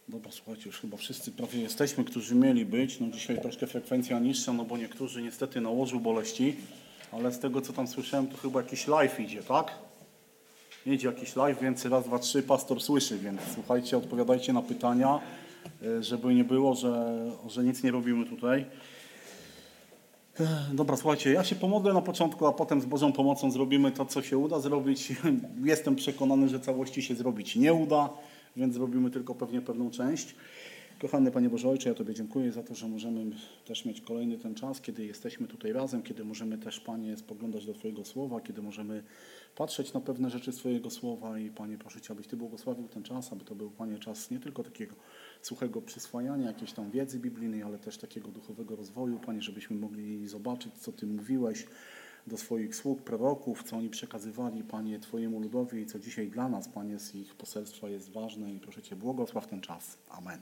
Dobra, słuchajcie, już chyba wszyscy prawie jesteśmy, którzy mieli być. No dzisiaj troszkę frekwencja niższa, no bo niektórzy niestety na łożu boleści, ale z tego co tam słyszałem, to chyba jakiś live idzie, tak? Jedzie jakiś live, więc raz, dwa, trzy, pastor słyszy, więc słuchajcie, odpowiadajcie na pytania, żeby nie było, że nic nie robimy tutaj. Dobra, słuchajcie, ja się pomodlę na początku, a potem z Bożą pomocą zrobimy to, co się uda zrobić. Jestem przekonany, że całości się zrobić nie uda, więc zrobimy tylko pewnie pewną część. Kochany Panie Boże Ojcze, ja Tobie dziękuję za to, że możemy też mieć kolejny ten czas, kiedy jesteśmy tutaj razem, kiedy możemy też, Panie, spoglądać do Twojego Słowa, kiedy możemy patrzeć na pewne rzeczy z Twojego Słowa i, Panie, proszę Cię, abyś Ty błogosławił ten czas, aby to był, Panie, czas nie tylko takiego suchego przyswajania jakiejś tam wiedzy biblijnej, ale też takiego duchowego rozwoju, Panie, żebyśmy mogli zobaczyć, co Ty mówiłeś do swoich sług, proroków, co oni przekazywali, Panie, Twojemu ludowi i co dzisiaj dla nas, Panie, z ich poselstwa jest ważne i proszę Cię, błogosław ten czas. Amen.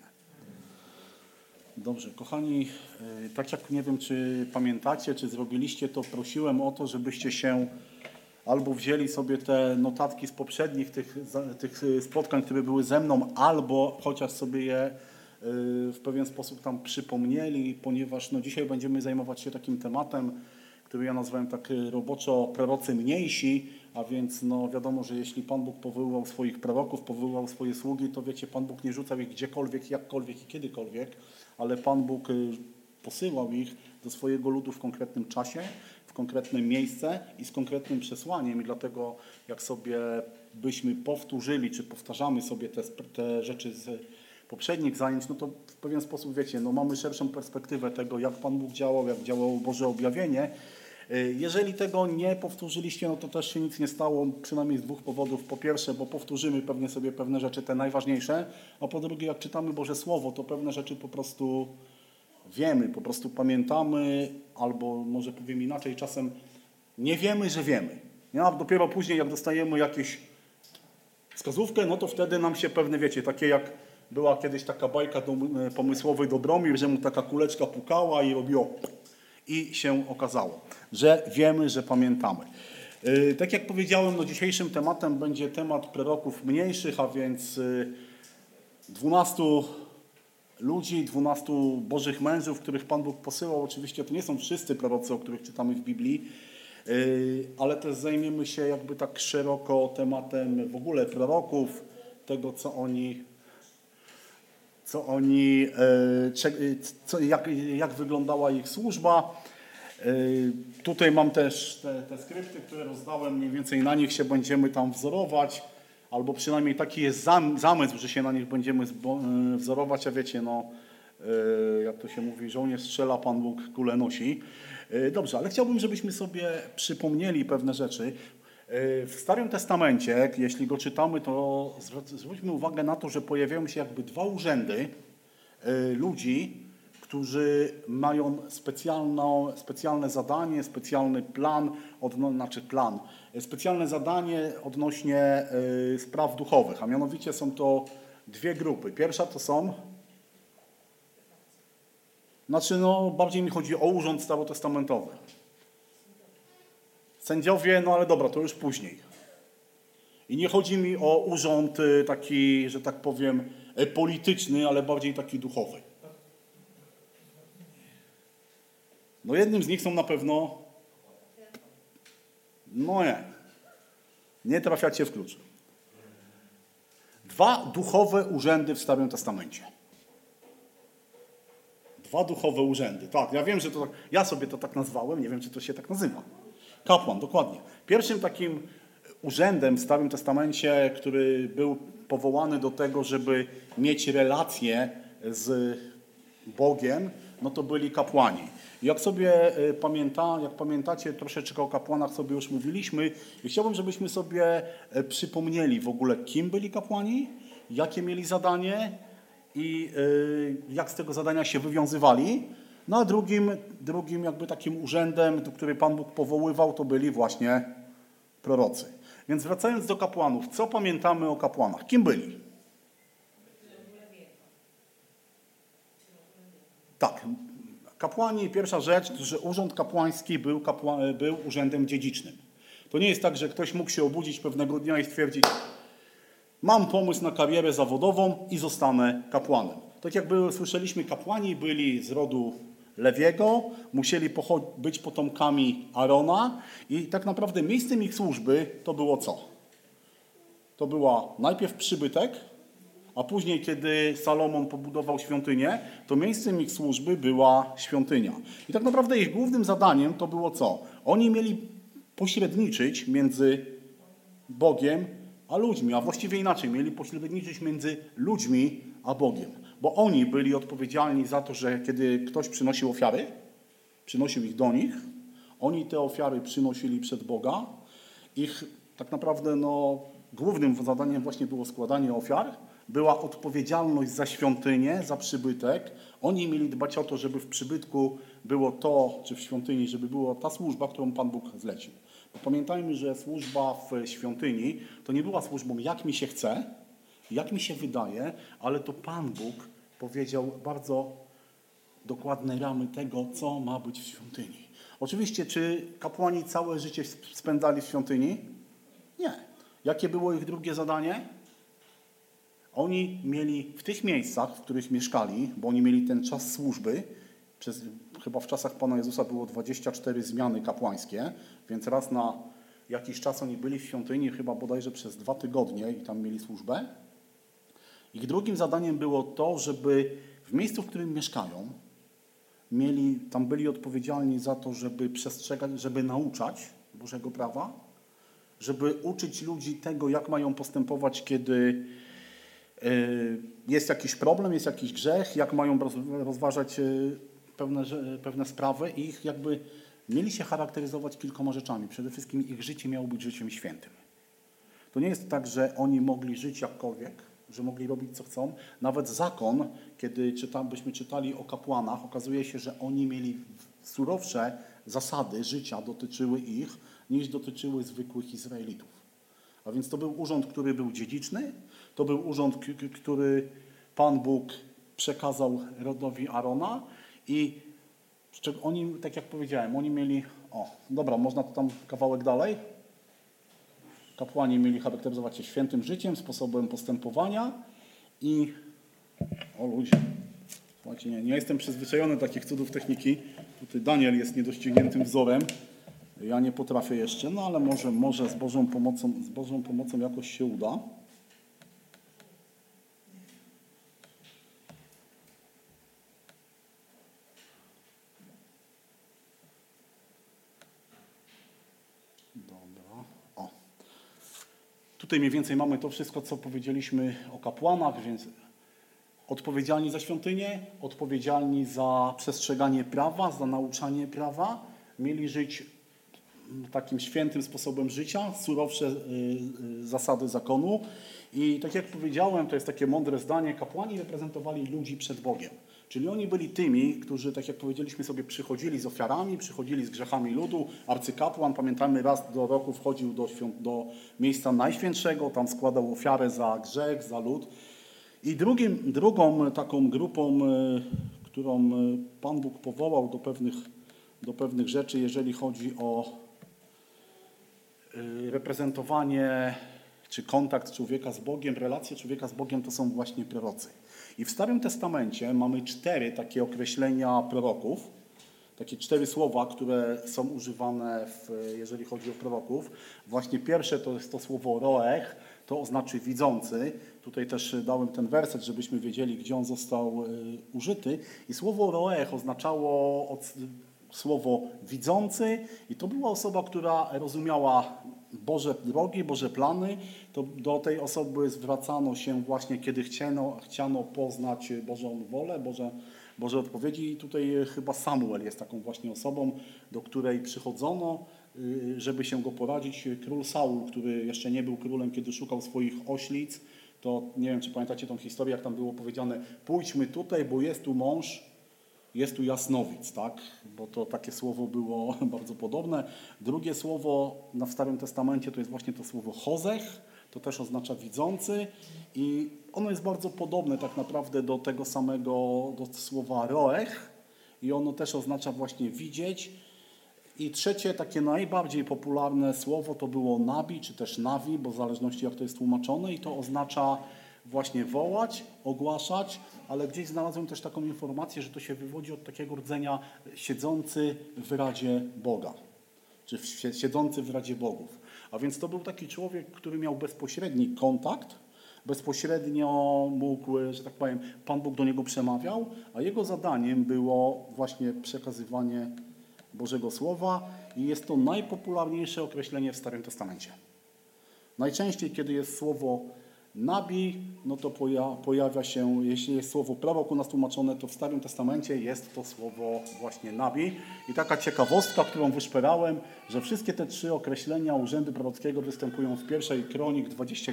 Dobrze, kochani, tak jak nie wiem, czy pamiętacie, czy zrobiliście to, prosiłem o to, żebyście się albo wzięli sobie te notatki z poprzednich tych spotkań, które były ze mną, albo chociaż sobie je w pewien sposób tam przypomnieli, ponieważ no, dzisiaj będziemy zajmować się takim tematem, który ja nazwałem tak roboczo prorocy mniejsi, a więc no wiadomo, że jeśli Pan Bóg powoływał swoich proroków, powoływał swoje sługi, to wiecie, Pan Bóg nie rzucał ich gdziekolwiek, jakkolwiek i kiedykolwiek, ale Pan Bóg posyłał ich do swojego ludu w konkretnym czasie, w konkretne miejsce i z konkretnym przesłaniem i dlatego jak sobie byśmy powtórzyli, czy powtarzamy sobie te rzeczy z poprzednich zajęć, no to w pewien sposób, wiecie, no mamy szerszą perspektywę tego, jak Pan Bóg działał, jak działało Boże objawienie. Jeżeli tego nie powtórzyliście, no to też się nic nie stało, przynajmniej z dwóch powodów. Po pierwsze, bo powtórzymy pewnie sobie pewne rzeczy, te najważniejsze, a po drugie, jak czytamy Boże Słowo, to pewne rzeczy po prostu wiemy, po prostu pamiętamy, albo może powiem inaczej, czasem nie wiemy, że wiemy. A dopiero później, jak dostajemy jakieś wskazówkę, no to wtedy nam się pewne, wiecie, takie jak była kiedyś taka bajka pomysłowy Dobromir, że mu taka kuleczka pukała i robiło i się okazało, że wiemy, że pamiętamy. Tak jak powiedziałem, no dzisiejszym tematem będzie temat proroków mniejszych, a więc 12 ludzi, 12 bożych mężów, których Pan Bóg posyłał. Oczywiście to nie są wszyscy prorocy, o których czytamy w Biblii, ale też zajmiemy się jakby tak szeroko tematem w ogóle proroków, tego jak wyglądała ich służba. Tutaj mam też te skrypty, które rozdałem, mniej więcej na nich się będziemy tam wzorować, albo przynajmniej taki jest zamysł, że się na nich będziemy wzorować, a wiecie, no jak to się mówi, żołnierz strzela, Pan Bóg kulę nosi. Dobrze, ale chciałbym, żebyśmy sobie przypomnieli pewne rzeczy. W Starym Testamencie, jeśli go czytamy, to zwróćmy uwagę na to, że pojawiają się jakby dwa urzędy ludzi, którzy mają specjalne zadanie, specjalny plan, specjalne zadanie odnośnie spraw duchowych, a mianowicie są to dwie grupy. Pierwsza to są, bardziej mi chodzi o urząd starotestamentowy. Sędziowie, no ale dobra, to już później. I nie chodzi mi o urząd taki, że tak powiem, polityczny, ale bardziej taki duchowy. No jednym z nich są na pewno, nie trafiacie w klucz. Dwa duchowe urzędy w Starym Testamencie. Dwa duchowe urzędy. Tak, ja wiem, że to tak, ja sobie to tak nazwałem, nie wiem, czy to się tak nazywa. Kapłan, dokładnie. Pierwszym takim urzędem w Starym Testamencie, który był powołany do tego, żeby mieć relacje z Bogiem, no to byli kapłani. Jak sobie pamiętacie, troszeczkę o kapłanach sobie już mówiliśmy i chciałbym, żebyśmy sobie przypomnieli w ogóle, kim byli kapłani, jakie mieli zadanie i jak z tego zadania się wywiązywali. No a drugim jakby takim urzędem, do który Pan Bóg powoływał, to byli właśnie prorocy. Więc wracając do kapłanów, co pamiętamy o kapłanach? Kim byli? Tak, kapłani, pierwsza rzecz, że urząd kapłański był urzędem dziedzicznym. To nie jest tak, że ktoś mógł się obudzić pewnego dnia i stwierdzić, mam pomysł na karierę zawodową i zostanę kapłanem. Tak jak słyszeliśmy, kapłani byli z rodu Lewiego, musieli być potomkami Arona i tak naprawdę miejscem ich służby to było co? To była najpierw przybytek, a później, kiedy Salomon pobudował świątynię, to miejscem ich służby była świątynia. I tak naprawdę ich głównym zadaniem to było co? Oni mieli pośredniczyć między Bogiem a ludźmi, a właściwie inaczej, mieli pośredniczyć między ludźmi a Bogiem. Bo oni byli odpowiedzialni za to, że kiedy ktoś przynosił ofiary, przynosił ich do nich, oni te ofiary przynosili przed Boga. Ich tak naprawdę głównym zadaniem właśnie było składanie ofiar, była odpowiedzialność za świątynię, za przybytek. Oni mieli dbać o to, żeby w przybytku było to, czy w świątyni, żeby była ta służba, którą Pan Bóg zlecił. Bo pamiętajmy, że służba w świątyni to nie była służbą jak mi się chce, jak mi się wydaje, ale to Pan Bóg powiedział bardzo dokładne ramy tego, co ma być w świątyni. Oczywiście, czy kapłani całe życie spędzali w świątyni? Nie. Jakie było ich drugie zadanie? Oni mieli w tych miejscach, w których mieszkali, bo oni mieli ten czas służby, chyba w czasach Pana Jezusa było 24 zmiany kapłańskie, więc raz na jakiś czas oni byli w świątyni, chyba bodajże przez 2 tygodnie i tam mieli służbę. Ich drugim zadaniem było to, żeby w miejscu, w którym mieszkają, tam byli odpowiedzialni za to, żeby przestrzegać, żeby nauczać Bożego prawa, żeby uczyć ludzi tego, jak mają postępować, kiedy jest jakiś problem, jest jakiś grzech, jak mają rozważać pewne sprawy i ich mieli się charakteryzować kilkoma rzeczami. Przede wszystkim ich życie miało być życiem świętym. To nie jest tak, że oni mogli żyć jakkolwiek, że mogli robić co chcą. Nawet zakon, kiedy byśmy czytali o kapłanach, okazuje się, że oni mieli surowsze zasady życia, dotyczyły ich, niż dotyczyły zwykłych Izraelitów. A więc to był urząd, który był dziedziczny, to był urząd, który Pan Bóg przekazał rodowi Arona i oni, tak jak powiedziałem, oni mieli, dobra, można to tam kawałek dalej. Kapłani mieli charakteryzować się świętym życiem, sposobem postępowania i, ludzie, słuchajcie, nie jestem przyzwyczajony do takich cudów techniki. Tutaj Daniel jest niedościgniętym wzorem. Ja nie potrafię jeszcze, ale może z Bożą pomocą jakoś się uda. Dobra. Tutaj mniej więcej mamy to wszystko, co powiedzieliśmy o kapłanach, więc odpowiedzialni za świątynię, odpowiedzialni za przestrzeganie prawa, za nauczanie prawa, mieli żyć takim świętym sposobem życia, surowsze zasady zakonu. I tak jak powiedziałem, to jest takie mądre zdanie, kapłani reprezentowali ludzi przed Bogiem. Czyli oni byli tymi, którzy, tak jak powiedzieliśmy sobie, przychodzili z ofiarami, przychodzili z grzechami ludu. Arcykapłan, pamiętamy, raz do roku wchodził do miejsca najświętszego, tam składał ofiarę za grzech, za lud. I drugą taką grupą, którą Pan Bóg powołał do pewnych rzeczy, jeżeli chodzi o reprezentowanie czy kontakt człowieka z Bogiem, relacje człowieka z Bogiem, to są właśnie prorocy. I w Starym Testamencie mamy 4 takie określenia proroków, takie 4 słowa, które są używane, jeżeli chodzi o proroków. Właśnie pierwsze to jest to słowo roech, to oznacza widzący. Tutaj też dałem ten werset, żebyśmy wiedzieli, gdzie on został użyty. I słowo roech oznaczało słowo widzący i to była osoba, która rozumiała Boże drogi, Boże plany. To do tej osoby zwracano się właśnie, kiedy chciano poznać Bożą wolę, Boże odpowiedzi. I tutaj chyba Samuel jest taką właśnie osobą, do której przychodzono, żeby się go poradzić. Król Saul, który jeszcze nie był królem, kiedy szukał swoich oślic, to nie wiem, czy pamiętacie tą historię, jak tam było powiedziane, pójdźmy tutaj, bo jest tu mąż, jest tu jasnowic, tak? Bo to takie słowo było bardzo podobne. Drugie słowo w Starym Testamencie to jest właśnie to słowo chozech, to też oznacza widzący i ono jest bardzo podobne tak naprawdę do tego samego, do słowa roech i ono też oznacza właśnie widzieć I trzecie, takie najbardziej popularne słowo to było nabi, czy też nawi, bo w zależności jak to jest tłumaczone i to oznacza właśnie wołać, ogłaszać, ale gdzieś znalazłem też taką informację, że to się wywodzi od takiego rdzenia siedzący w Radzie Boga, czy siedzący w Radzie Bogów. A więc to był taki człowiek, który miał bezpośredni kontakt, bezpośrednio mógł, że tak powiem, Pan Bóg do niego przemawiał, a jego zadaniem było właśnie przekazywanie Bożego Słowa i jest to najpopularniejsze określenie w Starym Testamencie. Najczęściej, kiedy jest słowo nabi, no to pojawia się, jeśli jest słowo prorok u nas tłumaczone, to w Starym Testamencie jest to słowo właśnie nabi. I taka ciekawostka, którą wyszperałem, że wszystkie te trzy określenia urzędu prorockiego występują w pierwszej Kronik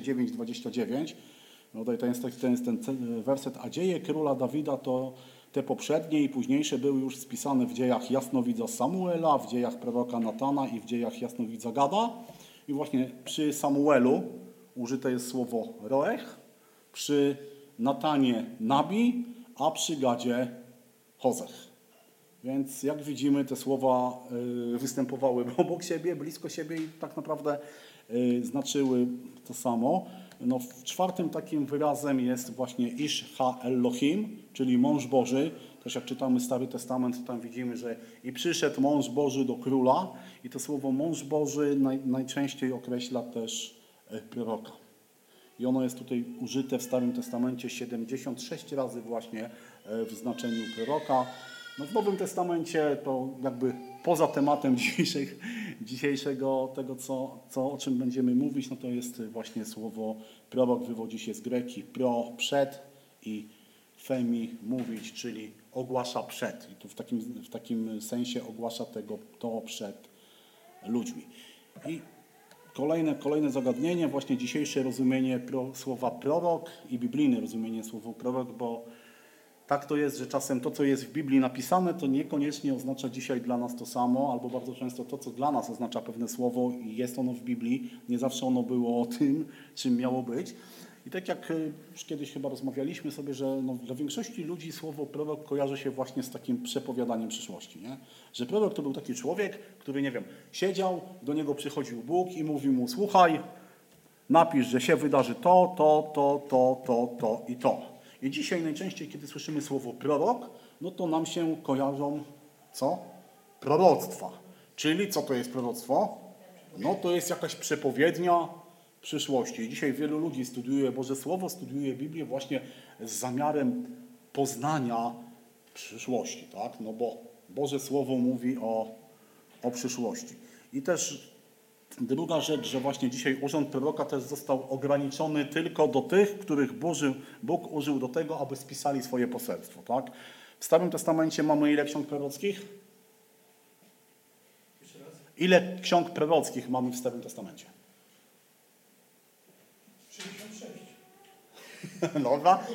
29:29. No tutaj to jest ten werset, a dzieje króla Dawida to te poprzednie i późniejsze były już spisane w dziejach jasnowidza Samuela, w dziejach proroka Natana i w dziejach jasnowidza Gada. I właśnie przy Samuelu użyte jest słowo roech, przy Natanie nabi, a przy Gadzie hozech. Więc jak widzimy, te słowa występowały obok siebie, blisko siebie i tak naprawdę znaczyły to samo. No, czwartym takim wyrazem jest właśnie Ish ha Elohim, czyli mąż Boży. Też jak czytamy Stary Testament, to tam widzimy, że i przyszedł mąż Boży do króla i to słowo mąż Boży najczęściej określa też proroka. I ono jest tutaj użyte w Starym Testamencie 76 razy właśnie w znaczeniu proroka. No w Nowym Testamencie to jakby poza tematem dzisiejszego tego, o czym będziemy mówić, no to jest właśnie słowo prorok, wywodzi się z greki pro, przed i femi, mówić, czyli ogłasza przed. I tu w takim sensie ogłasza to przed ludźmi. I kolejne zagadnienie, właśnie dzisiejsze rozumienie słowa prorok i biblijne rozumienie słowa prorok, bo tak to jest, że czasem to, co jest w Biblii napisane, to niekoniecznie oznacza dzisiaj dla nas to samo, albo bardzo często to, co dla nas oznacza pewne słowo i jest ono w Biblii, nie zawsze ono było tym, czym miało być. I tak jak już kiedyś chyba rozmawialiśmy sobie, że dla większości ludzi słowo prorok kojarzy się właśnie z takim przepowiadaniem przyszłości. Nie? Że prorok to był taki człowiek, który, nie wiem, siedział, do niego przychodził Bóg i mówił mu, słuchaj, napisz, że się wydarzy to i to. I dzisiaj najczęściej, kiedy słyszymy słowo prorok, no to nam się kojarzą, co? Proroctwa. Czyli co to jest proroctwo? No to jest jakaś przepowiednia przyszłości. I dzisiaj wielu ludzi studiuje Boże Słowo, studiuje Biblię właśnie z zamiarem poznania przyszłości, tak? No bo Boże Słowo mówi o przyszłości. I też druga rzecz, że właśnie dzisiaj urząd proroka też został ograniczony tylko do tych, których Bóg użył do tego, aby spisali swoje poselstwo, tak? W Starym Testamencie mamy ile ksiąg prorockich? Ile ksiąg prorockich mamy w Starym Testamencie? 66. Dobra.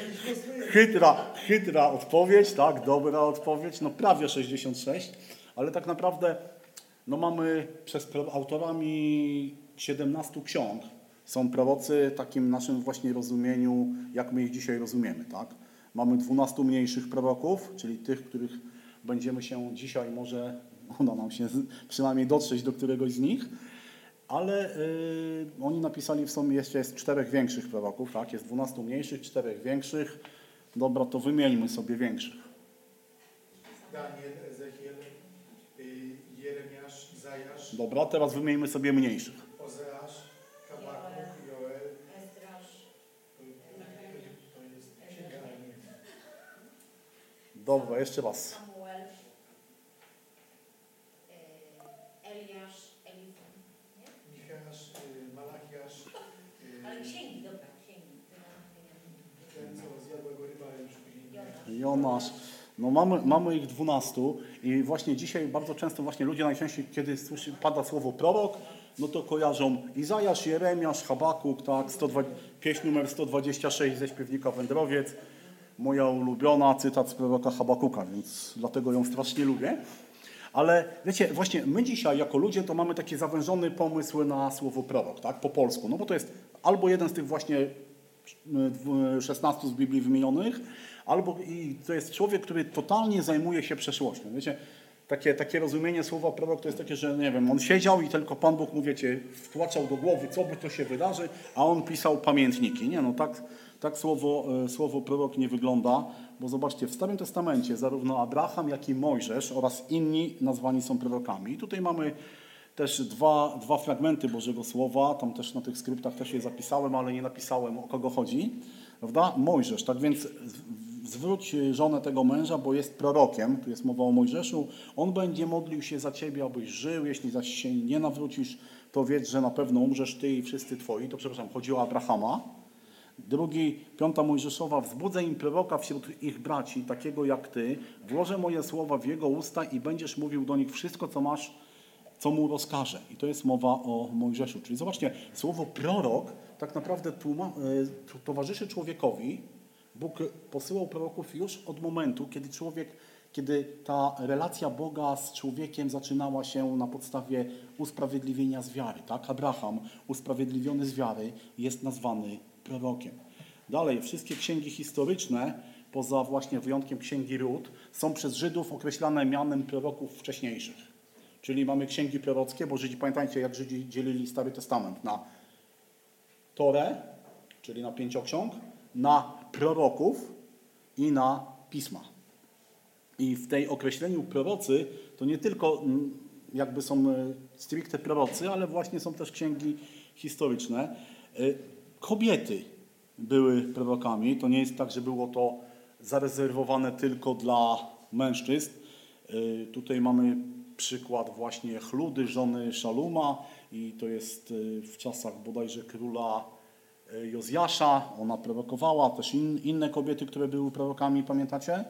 Chytra odpowiedź, tak? Dobra odpowiedź. No prawie 66, ale tak naprawdę no mamy autorami 17 ksiąg są prorocy w takim naszym właśnie rozumieniu, jak my ich dzisiaj rozumiemy, tak? Mamy 12 mniejszych proroków, czyli tych, których będziemy się dzisiaj, może uda nam się przynajmniej dotrzeć do któregoś z nich, ale oni napisali w sumie jeszcze jest 4 większych proroków, tak? Jest 12 mniejszych, 4 większych. Dobra, to wymieńmy sobie większych. Daniel, Ezechiel, Jeremiasz, Izajasz. Dobra, teraz wymieńmy sobie mniejszych. Ozeasz, Habakuk, Joel. Ezdrasz. To jest księga. Dobra, jeszcze raz. Samuel. Eliasz, Elifon. Nie? Micheasz, Malachiasz. Ale księgi, dobra, księgi. Ten, co zjadłego ryba, już później. Jonasz. No mamy ich 12 i właśnie dzisiaj bardzo często właśnie ludzie najczęściej, kiedy pada słowo prorok, no to kojarzą Izajasz, Jeremiasz, Habakuk, tak, pieśń numer 126 ze śpiewnika Wędrowiec, moja ulubiona, cytat z proroka Habakuka, więc dlatego ją strasznie lubię. Ale wiecie, właśnie my dzisiaj jako ludzie to mamy taki zawężony pomysł na słowo prorok, tak, po polsku, no bo to jest albo jeden z tych właśnie 16 z Biblii wymienionych, albo i to jest człowiek, który totalnie zajmuje się przeszłością. Wiecie, takie rozumienie słowa prorok to jest takie, że nie wiem, on siedział i tylko Pan Bóg mu, wiecie, wtłaczał do głowy, co by to się wydarzy, a on pisał pamiętniki. Nie no, tak słowo prorok nie wygląda, bo zobaczcie, w Starym Testamencie zarówno Abraham, jak i Mojżesz oraz inni nazwani są prorokami. I tutaj mamy też dwa fragmenty Bożego Słowa, tam też na tych skryptach też je zapisałem, ale nie napisałem, o kogo chodzi. Prawda? Mojżesz, tak więc zwróć żonę tego męża, bo jest prorokiem, tu jest mowa o Mojżeszu, on będzie modlił się za ciebie, abyś żył, jeśli zaś się nie nawrócisz, to wiedz, że na pewno umrzesz ty i wszyscy twoi. To przepraszam, chodzi o Abrahama. Drugi, 5 Mojżeszowa, wzbudzę im proroka wśród ich braci, takiego jak ty, włożę moje słowa w jego usta i będziesz mówił do nich wszystko, co masz, co mu rozkaże. I to jest mowa o Mojżeszu. Czyli zobaczcie, słowo prorok tak naprawdę towarzyszy człowiekowi. Bóg posyłał proroków już od momentu, kiedy ta relacja Boga z człowiekiem zaczynała się na podstawie usprawiedliwienia z wiary. Tak? Abraham, usprawiedliwiony z wiary, jest nazwany prorokiem. Dalej, wszystkie księgi historyczne, poza właśnie wyjątkiem księgi Rut, są przez Żydów określane mianem proroków wcześniejszych. Czyli mamy księgi prorockie, bo Żydzi, pamiętajcie, jak Żydzi dzielili Stary Testament na Torę, czyli na 5 ksiąg, na proroków i na pisma. I w tej określeniu prorocy to nie tylko jakby są stricte prorocy, ale właśnie są też księgi historyczne. Kobiety były prorokami. To nie jest tak, że było to zarezerwowane tylko dla mężczyzn. Tutaj mamy przykład właśnie Chludy, żony Szaluma i to jest w czasach bodajże króla Jozjasza. Ona prorokowała, też inne kobiety, które były prorokami, pamiętacie?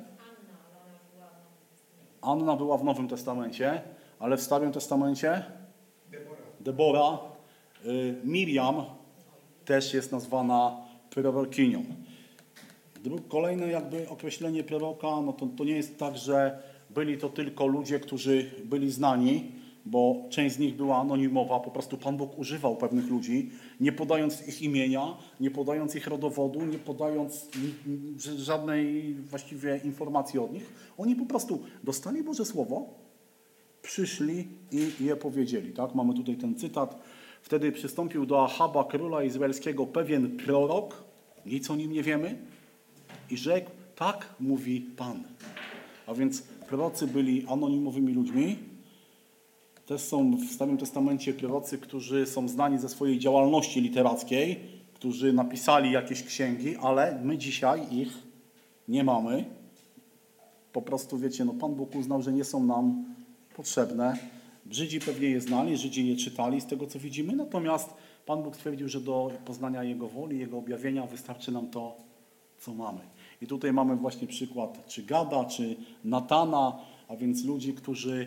Anna była w Nowym Testamencie, ale w Starym Testamencie Debora, Miriam też jest nazwana prorokinią. Kolejne jakby określenie proroka, no to nie jest tak, że byli to tylko ludzie, którzy byli znani, bo część z nich była anonimowa, po prostu Pan Bóg używał pewnych ludzi, nie podając ich imienia, nie podając ich rodowodu, nie podając żadnej właściwie informacji od nich. Oni po prostu dostali Boże Słowo, przyszli i je powiedzieli. Tak? Mamy tutaj ten cytat. Wtedy przystąpił do Ahaba, króla izraelskiego, pewien prorok, nic o nim nie wiemy, i rzekł, tak mówi Pan. A więc prorocy byli anonimowymi ludźmi. Też są w Starym Testamencie prorocy, którzy są znani ze swojej działalności literackiej, którzy napisali jakieś księgi, ale my dzisiaj ich nie mamy. Po prostu, wiecie, no Pan Bóg uznał, że nie są nam potrzebne. Żydzi pewnie je znali, Żydzi je czytali z tego, co widzimy, natomiast Pan Bóg stwierdził, że do poznania Jego woli, Jego objawienia wystarczy nam to, co mamy. I tutaj mamy właśnie przykład czy Gada, czy Natana, a więc ludzi, którzy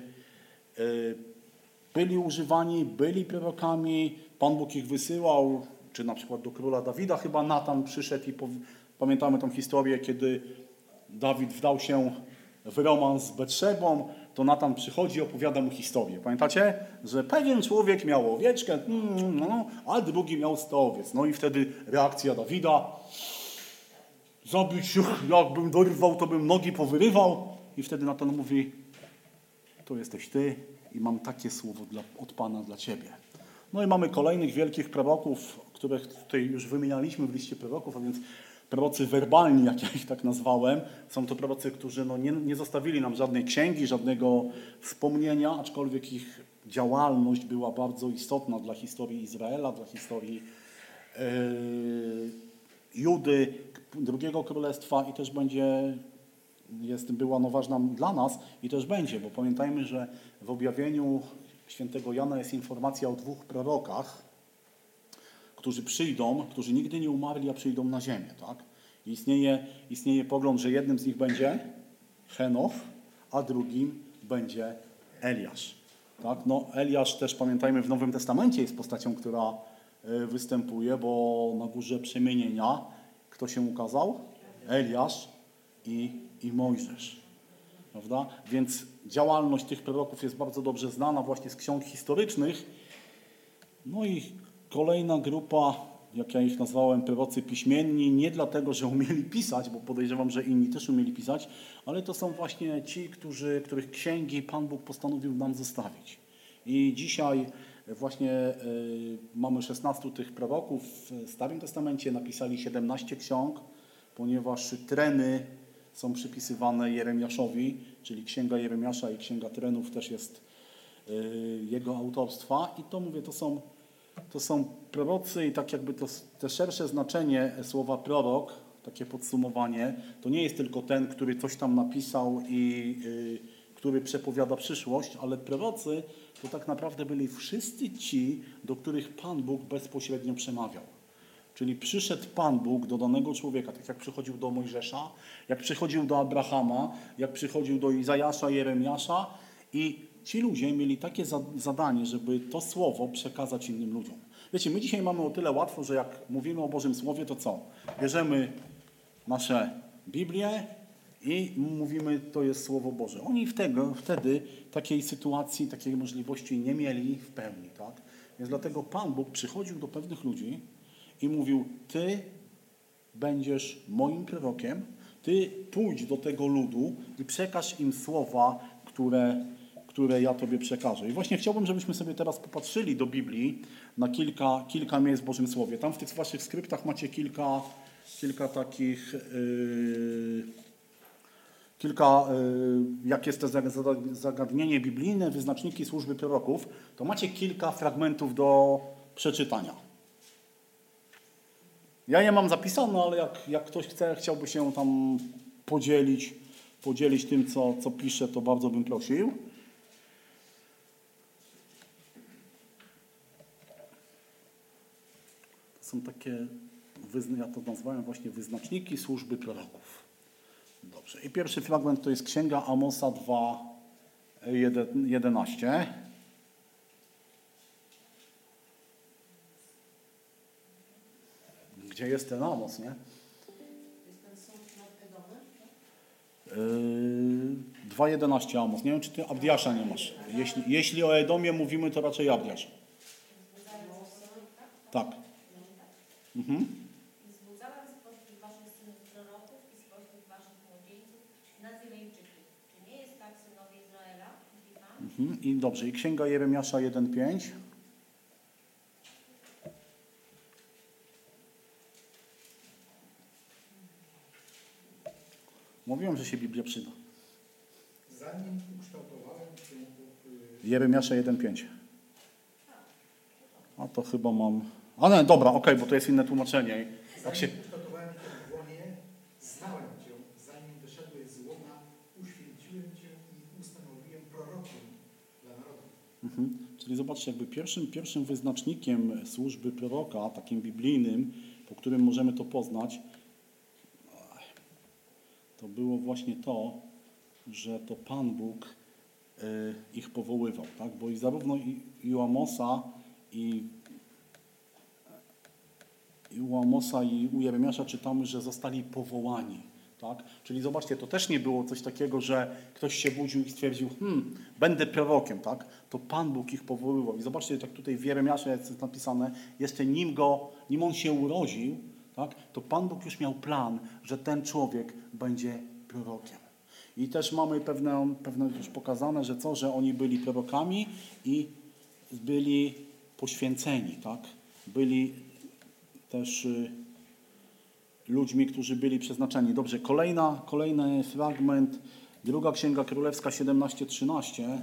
byli używani, byli prorokami, Pan Bóg ich wysyłał, czy na przykład do króla Dawida chyba Natan przyszedł i pamiętamy tą historię, kiedy Dawid wdał się w romans z Betszebą, to Natan przychodzi i opowiada mu historię. Pamiętacie? Że pewien człowiek miał owieczkę, a drugi miał 100 owiec. No i wtedy reakcja Dawida, zabić, jakbym dorwał, to bym nogi powyrywał. I wtedy Natan mówi, to jesteś ty i mam takie słowo od Pana dla ciebie. No i mamy kolejnych wielkich proroków, których tutaj już wymienialiśmy w liście proroków, a więc prorocy werbalni, jak ja ich tak nazwałem. Są to prorocy, którzy nie zostawili nam żadnej księgi, żadnego wspomnienia, aczkolwiek ich działalność była bardzo istotna dla historii Izraela, dla historii Judy, drugiego królestwa i też była ważna dla nas i też będzie, bo pamiętajmy, że w objawieniu świętego Jana jest informacja o 2 prorokach, którzy przyjdą, którzy nigdy nie umarli, a przyjdą na ziemię. Tak? Istnieje pogląd, że jednym z nich będzie Henoch, a drugim będzie Eliasz. Tak? No, Eliasz też, pamiętajmy, w Nowym Testamencie jest postacią, która występuje, bo na górze przemienienia kto się ukazał? Eliasz i Mojżesz. Prawda? Więc działalność tych proroków jest bardzo dobrze znana właśnie z ksiąg historycznych. No i kolejna grupa jak ja ich nazwałem, prorocy piśmienni, nie dlatego, że umieli pisać, bo podejrzewam, że inni też umieli pisać, ale to są właśnie ci, których księgi Pan Bóg postanowił nam zostawić. I dzisiaj właśnie mamy 16 tych proroków. W Starym Testamencie napisali 17 ksiąg, ponieważ treny są przypisywane Jeremiaszowi, czyli Księga Jeremiasza i Księga Trenów też jest jego autorstwa. I to mówię, to są prorocy i tak jakby to szersze znaczenie słowa prorok, takie podsumowanie, to nie jest tylko ten, który coś tam napisał i który przepowiada przyszłość, ale prorocy to tak naprawdę byli wszyscy ci, do których Pan Bóg bezpośrednio przemawiał. Czyli przyszedł Pan Bóg do danego człowieka, tak jak przychodził do Mojżesza, jak przychodził do Abrahama, jak przychodził do Izajasza, Jeremiasza i ci ludzie mieli takie zadanie, żeby to słowo przekazać innym ludziom. Wiecie, my dzisiaj mamy o tyle łatwo, że jak mówimy o Bożym Słowie, to co? Bierzemy nasze Biblię i mówimy, to jest Słowo Boże. Oni wtedy takiej sytuacji, takiej możliwości nie mieli w pełni. Tak? Więc dlatego Pan Bóg przychodził do pewnych ludzi i mówił, ty będziesz moim prorokiem, ty pójdź do tego ludu i przekaż im słowa, które ja Tobie przekażę. I właśnie chciałbym, żebyśmy sobie teraz popatrzyli do Biblii na kilka miejsc w Bożym Słowie. Tam w tych waszych skryptach macie kilka takich, jak jest to zagadnienie biblijne, wyznaczniki służby proroków, to macie kilka fragmentów do przeczytania. Ja je mam zapisane, ale jak ktoś chciałby się tam podzielić tym, co pisze, to bardzo bym prosił. To są takie, ja to nazwałem właśnie wyznaczniki służby proroków. Dobrze. I pierwszy fragment to jest Księga Amosa 2:11. Gdzie jest ten Amos, nie? Jest ten sąd nad Edomem? 2:11 Amos. Nie wiem, czy ty Abdiasza nie masz. Jeśli o Edomie mówimy, to raczej Abdiasz. Tak. Mhm. Wzbudzałem spośród waszych synów proroków i spośród waszych młodzieńców Nazirejczyków. Czy nie jest tak, synowie Izraela? Mówi Pan? I dobrze. I Księga Jeremiasza 1:5. Mówiłem, że się Biblia przyda. Zanim ukształtowałem się Jeremiasza 1:5. A to chyba mam... A nie, dobra, okej, bo to jest inne tłumaczenie. Jak się... Zanim ukształtowałem Cię w łonie, znałem Cię, zanim wyszedłeś z łona, uświęciłem Cię i ustanowiłem prorokiem dla narodu. Czyli zobaczcie, jakby pierwszym wyznacznikiem służby proroka, takim biblijnym, po którym możemy to poznać, to było właśnie to, że to Pan Bóg ich powoływał. Tak? Bo i zarówno i u Amosa, i u Amosa, i u Jeremiasza czytamy, że zostali powołani. Tak? Czyli zobaczcie, to też nie było coś takiego, że ktoś się budził i stwierdził, będę prorokiem. Tak? To Pan Bóg ich powoływał. I zobaczcie, jak tutaj w Jeremiaszu jest napisane, jeszcze nim on się urodził, tak? To Pan Bóg już miał plan, że ten człowiek będzie prorokiem. I też mamy pewne już pokazane, że oni byli prorokami i byli poświęceni, tak? Byli też ludźmi, którzy byli przeznaczeni. Dobrze, kolejny fragment, 2 Księga Królewska 17:13.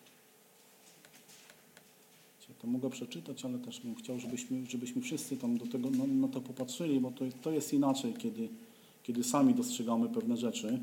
To mogę przeczytać, ale też bym chciał, żebyśmy wszyscy tam do tego, na to popatrzyli, bo to jest inaczej, kiedy sami dostrzegamy pewne rzeczy.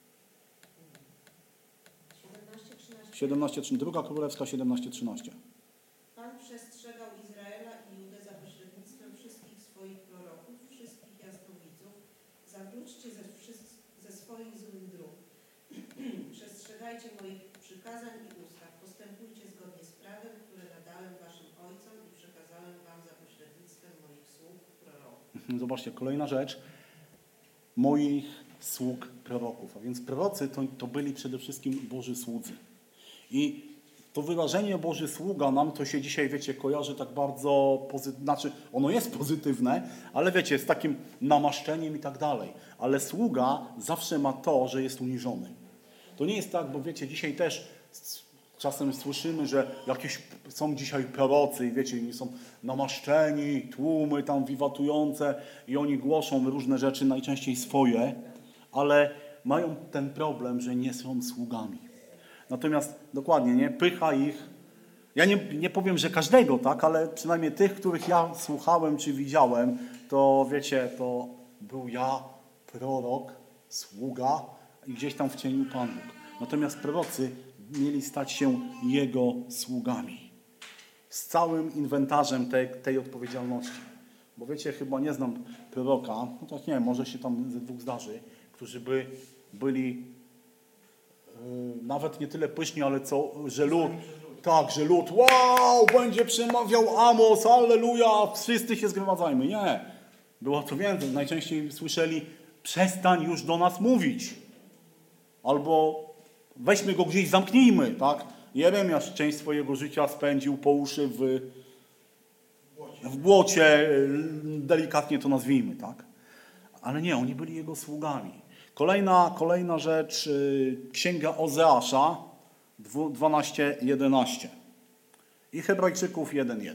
2 Królewska 17:13. Pan przestrzegał Izraela i Judę za pośrednictwem wszystkich swoich proroków, wszystkich jasnowidzów. Zawróćcie ze swoich złych dróg. Przestrzegajcie moich przykazań i ustaw. Postępujcie zgodnie z prawem, które nadałem waszym ojcom i przekazałem wam za pośrednictwem moich sług proroków. Zobaczcie, kolejna rzecz. Moich sług proroków. A więc prorocy to byli przede wszystkim Boży słudzy. I to wyrażenie Boży sługa nam to się dzisiaj, wiecie, kojarzy tak bardzo pozytywnie, znaczy ono jest pozytywne, ale wiecie, z takim namaszczeniem i tak dalej. Ale sługa zawsze ma to, że jest uniżony. To nie jest tak, bo wiecie, dzisiaj też czasem słyszymy, że jakieś są dzisiaj prorocy i wiecie, oni są namaszczeni, tłumy tam wiwatujące i oni głoszą różne rzeczy, najczęściej swoje, ale mają ten problem, że nie są sługami. Natomiast dokładnie, nie, pycha ich, ja nie powiem, że każdego, tak, ale przynajmniej tych, których ja słuchałem czy widziałem, to wiecie, to był ja, prorok, sługa i gdzieś tam w cieniu Pan Bóg. Natomiast prorocy mieli stać się Jego sługami. Z całym inwentarzem tej odpowiedzialności. Bo wiecie, chyba nie znam proroka, no tak nie, może się tam ze dwóch zdarzy, którzy by byli nawet nie tyle pyszni, ale co, że lud, tak, że lud, wow, będzie przemawiał Amos, alleluja, wszyscy się zgromadzajmy. Nie. Było to więcej. Najczęściej słyszeli, przestań już do nas mówić. Albo weźmy go gdzieś, zamknijmy, tak? Jeremiasz część swojego życia spędził po uszy w błocie, delikatnie to nazwijmy, tak? Ale nie, oni byli jego sługami. Kolejna rzecz, Księga Ozeasza 12:11 i Hebrajczyków 1:1.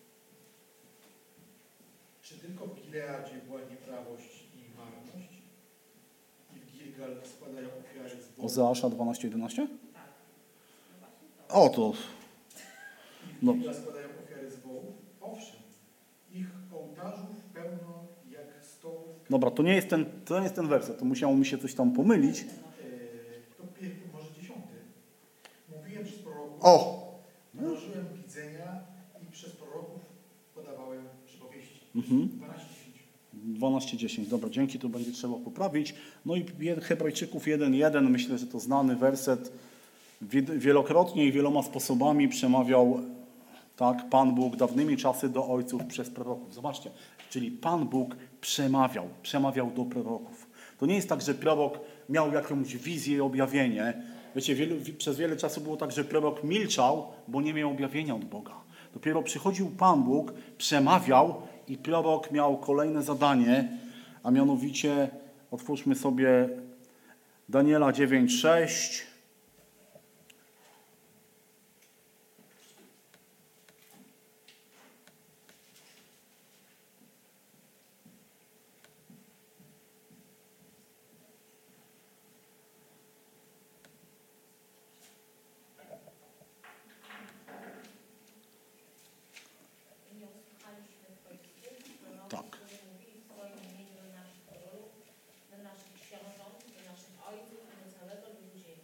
Czy tylko w Gileadzie była nieprawość i marność? I w Gilgal składają ofiary z wołów? Ozeasza 12:11? Tak. No właśnie to. O, to... I w Gilgal składają ofiary z wołów? Owszem, ich ołtarzów pełno jak stołów. Dobra, to nie jest ten werset, to musiało mi się coś tam pomylić. To może 10. Mówiłem przez proroków, O! mnożyłem widzenia i przez proroków podawałem przypowieści. 12:10. Dobra, dzięki, to będzie trzeba poprawić. No i Hebrajczyków 1:1, myślę, że to znany werset. Wielokrotnie i wieloma sposobami przemawiał tak Pan Bóg dawnymi czasy do ojców przez proroków. Zobaczcie, czyli Pan Bóg przemawiał do proroków. To nie jest tak, że prorok miał jakąś wizję i objawienie. Wiecie, przez wiele czasu było tak, że prorok milczał, bo nie miał objawienia od Boga. Dopiero przychodził Pan Bóg, przemawiał i prorok miał kolejne zadanie, a mianowicie otwórzmy sobie Daniela 9:6. Nie usłuchaliśmy Twoich słów, proroków, Tak. którzy mówili w swoim imieniu do naszych królów, do naszych książąt, do naszych ojców i do całego ludu ziemi.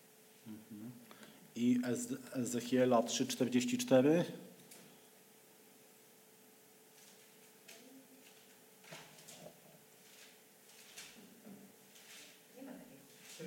I Ezechiela 3:44. Nie ma takiego.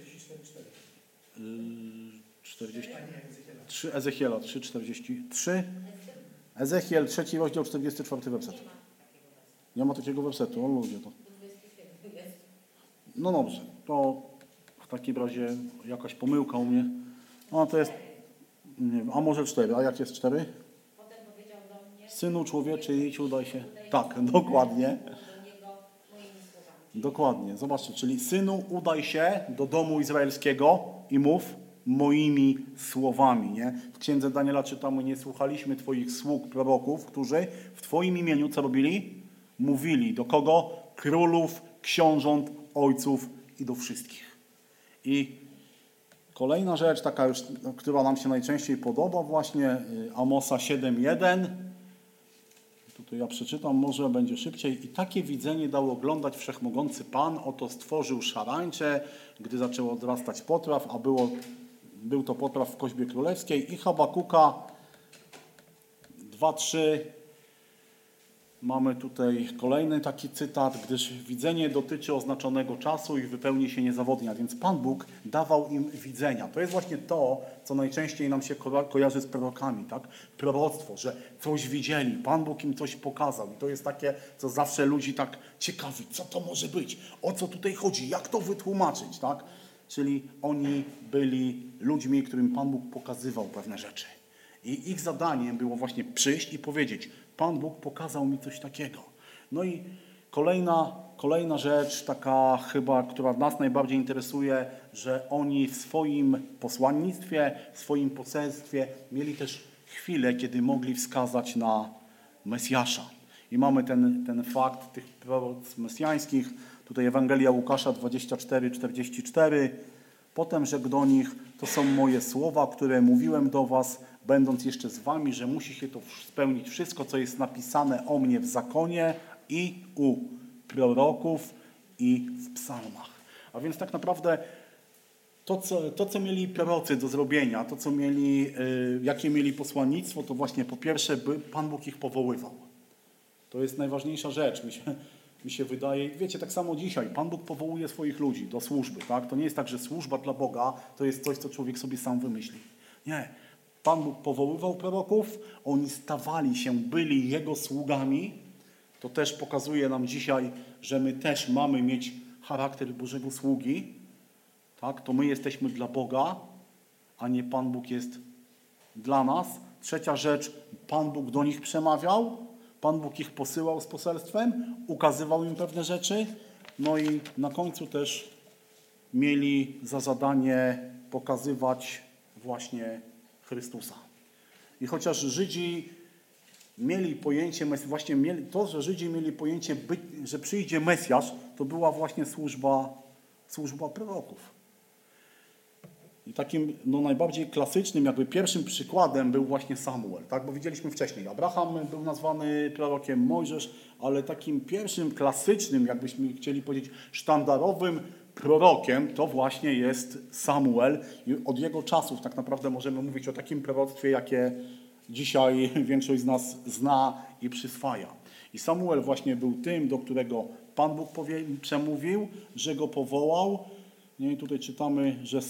44,4. 40. A nie, Ezechiela. 3 Ezechiela 3:43. Ezechiel 3 rozdział 44 werset. Nie ma takiego wersetu. Nie ma takiego wersetu, o ludzie to. Do 27 jest. No dobrze, to w takim razie jakaś pomyłka u mnie. No to jest, nie wiem, a może 4, a jak jest 4? Potem powiedział do mnie, Synu człowieczy, idź, udaj się. Tak, dokładnie. do niego moimi słowami. Dokładnie, zobaczcie, czyli synu udaj się do domu izraelskiego i mów moimi słowami, nie? W Księdze Daniela czytamy, nie słuchaliśmy Twoich sług proroków, którzy w Twoim imieniu co robili? Mówili. Do kogo? Królów, książąt, ojców i do wszystkich. I kolejna rzecz, taka już, która nam się najczęściej podoba, właśnie Amosa 7:1. Tutaj ja przeczytam, może będzie szybciej. I takie widzenie dał oglądać wszechmogący Pan. Oto stworzył szarańcze, gdy zaczęło odrastać potraw, a był to potraw w koźbie królewskiej. I Habakuka 2:3. Mamy tutaj kolejny taki cytat, gdyż widzenie dotyczy oznaczonego czasu i wypełni się niezawodnie, a więc Pan Bóg dawał im widzenia. To jest właśnie to, co najczęściej nam się kojarzy z prorokami, tak? Proroctwo, że coś widzieli, Pan Bóg im coś pokazał. I to jest takie, co zawsze ludzi tak ciekawi, co to może być, o co tutaj chodzi, jak to wytłumaczyć, tak? Czyli oni byli ludźmi, którym Pan Bóg pokazywał pewne rzeczy. I ich zadaniem było właśnie przyjść i powiedzieć: Pan Bóg pokazał mi coś takiego. No i kolejna rzecz, taka chyba, która nas najbardziej interesuje, że oni w swoim posłannictwie, w swoim poselstwie mieli też chwilę, kiedy mogli wskazać na Mesjasza. I mamy ten fakt tych proroctw mesjańskich. Tutaj Ewangelia Łukasza 24:44. Potem rzekł do nich: to są moje słowa, które mówiłem do was, będąc jeszcze z wami, że musi się to spełnić wszystko, co jest napisane o mnie w zakonie i u proroków i w psalmach. A więc tak naprawdę to, co mieli prorocy do zrobienia, jakie mieli posłannictwo, to właśnie po pierwsze Pan Bóg ich powoływał. To jest najważniejsza rzecz, mi się wydaje. Wiecie, tak samo dzisiaj Pan Bóg powołuje swoich ludzi do służby. Tak? To nie jest tak, że służba dla Boga to jest coś, co człowiek sobie sam wymyśli. Nie. Pan Bóg powoływał proroków, oni stawali się, byli Jego sługami. To też pokazuje nam dzisiaj, że my też mamy mieć charakter Bożego sługi. Tak? To my jesteśmy dla Boga, a nie Pan Bóg jest dla nas. Trzecia rzecz, Pan Bóg do nich przemawiał, Pan Bóg ich posyłał z poselstwem, ukazywał im pewne rzeczy, no i na końcu też mieli za zadanie pokazywać właśnie Chrystusa. I chociaż Żydzi mieli pojęcie, że Żydzi mieli pojęcie, że przyjdzie Mesjasz, to była właśnie służba proroków. I takim najbardziej klasycznym, jakby pierwszym przykładem był właśnie Samuel, tak? Bo widzieliśmy wcześniej, Abraham był nazwany prorokiem, Mojżesz, ale takim pierwszym klasycznym, jakbyśmy chcieli powiedzieć, sztandarowym prorokiem to właśnie jest Samuel. I od jego czasów tak naprawdę możemy mówić o takim proroctwie, jakie dzisiaj większość z nas zna i przyswaja. I Samuel właśnie był tym, do którego Pan Bóg przemówił, że go powołał. I tutaj czytamy, że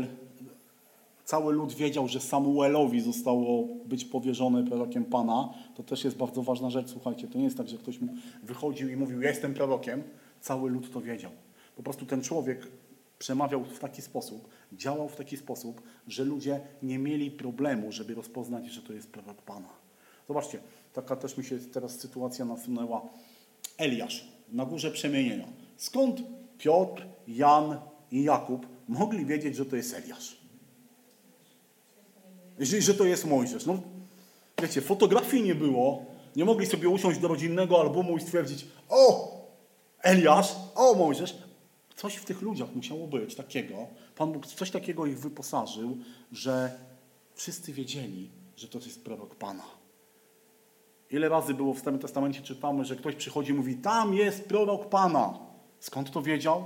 cały lud wiedział, że Samuelowi zostało być powierzone prorokiem Pana. To też jest bardzo ważna rzecz, słuchajcie. To nie jest tak, że ktoś wychodził i mówił: ja jestem prorokiem. Cały lud to wiedział. Po prostu ten człowiek przemawiał w taki sposób, działał w taki sposób, że ludzie nie mieli problemu, żeby rozpoznać, że to jest prorok Pana. Zobaczcie, taka też mi się teraz sytuacja nasunęła. Eliasz na górze przemienienia. Skąd Piotr, Jan i Jakub mogli wiedzieć, że to jest Eliasz? Że to jest Mojżesz. No, wiecie, fotografii nie było. Nie mogli sobie usiąść do rodzinnego albumu i stwierdzić: o, Eliasz, o, Mojżesz. Coś w tych ludziach musiało być takiego. Pan Bóg coś takiego ich wyposażył, że wszyscy wiedzieli, że to jest prorok Pana. Ile razy było w Starym Testamencie, czytamy, że ktoś przychodzi i mówi: tam jest prorok Pana. Skąd to wiedział?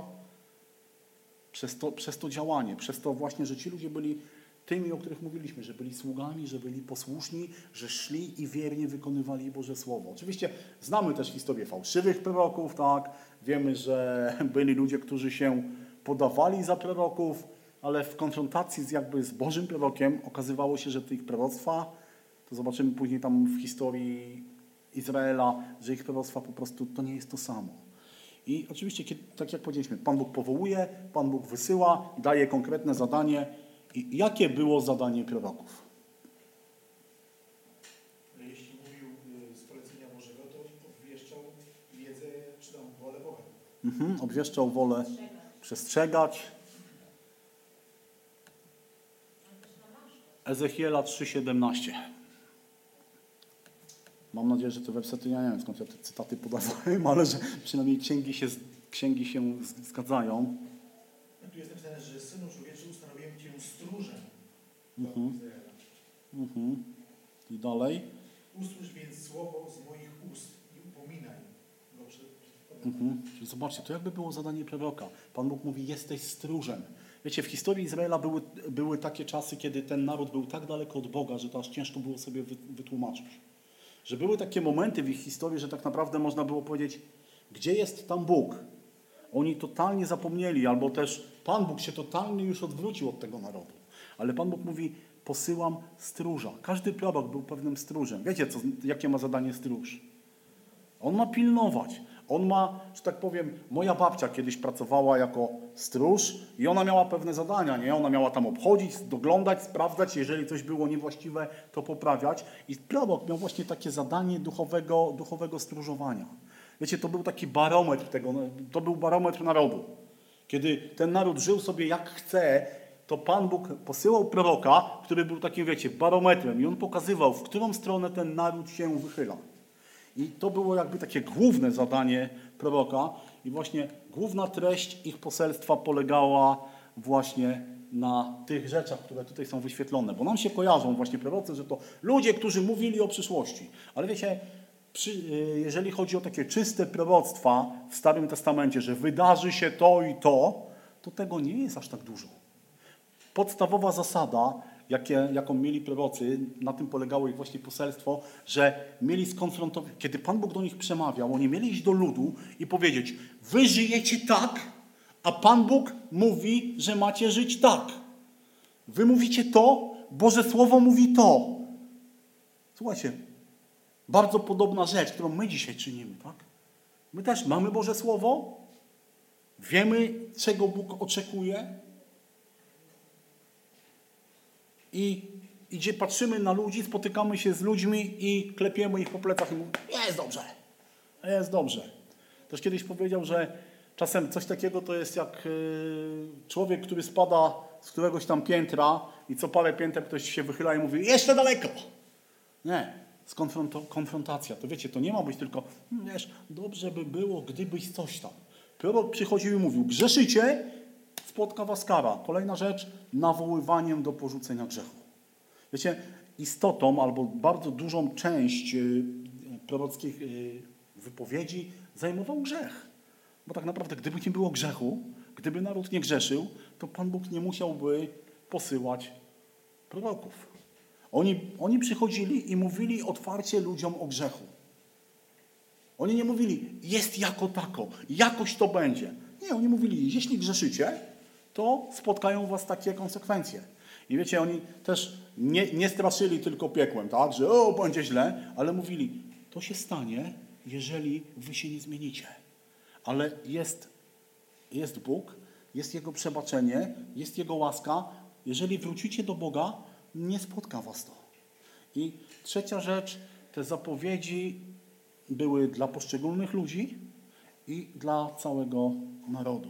Przez to działanie, przez to właśnie, że ci ludzie byli tymi, o których mówiliśmy, że byli sługami, że byli posłuszni, że szli i wiernie wykonywali Boże Słowo. Oczywiście znamy też historię fałszywych proroków, tak? Wiemy, że byli ludzie, którzy się podawali za proroków, ale w konfrontacji z Bożym prorokiem okazywało się, że te ich proroctwa, to zobaczymy później tam w historii Izraela, że ich proroctwa po prostu to nie jest to samo. I oczywiście, tak jak powiedzieliśmy, Pan Bóg powołuje, Pan Bóg wysyła, daje konkretne zadanie. I jakie było zadanie proroków? Jeśli mówił z polecenia Bożego, to obwieszczał wiedzę, czy tam wolę Boga. Obwieszczał wolę przestrzegać. Ezechiela 3:17. Mam nadzieję, że te wersety, ja nie wiem skąd ja te cytaty podawałem, ale że przynajmniej księgi się zgadzają. Tu jest napisane, że Synu Człowieczy ustanowiłem Cię stróżem Izraela. I dalej. Usłysz więc słowo z moich ust i upominaj go przed Czyli zobaczcie, to jakby było zadanie proroka. Pan Bóg mówi: jesteś stróżem. Wiecie, w historii Izraela były takie czasy, kiedy ten naród był tak daleko od Boga, że to aż ciężko było sobie wytłumaczyć. Że były takie momenty w ich historii, że tak naprawdę można było powiedzieć: gdzie jest tam Bóg? Oni totalnie zapomnieli, albo też Pan Bóg się totalnie już odwrócił od tego narodu. Ale Pan Bóg mówi: posyłam stróża. Każdy prorok był pewnym stróżem. Wiecie, jakie ma zadanie stróż? On ma pilnować. On ma, że tak powiem, moja babcia kiedyś pracowała jako stróż i ona miała pewne zadania, nie? Ona miała tam obchodzić, doglądać, sprawdzać, jeżeli coś było niewłaściwe, to poprawiać. I prorok miał właśnie takie zadanie duchowego stróżowania. Wiecie, to był taki barometr tego, to był barometr narodu. Kiedy ten naród żył sobie jak chce, to Pan Bóg posyłał proroka, który był takim, wiecie, barometrem i on pokazywał, w którą stronę ten naród się wychyla. I to było jakby takie główne zadanie proroka i właśnie główna treść ich poselstwa polegała właśnie na tych rzeczach, które tutaj są wyświetlone. Bo nam się kojarzą właśnie prorocy, że to ludzie, którzy mówili o przyszłości. Ale wiecie, jeżeli chodzi o takie czyste proroctwa w Starym Testamencie, że wydarzy się to i to tego nie jest aż tak dużo. Podstawowa zasada, jaką mieli prorocy, na tym polegało ich właśnie poselstwo, że mieli skonfrontować, kiedy Pan Bóg do nich przemawiał, oni mieli iść do ludu i powiedzieć, wy żyjecie tak, a Pan Bóg mówi, że macie żyć tak. Wy mówicie to, Boże Słowo mówi to. Słuchajcie, bardzo podobna rzecz, którą my dzisiaj czynimy, tak? My też mamy Boże Słowo, wiemy, czego Bóg oczekuje i gdzie patrzymy na ludzi, spotykamy się z ludźmi i klepiemy ich po plecach i mówimy, jest dobrze, jest dobrze. Też kiedyś powiedział, że czasem coś takiego to jest jak człowiek, który spada z któregoś tam piętra i co parę pięter ktoś się wychyla i mówi, jeszcze daleko. Nie, konfrontacja. To wiecie, to nie ma być tylko, wiesz, dobrze by było, gdybyś coś tam. Prorok przychodził i mówił, grzeszycie, spotka was kara. Kolejna rzecz, nawoływaniem do porzucenia grzechu. Wiecie, istotą albo bardzo dużą część prorockich wypowiedzi zajmował grzech. Bo tak naprawdę, gdyby nie było grzechu, gdyby naród nie grzeszył, to Pan Bóg nie musiałby posyłać proroków. Oni przychodzili i mówili otwarcie ludziom o grzechu. Oni nie mówili, jest jako tako, jakoś to będzie. Nie, oni mówili, jeśli grzeszycie, to spotkają was takie konsekwencje. I wiecie, oni też nie straszyli tylko piekłem, tak, że będzie źle, ale mówili, to się stanie, jeżeli wy się nie zmienicie. Ale jest Bóg, jest Jego przebaczenie, jest Jego łaska. Jeżeli wrócicie do Boga, nie spotka was to. I trzecia rzecz, te zapowiedzi były dla poszczególnych ludzi i dla całego narodu.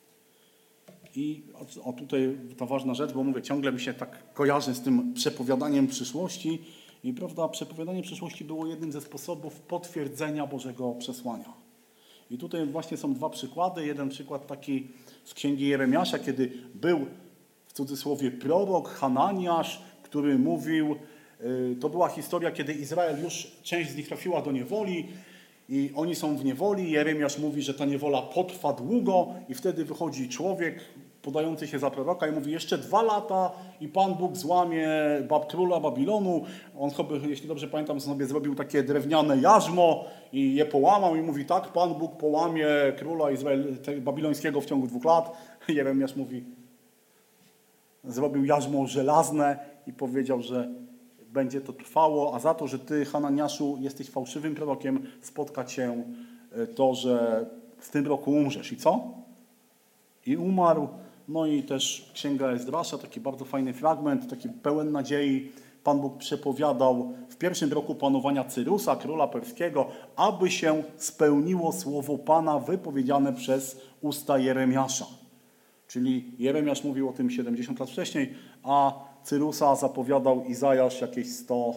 I tutaj ta ważna rzecz, bo mówię, ciągle mi się tak kojarzy z tym przepowiadaniem przyszłości. I prawda, przepowiadanie przyszłości było jednym ze sposobów potwierdzenia Bożego przesłania. I tutaj właśnie są dwa przykłady. Jeden przykład taki z Księgi Jeremiasza, kiedy był w cudzysłowie prorok Hananiasz, który mówił, to była historia, kiedy Izrael już, część z nich trafiła do niewoli i oni są w niewoli. Jeremiasz mówi, że ta niewola potrwa długo i wtedy wychodzi człowiek podający się za proroka i mówi, jeszcze 2 lata i Pan Bóg złamie króla Babilonu. On sobie, jeśli dobrze pamiętam, sobie zrobił takie drewniane jarzmo i je połamał i mówi, tak, Pan Bóg połamie króla babilońskiego w ciągu 2 lat. Jeremiasz mówi, zrobił jarzmo żelazne i powiedział, że będzie to trwało, a za to, że ty, Hananiaszu, jesteś fałszywym prorokiem, spotka cię to, że w tym roku umrzesz. I co? I umarł. No i też Księga Ezdrasza, taki bardzo fajny fragment, taki pełen nadziei. Pan Bóg przepowiadał w 1. roku panowania Cyrusa, króla perskiego, aby się spełniło słowo Pana wypowiedziane przez usta Jeremiasza. Czyli Jeremiasz mówił o tym 70 lat wcześniej, a Cyrusa zapowiadał Izajasz jakieś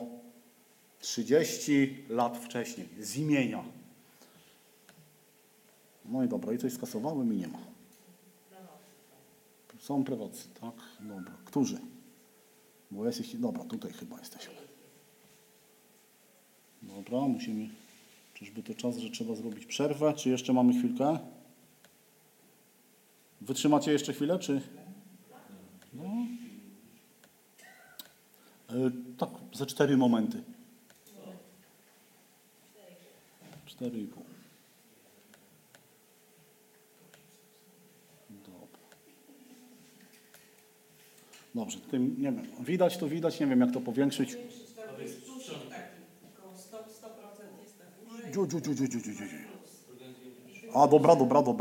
130 lat wcześniej, z imienia. No i dobra, i coś skasowałem i nie ma. Są prorocy, tak? Dobra. Którzy? Bo jesteś... Dobra, tutaj chyba jesteśmy. Dobra, musimy... Czyżby to czas, że trzeba zrobić przerwę? Czy jeszcze mamy chwilkę? Wytrzymacie jeszcze chwilę, czy... No. Tak, ze 4 momenty. 4,5. Dobrze, tutaj nie wiem, widać to widać, nie wiem jak to powiększyć. Taki około 100% jest na górze. Dziu. A, dobra.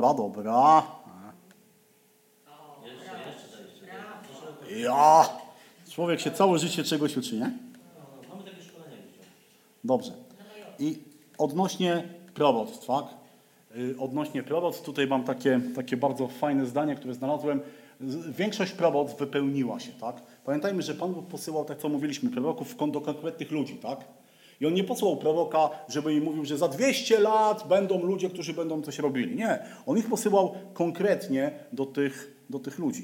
Ja! Człowiek się całe życie czegoś uczy, nie? Mamy takie szkolenia dzisiaj. Dobrze. I odnośnie proroctw, tak? Odnośnie proroctw, tutaj mam takie bardzo fajne zdanie, które znalazłem. Większość proroctw wypełniła się, tak? Pamiętajmy, że Pan Bóg posyłał, tak co mówiliśmy, proroków do konkretnych ludzi, tak? I On nie posłał proroka, żeby im mówił, że za 200 lat będą ludzie, którzy będą coś robili. Nie. On ich posyłał konkretnie do tych ludzi.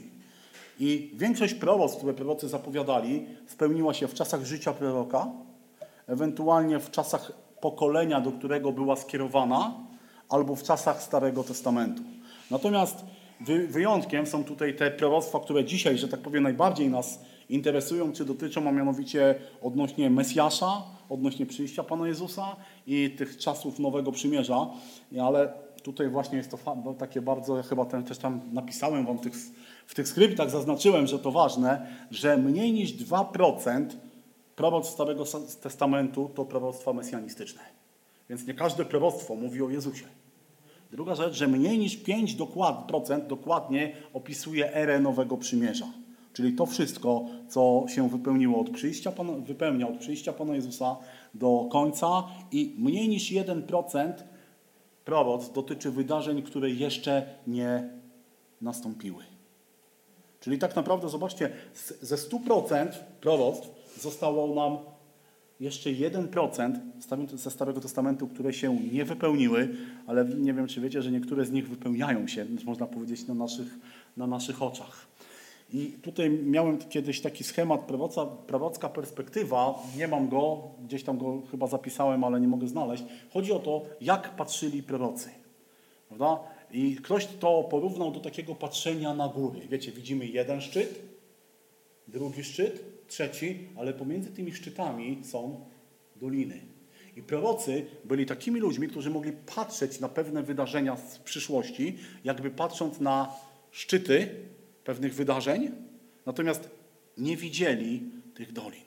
I większość proroctw, które prorocy zapowiadali, spełniła się w czasach życia proroka, ewentualnie w czasach pokolenia, do którego była skierowana, albo w czasach Starego Testamentu. Natomiast wyjątkiem są tutaj te proroctwa, które dzisiaj, że tak powiem, najbardziej nas interesują, czy dotyczą, a mianowicie odnośnie Mesjasza, odnośnie przyjścia Pana Jezusa i tych czasów Nowego Przymierza. Ale tutaj właśnie jest to takie bardzo, ja chyba też tam napisałem wam w tych skryptach, zaznaczyłem, że to ważne, że mniej niż 2% proroctw Starego Testamentu to proroctwa mesjanistyczne. Więc nie każde proroctwo mówi o Jezusie. Druga rzecz, że mniej niż 5% dokładnie opisuje erę Nowego Przymierza. Czyli to wszystko, co się wypełniło wypełnia od przyjścia Pana Jezusa do końca i mniej niż 1% proroctw dotyczy wydarzeń, które jeszcze nie nastąpiły. Czyli tak naprawdę, zobaczcie, ze 100% proroctw zostało nam jeszcze 1% ze Starego Testamentu, które się nie wypełniły, ale nie wiem, czy wiecie, że niektóre z nich wypełniają się, można powiedzieć, na naszych oczach. I tutaj miałem kiedyś taki schemat, prorocka perspektywa, nie mam go, gdzieś tam go chyba zapisałem, ale nie mogę znaleźć. Chodzi o to, jak patrzyli prorocy. Prawda? I ktoś to porównał do takiego patrzenia na góry. Wiecie, widzimy jeden szczyt, drugi szczyt, trzeci, ale pomiędzy tymi szczytami są doliny. I prorocy byli takimi ludźmi, którzy mogli patrzeć na pewne wydarzenia z przyszłości, jakby patrząc na szczyty pewnych wydarzeń, natomiast nie widzieli tych dolin.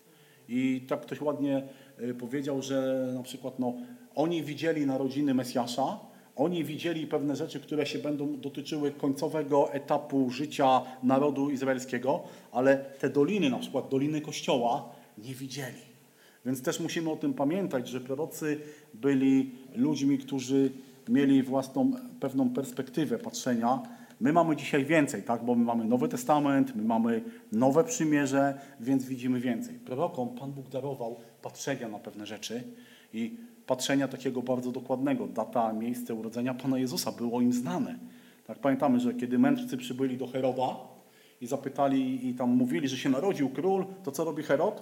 I tak ktoś ładnie powiedział, że na przykład oni widzieli narodziny Mesjasza, oni widzieli pewne rzeczy, które się będą dotyczyły końcowego etapu życia narodu izraelskiego, ale te doliny, na przykład doliny Kościoła, nie widzieli. Więc też musimy o tym pamiętać, że prorocy byli ludźmi, którzy mieli własną pewną perspektywę patrzenia. My mamy dzisiaj więcej, tak? Bo my mamy Nowy Testament, my mamy Nowe Przymierze, więc widzimy więcej. Prorokom Pan Bóg darował patrzenia na pewne rzeczy i patrzenia takiego bardzo dokładnego. Data, miejsce urodzenia Pana Jezusa było im znane. Tak, pamiętamy, że kiedy mędrcy przybyli do Heroda i zapytali i tam mówili, że się narodził król, to co robi Herod?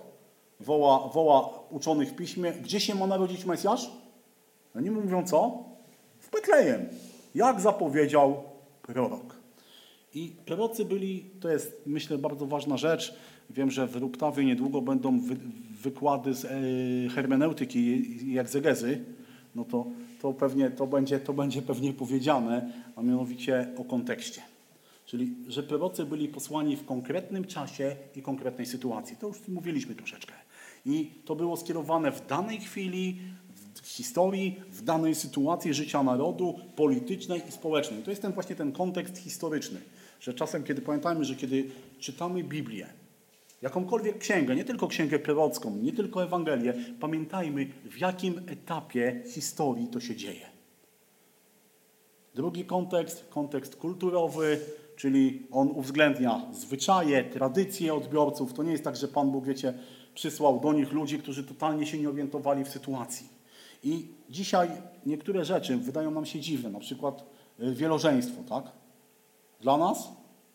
Woła uczonych w piśmie. Gdzie się ma narodzić Mesjasz? Oni mówią co? W Betlejem. Jak zapowiedział prorok. I prorocy byli, to jest myślę bardzo ważna rzecz. Wiem, że w Ruptawie niedługo będą wykłady z hermeneutyki i egzegezy. No to pewnie to będzie pewnie powiedziane, a mianowicie o kontekście. Czyli, że prorocy byli posłani w konkretnym czasie i konkretnej sytuacji. To już mówiliśmy troszeczkę. I to było skierowane w danej chwili, w historii, w danej sytuacji życia narodu, politycznej i społecznej. To jest właśnie ten kontekst historyczny. Że czasem, pamiętajmy, że kiedy czytamy Biblię, jakąkolwiek księgę, nie tylko księgę prorocką, nie tylko Ewangelię, pamiętajmy, w jakim etapie historii to się dzieje. Drugi kontekst kulturowy, czyli on uwzględnia zwyczaje, tradycje odbiorców. To nie jest tak, że Pan Bóg, wiecie, przysłał do nich ludzi, którzy totalnie się nie orientowali w sytuacji. I dzisiaj niektóre rzeczy wydają nam się dziwne, na przykład wielożeństwo, tak? Dla nas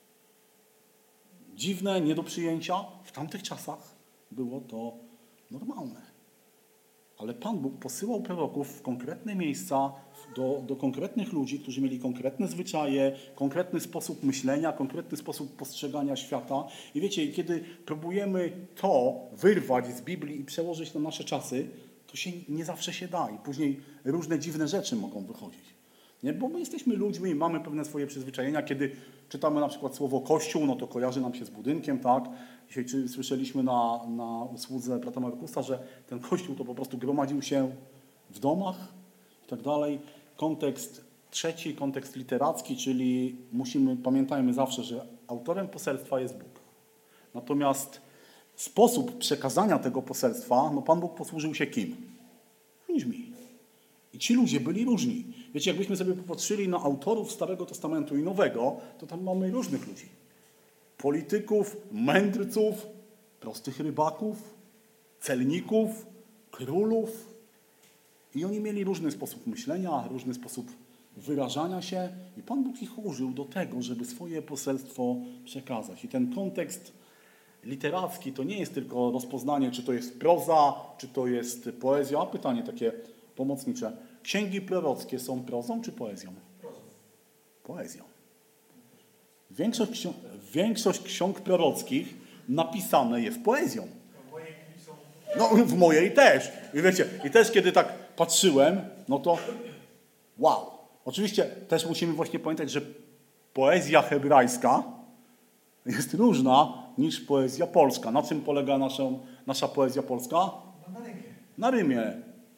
dziwne, nie do przyjęcia. W tamtych czasach było to normalne. Ale Pan Bóg posyłał proroków w konkretne miejsca, do konkretnych ludzi, którzy mieli konkretne zwyczaje, konkretny sposób myślenia, konkretny sposób postrzegania świata. I wiecie, kiedy próbujemy to wyrwać z Biblii i przełożyć na nasze czasy, to się nie zawsze się da i później różne dziwne rzeczy mogą wychodzić. Nie? Bo my jesteśmy ludźmi i mamy pewne swoje przyzwyczajenia. Kiedy czytamy na przykład słowo Kościół, no to kojarzy nam się z budynkiem, tak? Dzisiaj słyszeliśmy na usłudze brata Markusa, że ten Kościół to po prostu gromadził się w domach i tak dalej. Kontekst Trzeci kontekst literacki, czyli pamiętajmy zawsze, że autorem poselstwa jest Bóg. Natomiast sposób przekazania tego poselstwa, no Pan Bóg posłużył się kim? Ludźmi. I ci ludzie byli różni. Wiecie, jakbyśmy sobie popatrzyli na autorów Starego Testamentu i Nowego, to tam mamy różnych ludzi. Polityków, mędrców, prostych rybaków, celników, królów. I oni mieli różny sposób myślenia, różny sposób wyrażania się i Pan Bóg ich użył do tego, żeby swoje poselstwo przekazać. I ten kontekst literacki to nie jest tylko rozpoznanie, czy to jest proza, czy to jest poezja. A pytanie takie pomocnicze. Księgi prorockie są prozą czy poezją? Poezją. Większość ksiąg prorockich napisane jest poezją. No, w mojej też. I wiecie, i też kiedy tak patrzyłem, no to wow. Oczywiście też musimy właśnie pamiętać, że poezja hebrajska jest różna niż poezja polska. Na czym polega nasza poezja polska? Na rymie. Na rymie.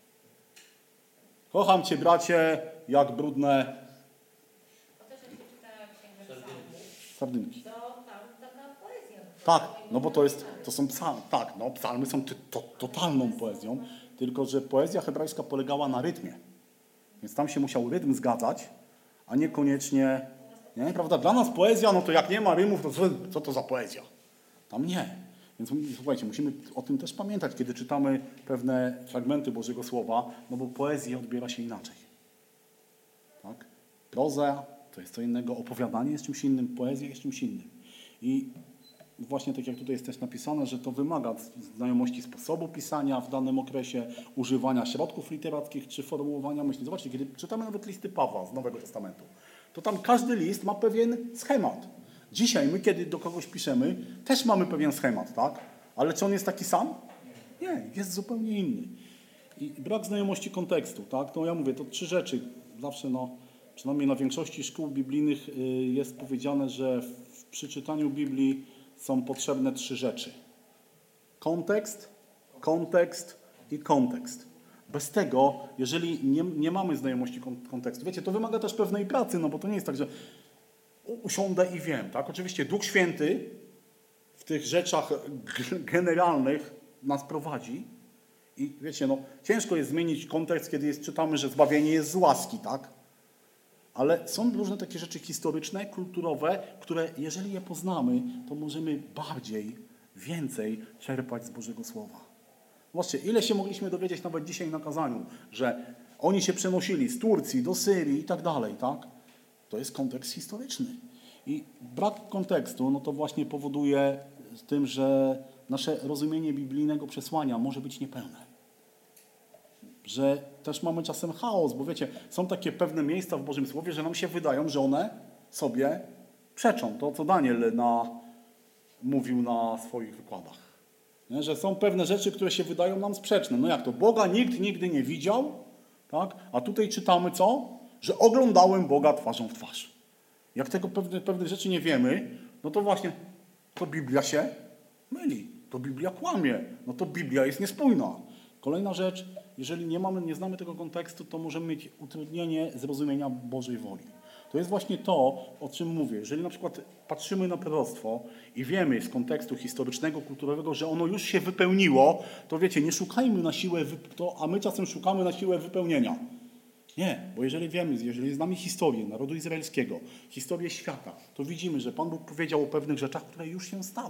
Kocham Cię, bracie, jak brudne Bo też jak się czyta Księgę Psalmów, sardynki. to tam taka poezja. Tak, no bo to są psalmy. Tak, no psalmy są totalną poezją, tylko że poezja hebrajska polegała na rytmie. Więc tam się musiał rytm zgadzać, a niekoniecznie, nie, prawda? Dla nas poezja, no to jak nie ma rymów, to co to za poezja? Tam nie. Więc słuchajcie, musimy o tym też pamiętać, kiedy czytamy pewne fragmenty Bożego Słowa, no bo poezję odbiera się inaczej. Tak? Proza to jest co innego, opowiadanie jest czymś innym, poezja jest czymś innym. I właśnie tak jak tutaj jest też napisane, że to wymaga znajomości sposobu pisania w danym okresie, używania środków literackich czy formułowania myśli. Zobaczcie, kiedy czytamy nawet listy Pawła z Nowego Testamentu, to tam każdy list ma pewien schemat. Dzisiaj my, kiedy do kogoś piszemy, też mamy pewien schemat, tak? Ale czy on jest taki sam? Nie, jest zupełnie inny. I brak znajomości kontekstu, tak? To ja mówię, to 3 rzeczy. Zawsze, przynajmniej na większości szkół biblijnych jest powiedziane, że przy czytaniu Biblii są potrzebne 3 rzeczy. Kontekst, kontekst i kontekst. Bez tego, jeżeli nie mamy znajomości kontekstu, wiecie, to wymaga też pewnej pracy, no bo to nie jest tak, że usiądę i wiem, tak? Oczywiście Duch Święty w tych rzeczach generalnych nas prowadzi i wiecie, ciężko jest zmienić kontekst, kiedy czytamy, że zbawienie jest z łaski, tak? Ale są różne takie rzeczy historyczne, kulturowe, które jeżeli je poznamy, to możemy więcej czerpać z Bożego Słowa. Zobaczcie, ile się mogliśmy dowiedzieć nawet dzisiaj na kazaniu, że oni się przenosili z Turcji do Syrii i tak dalej, tak? To jest kontekst historyczny. I brak kontekstu, no to właśnie powoduje tym, że nasze rozumienie biblijnego przesłania może być niepełne. Że też mamy czasem chaos, bo wiecie, są takie pewne miejsca w Bożym Słowie, że nam się wydają, że one sobie przeczą. To, co Daniel mówił na swoich wykładach. Nie? Że są pewne rzeczy, które się wydają nam sprzeczne. No jak to? Boga nikt nigdy nie widział, tak? A tutaj czytamy co? Że oglądałem Boga twarzą w twarz. Jak tego pewnych rzeczy nie wiemy, no to właśnie to Biblia się myli. To Biblia kłamie. No to Biblia jest niespójna. Kolejna rzecz, jeżeli nie znamy tego kontekstu, to możemy mieć utrudnienie zrozumienia Bożej woli. To jest właśnie to, o czym mówię. Jeżeli na przykład patrzymy na proroctwo i wiemy z kontekstu historycznego, kulturowego, że ono już się wypełniło, to wiecie, nie szukajmy na siłę, a my czasem szukamy na siłę wypełnienia. Nie, bo jeżeli znamy historię narodu izraelskiego, historię świata, to widzimy, że Pan Bóg powiedział o pewnych rzeczach, które już się stały.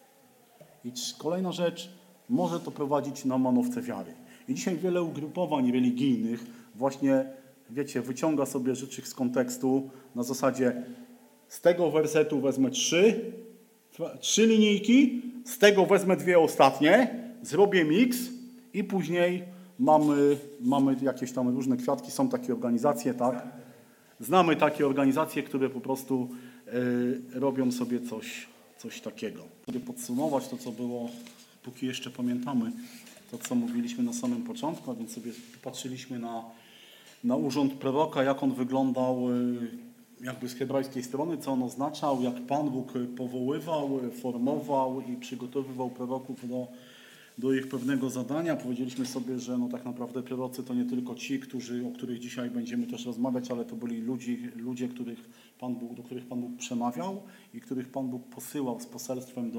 I kolejna rzecz, może to prowadzić na manowce wiary. I dzisiaj wiele ugrupowań religijnych właśnie, wiecie, wyciąga sobie rzeczy z kontekstu na zasadzie z tego wersetu wezmę 3 linijki, z tego wezmę 2 ostatnie, zrobię miks i później mamy jakieś tam różne kwiatki, są takie organizacje, tak? Znamy takie organizacje, które po prostu robią sobie coś takiego. Żeby podsumować to, co było, póki jeszcze pamiętamy, to, co mówiliśmy na samym początku, a więc sobie patrzyliśmy na urząd proroka, jak on wyglądał jakby z hebrajskiej strony, co on oznaczał, jak Pan Bóg powoływał, formował i przygotowywał proroków do ich pewnego zadania. Powiedzieliśmy sobie, że no tak naprawdę prorocy to nie tylko ci, o których dzisiaj będziemy też rozmawiać, ale to byli ludzie, do których Pan Bóg przemawiał i których Pan Bóg posyłał z poselstwem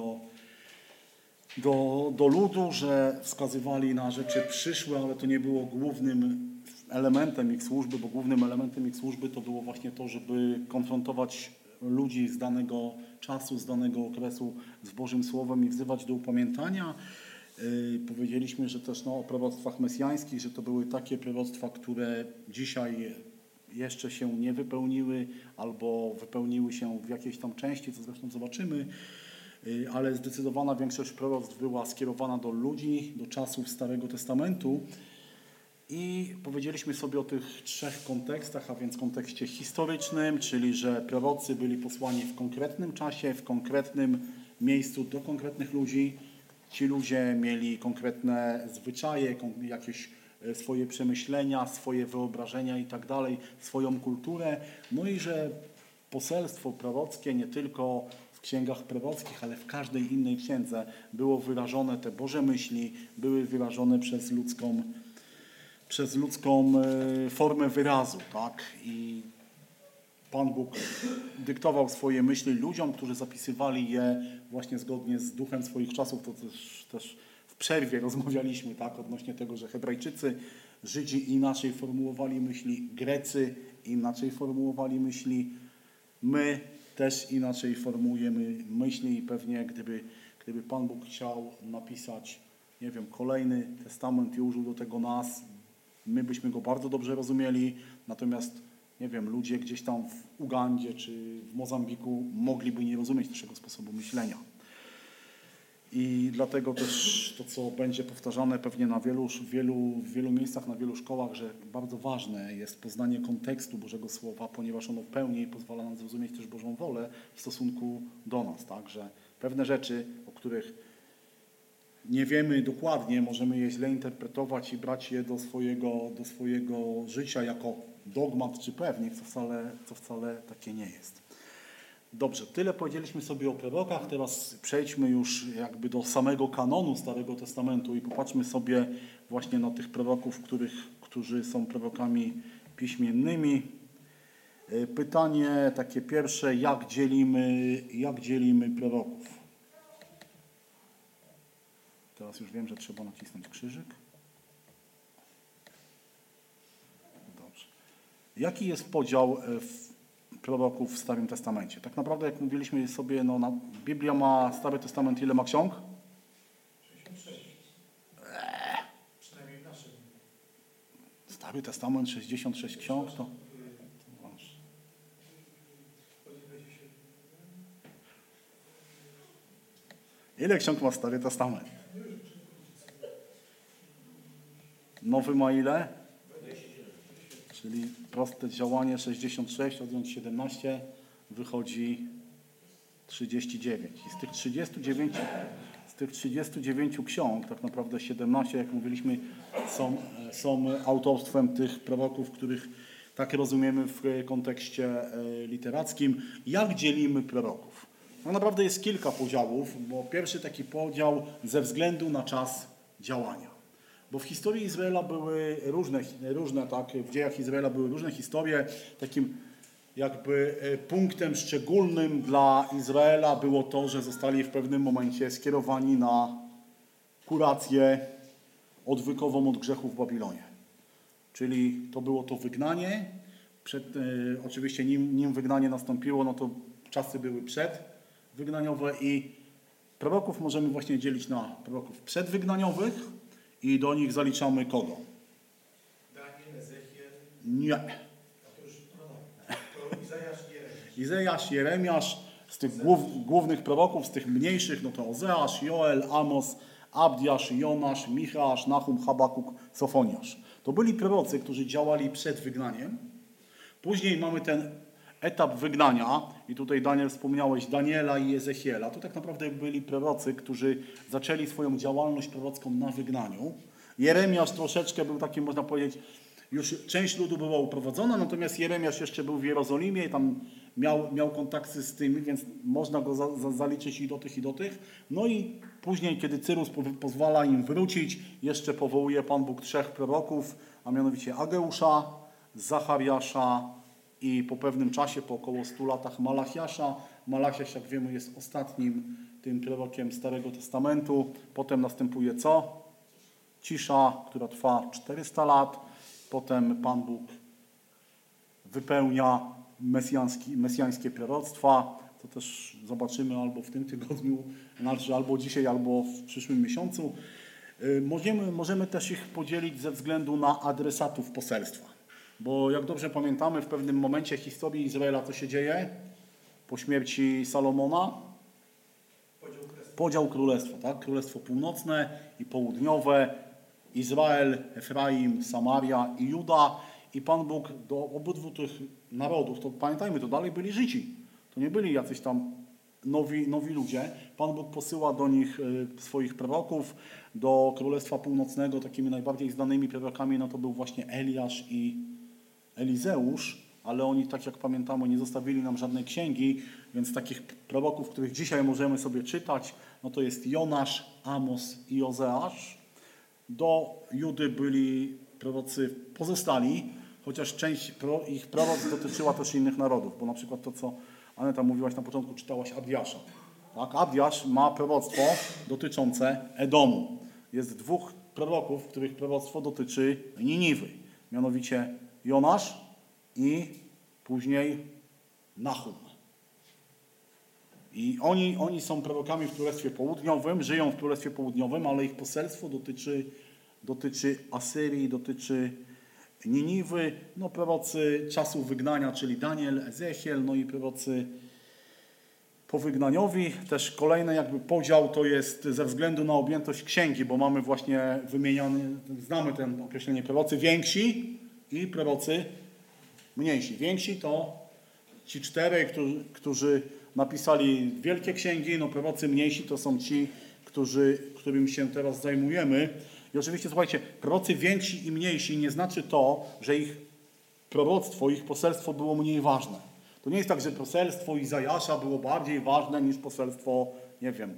do ludu, że wskazywali na rzeczy przyszłe, ale to nie było głównym elementem ich służby, bo głównym elementem ich służby to było właśnie to, żeby konfrontować ludzi z danego czasu, z danego okresu z Bożym Słowem i wzywać do upamiętania. Powiedzieliśmy, że też o proroctwach mesjańskich, że to były takie proroctwa, które dzisiaj jeszcze się nie wypełniły albo wypełniły się w jakiejś tam części, co zresztą zobaczymy, ale zdecydowana większość proroctw była skierowana do ludzi, do czasów Starego Testamentu. I powiedzieliśmy sobie o tych trzech kontekstach, a więc kontekście historycznym, czyli że prorocy byli posłani w konkretnym czasie, w konkretnym miejscu do konkretnych ludzi. Ci ludzie mieli konkretne zwyczaje, jakieś swoje przemyślenia, swoje wyobrażenia i tak dalej, swoją kulturę. No i że poselstwo prorockie nie tylko w księgach prorockich, ale w każdej innej księdze było wyrażone, te Boże myśli były wyrażone przez ludzką formę wyrazu, tak? I Pan Bóg dyktował swoje myśli ludziom, którzy zapisywali je właśnie zgodnie z duchem swoich czasów. To też w przerwie rozmawialiśmy, tak? Odnośnie tego, że Hebrajczycy, Żydzi inaczej formułowali myśli, Grecy inaczej formułowali myśli, my też inaczej formułujemy myśli i pewnie gdyby Pan Bóg chciał napisać, nie wiem, kolejny testament i użył do tego nas, my byśmy go bardzo dobrze rozumieli, natomiast, nie wiem, ludzie gdzieś tam w Ugandzie czy w Mozambiku mogliby nie rozumieć naszego sposobu myślenia. I dlatego też to, co będzie powtarzane pewnie na w wielu miejscach, na wielu szkołach, że bardzo ważne jest poznanie kontekstu Bożego Słowa, ponieważ ono w pełni pozwala nam zrozumieć też Bożą wolę w stosunku do nas, tak, że pewne rzeczy, o których nie wiemy dokładnie, możemy je źle interpretować i brać je do swojego życia jako dogmat czy pewnik, co wcale takie nie jest. Dobrze, tyle powiedzieliśmy sobie o prorokach, teraz przejdźmy już jakby do samego kanonu Starego Testamentu i popatrzmy sobie właśnie na tych proroków, którzy są prorokami piśmiennymi. Pytanie takie pierwsze, jak dzielimy proroków? Teraz już wiem, że trzeba nacisnąć krzyżyk. Dobrze. Jaki jest podział proroków w Starym Testamencie? Tak naprawdę, jak mówiliśmy sobie, Biblia ma, Stary Testament ile ma ksiąg? 66. Przynajmniej w naszym. Stary Testament 66 ksiąg, to ile ksiąg ma Stary Testament? Nowy ma ile? Czyli proste działanie 66 odjąć 17 wychodzi 39. I z tych 39 ksiąg tak naprawdę 17, jak mówiliśmy, są autorstwem tych proroków, których tak rozumiemy w kontekście literackim. Jak dzielimy proroków? No naprawdę jest kilka podziałów, bo pierwszy taki podział ze względu na czas działania. Bo w historii Izraela były różne tak, w dziejach Izraela były różne historie. Takim jakby punktem szczególnym dla Izraela było to, że zostali w pewnym momencie skierowani na kurację odwykową od grzechu w Babilonie. Czyli to było to wygnanie. Oczywiście nim wygnanie nastąpiło, no to czasy były przedwygnaniowe i proroków możemy właśnie dzielić na proroków przedwygnaniowych i do nich zaliczamy kogo? Daniel, Ezechiel. Nie. A to już to Izajasz, Jeremiasz. Izajasz, Jeremiasz, z tych głównych proroków, z tych mniejszych, no to Ozeasz, Joel, Amos, Abdiasz, Jonasz, Micheasz, Nahum, Habakuk, Sofoniasz. To byli prorocy, którzy działali przed wygnaniem. Później mamy ten etap wygnania i tutaj Daniel wspomniałeś Daniela i Ezechiela. To tak naprawdę byli prorocy, którzy zaczęli swoją działalność prorocką na wygnaniu. Jeremiasz troszeczkę był takim, można powiedzieć, Już część ludu była uprowadzona, natomiast Jeremiasz jeszcze był w Jerozolimie i tam miał kontakty z tymi, więc można go zaliczyć i do tych. No i później, kiedy Cyrus pozwala im wrócić, jeszcze powołuje Pan Bóg 3 proroków, a mianowicie Ageusza, Zachariasza i po pewnym czasie, po około 100 latach Malachiasza. Malachiasz, jak wiemy, jest ostatnim tym prorokiem Starego Testamentu. Potem następuje co? Cisza, która trwa 400 lat. Potem Pan Bóg wypełnia mesjańskie proroctwa. To też zobaczymy albo w tym tygodniu, albo dzisiaj, albo w przyszłym miesiącu. Możemy też ich podzielić ze względu na adresatów poselstwa. Bo jak dobrze pamiętamy, w pewnym momencie historii Izraela co się dzieje? Po śmierci Salomona? Podział królestwa, tak? Królestwo północne i południowe, Izrael, Efraim, Samaria i Juda. I Pan Bóg do obydwu tych narodów, to pamiętajmy, to dalej byli Żydzi. To nie byli jacyś tam nowi ludzie. Pan Bóg posyła do nich swoich proroków. Do Królestwa Północnego takimi najbardziej znanymi prorokami no to był właśnie Eliasz i Elizeusz, ale oni, tak jak pamiętamy, nie zostawili nam żadnej księgi, więc takich proroków, których dzisiaj możemy sobie czytać, no to jest Jonasz, Amos i Ozeasz. Do Judy byli prorocy pozostali, chociaż część ich proroc dotyczyła też innych narodów, bo na przykład to, co Aneta mówiłaś na początku, czytałaś Abdiasza. Tak? Abdiasz ma proroctwo dotyczące Edomu. Jest 2 proroków, których proroctwo dotyczy Niniwy, mianowicie Jonasz i później Nahum. I oni są prorokami w Królestwie Południowym, żyją w Królestwie Południowym, ale ich poselstwo dotyczy Asyrii, dotyczy Niniwy, no prorocy czasów wygnania, czyli Daniel, Ezechiel, no i prorocy powygnaniowi. Też kolejny jakby podział to jest ze względu na objętość księgi, bo mamy właśnie wymieniony, znamy ten określenie prorocy więksi i prorocy mniejsi. Więksi to ci 4, którzy napisali wielkie księgi, no prorocy mniejsi to są ci, którym się teraz zajmujemy. I oczywiście, słuchajcie, prorocy więksi i mniejsi nie znaczy to, że ich proroctwo, ich poselstwo było mniej ważne. To nie jest tak, że poselstwo Izajasza było bardziej ważne niż poselstwo, nie wiem,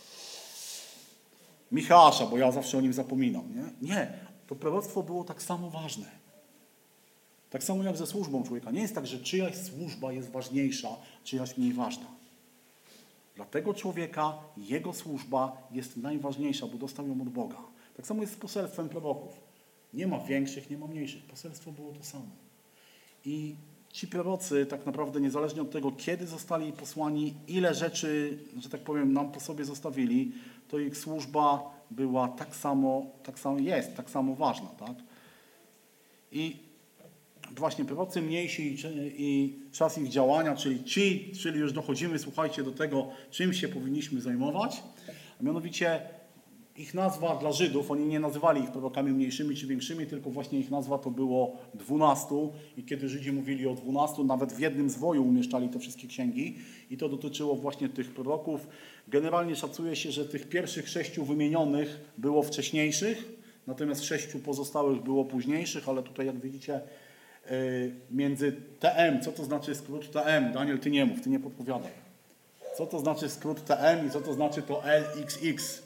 Michała, bo ja zawsze o nim zapominam. Nie, to proroctwo było tak samo ważne. Tak samo jak ze służbą człowieka. Nie jest tak, że czyjaś służba jest ważniejsza, czyjaś mniej ważna. Dla tego człowieka jego służba jest najważniejsza, bo dostał ją od Boga. Tak samo jest z poselstwem proroków. Nie ma większych, nie ma mniejszych. Poselstwo było to samo. I ci prorocy tak naprawdę niezależnie od tego, kiedy zostali posłani, ile rzeczy, że tak powiem, nam po sobie zostawili, to ich służba była tak samo ważna. Tak? I właśnie prorocy mniejsi i czas ich działania, czyli już dochodzimy, słuchajcie, do tego, czym się powinniśmy zajmować, a mianowicie ich nazwa dla Żydów, oni nie nazywali ich prorokami mniejszymi czy większymi, tylko właśnie ich nazwa to było 12 i kiedy Żydzi mówili o 12, nawet w jednym zwoju umieszczali te wszystkie księgi i to dotyczyło właśnie tych proroków. Generalnie szacuje się, że tych pierwszych 6 wymienionych było wcześniejszych, natomiast 6 pozostałych było późniejszych, ale tutaj jak widzicie między TM, co to znaczy skrót TM? Daniel, ty nie mów, ty nie podpowiadaj. Co to znaczy skrót TM i co to znaczy to LXX?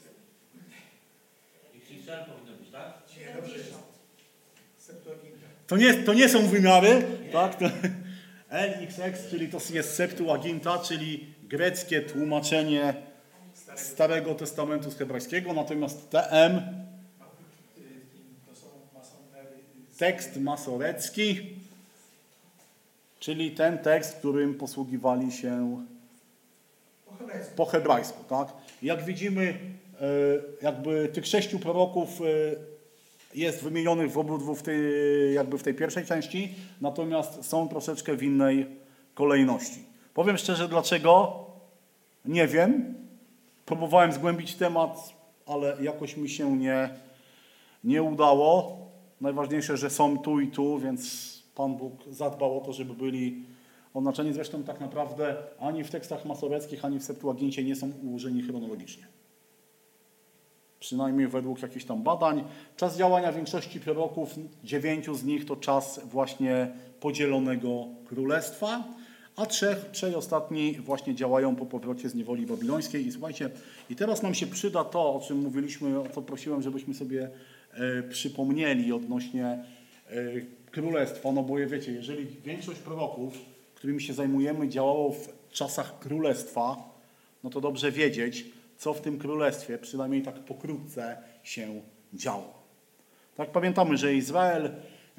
XXL powinno być, tak? Nie, dobrze jest. Septuaginta. To nie są wymiary, tak? To LXX, czyli to jest Septuaginta, czyli greckie tłumaczenie Starego Testamentu z hebrajskiego, natomiast TM To są masonery. tekst masorecki, czyli ten tekst, którym posługiwali się po hebrajsku. Tak? Jak widzimy, jakby tych 6 proroków jest wymienionych w obydwu w tej pierwszej części, natomiast są troszeczkę w innej kolejności. Powiem szczerze dlaczego, nie wiem. Próbowałem zgłębić temat, ale jakoś mi się nie udało. Najważniejsze, że są tu i tu, więc Pan Bóg zadbał o to, żeby byli oznaczeni. Zresztą tak naprawdę ani w tekstach masoreckich, ani w Septuagincie nie są ułożeni chronologicznie. przynajmniej według jakichś tam badań. Czas działania większości proroków, 9 z nich to czas właśnie podzielonego królestwa, a trzej ostatni właśnie działają po powrocie z niewoli babilońskiej. I słuchajcie, i teraz nam się przyda to, o czym mówiliśmy, o co prosiłem, żebyśmy sobie przypomnieli odnośnie królestwa, no bo wiecie, jeżeli większość proroków, którymi się zajmujemy, działało w czasach królestwa, no to dobrze wiedzieć, co w tym królestwie, przynajmniej tak pokrótce, się działo. Tak pamiętamy, że Izrael,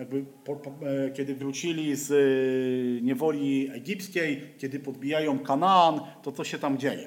kiedy wrócili z niewoli egipskiej, kiedy podbijają Kanaan, to co się tam dzieje?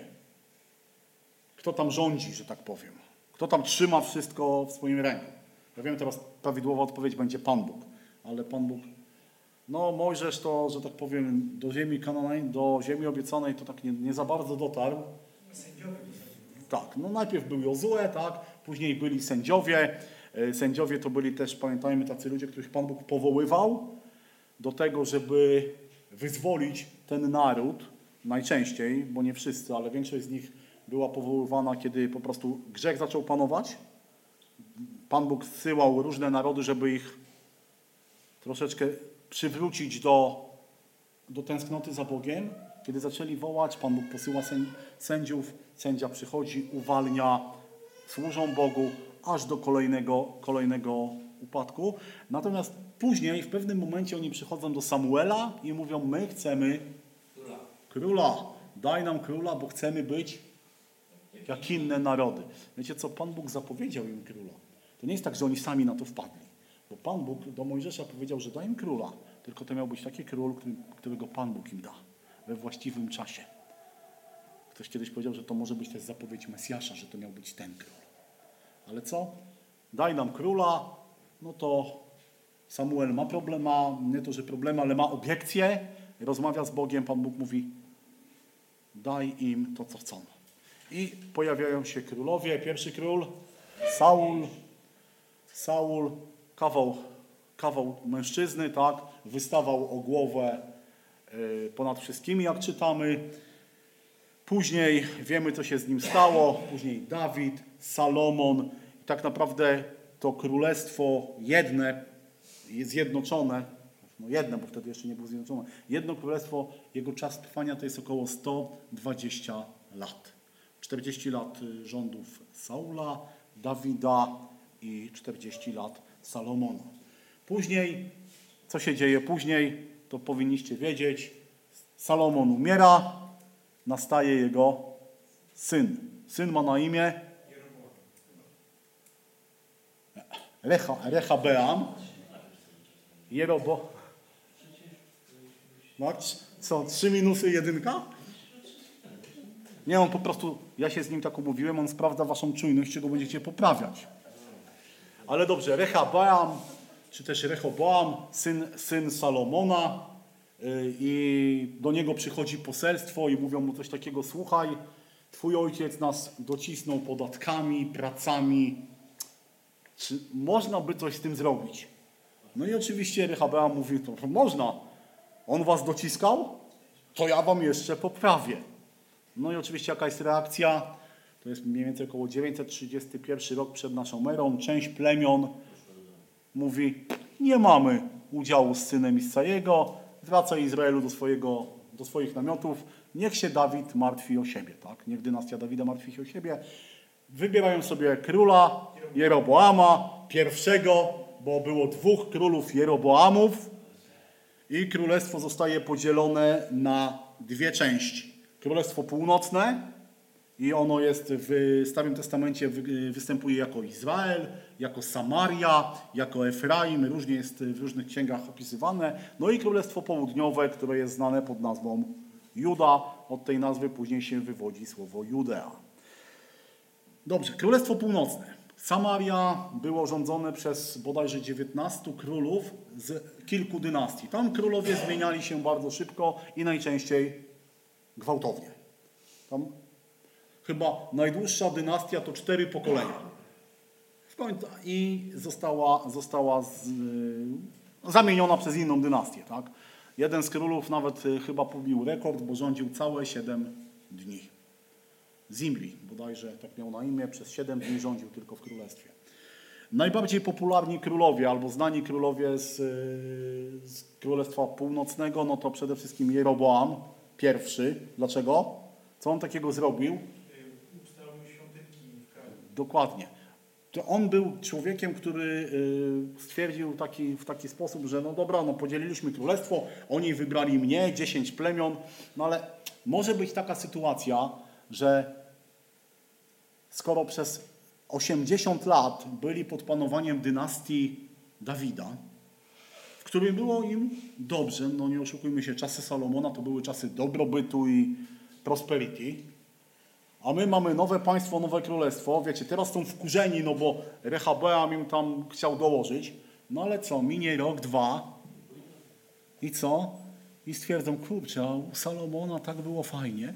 Kto tam rządzi, że tak powiem? Kto tam trzyma wszystko w swoim ręku? Ja wiem, teraz prawidłowa odpowiedź będzie Pan Bóg, ale Pan Bóg, no Mojżesz to, że tak powiem, do ziemi obiecanej to tak nie za bardzo dotarł. Sędziowie. Tak, no najpierw był Jozue, tak, później byli sędziowie. Sędziowie to byli też, pamiętajmy, tacy ludzie, których Pan Bóg powoływał do tego, żeby wyzwolić ten naród, najczęściej, bo nie wszyscy, ale większość z nich była powoływana, kiedy po prostu grzech zaczął panować. Pan Bóg zsyłał różne narody, żeby ich troszeczkę przywrócić do tęsknoty za Bogiem. Kiedy zaczęli wołać, Pan Bóg posyła sędziów, sędzia przychodzi, uwalnia, służą Bogu, aż do kolejnego upadku. Natomiast później, w pewnym momencie oni przychodzą do Samuela i mówią, my chcemy króla. Daj nam króla, bo chcemy być jak inne narody. Wiecie co? Pan Bóg zapowiedział im króla. To nie jest tak, że oni sami na to wpadli. Bo Pan Bóg do Mojżesza powiedział, że da im króla. Tylko to miał być taki król, którego Pan Bóg im da. We właściwym czasie. Ktoś kiedyś powiedział, że to może być też zapowiedź Mesjasza, że to miał być ten król. Ale co? Daj nam króla, no to Samuel ma problem, nie to, że problem, ale ma obiekcje, rozmawia z Bogiem, Pan Bóg mówi, daj im to, co chcą. I pojawiają się królowie. Pierwszy król, Saul, kawał mężczyzny, tak, wystawał o głowę ponad wszystkimi, jak czytamy. Później wiemy, co się z nim stało. Później Dawid, Salomon. I tak naprawdę to królestwo jedne, zjednoczone, no jedno, bo wtedy jeszcze nie było zjednoczone. Jedno królestwo, jego czas trwania to jest około 120 lat. 40 lat rządów Saula, Dawida i 40 lat Salomona. Później, co się dzieje później, to powinniście wiedzieć. Salomon umiera, nastaje jego syn. Syn ma na imię Rehabeam. Co, 3 minusy 1? Nie, on po prostu, ja się z nim tak umówiłem, on sprawdza waszą czujność, czego będziecie poprawiać. Ale dobrze, Rehabeam, czy też Rehoboam, syn Salomona, i do niego przychodzi poselstwo i mówią mu coś takiego, słuchaj, twój ojciec nas docisnął podatkami, pracami, czy można by coś z tym zrobić? No i oczywiście Rehabeam mówi, to można, on was dociskał, to ja wam jeszcze poprawię. No i oczywiście jaka jest reakcja? To jest mniej więcej około 931 rok przed naszą erą. Część plemion mówi, nie mamy udziału z synem Issajego, wraca Izraelu do swoich namiotów, niech się Dawid martwi o siebie, tak? Niech dynastia Dawida martwi się o siebie. Wybierają sobie króla Jeroboama, pierwszego, bo było 2 królów Jeroboamów i królestwo zostaje podzielone na 2 części. Królestwo Północne i ono jest w Starym Testamencie występuje jako Izrael, jako Samaria, jako Efraim, różnie jest w różnych księgach opisywane. No i Królestwo Południowe, które jest znane pod nazwą Juda. Od tej nazwy później się wywodzi słowo Judea. Dobrze, Królestwo Północne. Samaria było rządzone przez bodajże 19 królów z kilku dynastii. Tam królowie zmieniali się bardzo szybko i najczęściej gwałtownie. Tam chyba najdłuższa dynastia to 4 pokolenia. W końcu i została zamieniona przez inną dynastię. Tak? Jeden z królów nawet chyba pobił rekord, bo rządził całe 7 dni. Zimri, bodajże tak miał na imię, przez 7 dni rządził tylko w królestwie. Najbardziej popularni królowie albo znani królowie z Królestwa Północnego, no to przede wszystkim Jeroboam I. Dlaczego? Co on takiego zrobił? Ustalił świątynki w kraju. Dokładnie. To on był człowiekiem, który stwierdził w taki sposób, że no dobra, no podzieliliśmy królestwo, oni wybrali mnie, 10 plemion, no ale może być taka sytuacja, że skoro przez 80 lat byli pod panowaniem dynastii Dawida, w którym było im dobrze, no nie oszukujmy się, czasy Salomona to były czasy dobrobytu i prosperity, a my mamy nowe państwo, nowe królestwo, wiecie, teraz są wkurzeni, no bo Rehabeam im tam chciał dołożyć, no ale co, minie rok, 2 i co? I stwierdzą, kurczę, a u Salomona tak było fajnie.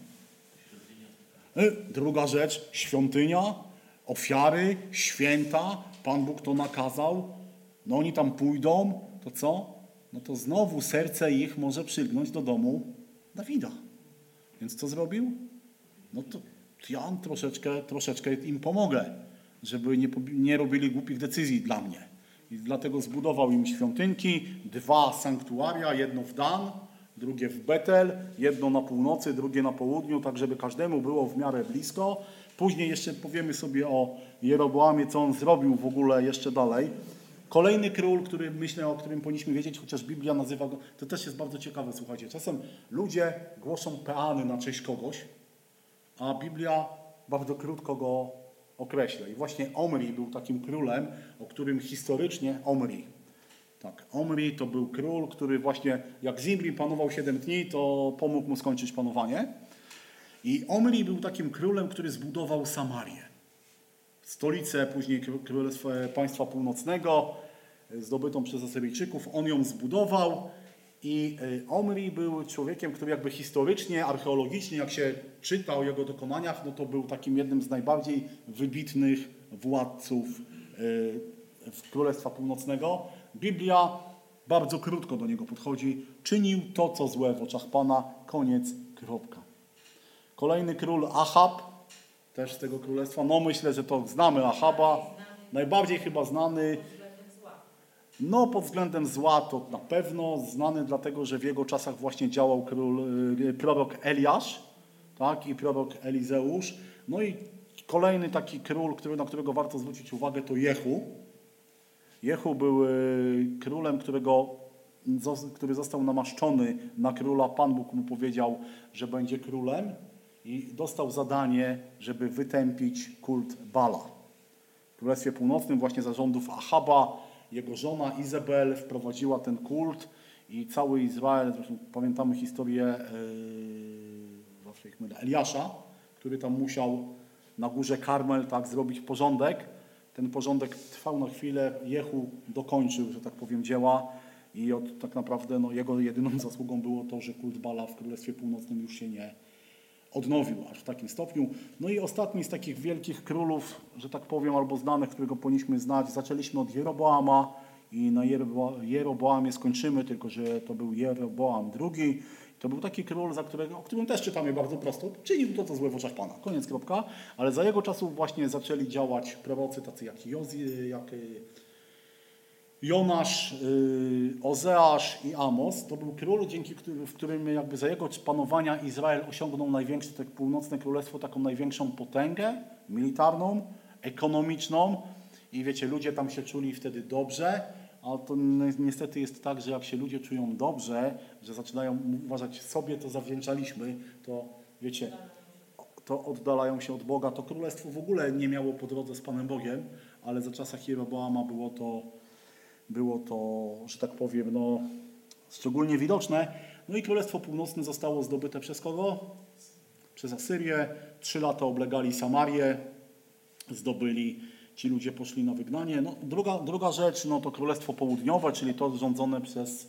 Druga rzecz, świątynia, ofiary, święta, Pan Bóg to nakazał, no oni tam pójdą, to co? No to znowu serce ich może przylgnąć do domu Dawida. Więc co zrobił? No to ja troszeczkę im pomogę, żeby nie robili głupich decyzji dla mnie. I dlatego zbudował im świątynki, 2 sanktuaria, jedno w Dan, drugie w Betel, jedno na północy, drugie na południu, tak żeby każdemu było w miarę blisko. Później jeszcze powiemy sobie o Jeroboamie, co on zrobił w ogóle jeszcze dalej. Kolejny król, który myślę, o którym powinniśmy wiedzieć, chociaż Biblia nazywa go, to też jest bardzo ciekawe, słuchajcie. Czasem ludzie głoszą peany na cześć kogoś, a Biblia bardzo krótko go określa. I właśnie Omri był takim królem, o którym historycznie Omri to był król, który właśnie jak Zimri panował 7 dni, to pomógł mu skończyć panowanie. I Omri był takim królem, który zbudował Samarię. Stolicę później Królestwa Państwa Północnego, zdobytą przez Asyryjczyków. On ją zbudował i Omri był człowiekiem, który jakby historycznie, archeologicznie, jak się czyta o jego dokonaniach, no to był takim jednym z najbardziej wybitnych władców Królestwa Północnego. Biblia bardzo krótko do niego podchodzi. Czynił to, co złe w oczach Pana. Koniec, kropka. Kolejny król Achab, też z tego królestwa. No myślę, że to znamy Achaba. Najbardziej chyba znany. No pod względem zła to na pewno znany dlatego, że w jego czasach właśnie działał prorok Eliasz, tak, i prorok Elizeusz. No i kolejny taki król, na którego warto zwrócić uwagę, to Jehu. Jehu był królem, który został namaszczony na króla. Pan Bóg mu powiedział, że będzie królem i dostał zadanie, żeby wytępić kult Bala. W Królestwie Północnym właśnie za rządów Achaba jego żona Izabel wprowadziła ten kult i cały Izrael, zresztą pamiętamy historię Eliasza, który tam musiał na górze Karmel zrobić porządek. Ten porządek trwał na chwilę, Jehu dokończył, że tak powiem, dzieła i tak naprawdę jego jedyną zasługą było to, że kult Bala w Królestwie Północnym już się nie odnowił aż w takim stopniu. No i ostatni z takich wielkich królów, że tak powiem, albo znanych, którego powinniśmy znać, zaczęliśmy od Jeroboama i na Jeroboamie skończymy, tylko że to był Jeroboam II. To był taki król, o którym też czytamy bardzo prosto. Czynił to, co złe w oczach Pana. Koniec, kropka. Ale za jego czasów właśnie zaczęli działać prorocy tacy jak Jonasz, Ozeasz i Amos. To był król, w którym jakby za jego panowania Izrael osiągnął największe, tak północne królestwo, taką największą potęgę militarną, ekonomiczną i wiecie, ludzie tam się czuli wtedy dobrze, a to niestety jest tak, że jak się ludzie czują dobrze, że zaczynają uważać sobie, to zawdzięczaliśmy, to wiecie, to oddalają się od Boga. To królestwo w ogóle nie miało po drodze z Panem Bogiem, ale za czasach Jeroboama było to, że tak powiem, szczególnie widoczne. No i Królestwo Północne zostało zdobyte przez kogo? Przez Asyrię. 3 lata oblegali Samarię, zdobyli, ci ludzie poszli na wygnanie. No, druga rzecz, to Królestwo Południowe, czyli to rządzone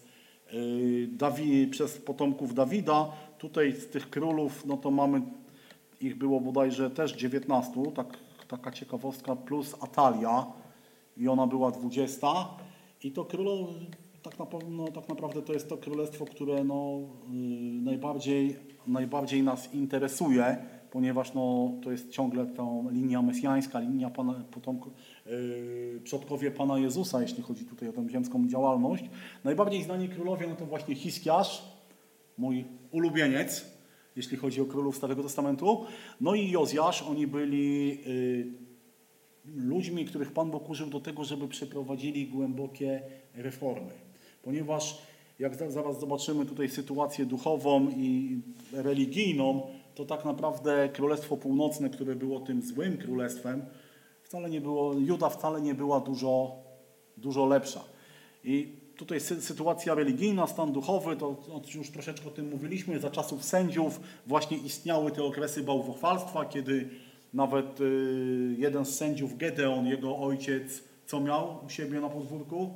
przez potomków Dawida. Tutaj z tych królów, to mamy, ich było bodajże też 19, taka ciekawostka, plus Atalia i ona była 20. I to tak naprawdę to jest to królestwo, które najbardziej nas interesuje, ponieważ no, to jest ciągle ta linia mesjańska, linia przodkowie Pana Jezusa, jeśli chodzi tutaj o tę ziemską działalność. Najbardziej znani królowie no to właśnie Hiskiasz, mój ulubieniec, jeśli chodzi o królów Starego Testamentu, no i Jozjasz. Oni byli ludźmi, których Pan Bóg użył do tego, żeby przeprowadzili głębokie reformy. Ponieważ jak zaraz zobaczymy tutaj sytuację duchową i religijną, to tak naprawdę Królestwo Północne, które było tym złym królestwem, wcale nie było, Juda wcale nie była dużo lepsza. I tutaj sytuacja religijna, stan duchowy, to już troszeczkę o tym mówiliśmy, za czasów sędziów właśnie istniały te okresy bałwochwalstwa, kiedy nawet jeden z sędziów, Gedeon, jego ojciec, co miał u siebie na podwórku?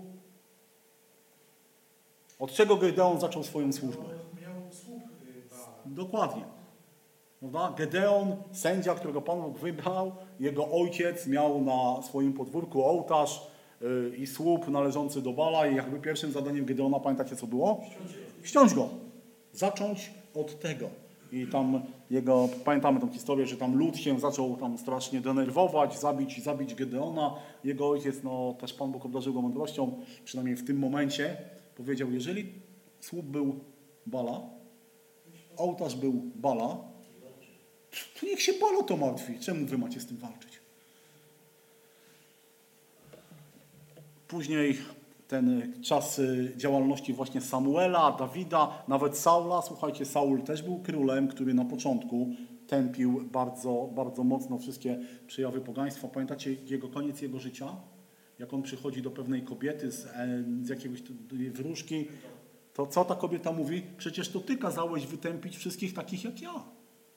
Od czego Gedeon zaczął swoją służbę? Miał słup Dokładnie. Prawda? Gedeon, sędzia, którego Pan Bóg wybrał, jego ojciec miał na swoim podwórku ołtarz i słup należący do Bala i jakby pierwszym zadaniem Gedeona, pamiętacie co było? Ściąć go. Zacząć od tego. I tam pamiętamy tą historię, że tam lud się zaczął tam strasznie denerwować, zabić Gedeona. Jego ojciec, no też Pan Bóg obdarzył go mądrością, przynajmniej w tym momencie. Powiedział, jeżeli słup był Bala, ołtarz był Bala, to niech się Balo to martwi. Czemu wy macie z tym walczyć? Później ten czas działalności właśnie Samuela, Dawida, nawet Saula. Słuchajcie, Saul też był królem, który na początku tępił bardzo, bardzo mocno wszystkie przejawy pogaństwa. Pamiętacie koniec jego życia? Jak on przychodzi do pewnej kobiety z jakiegoś wróżki, to co ta kobieta mówi? Przecież to ty kazałeś wytępić wszystkich takich jak ja.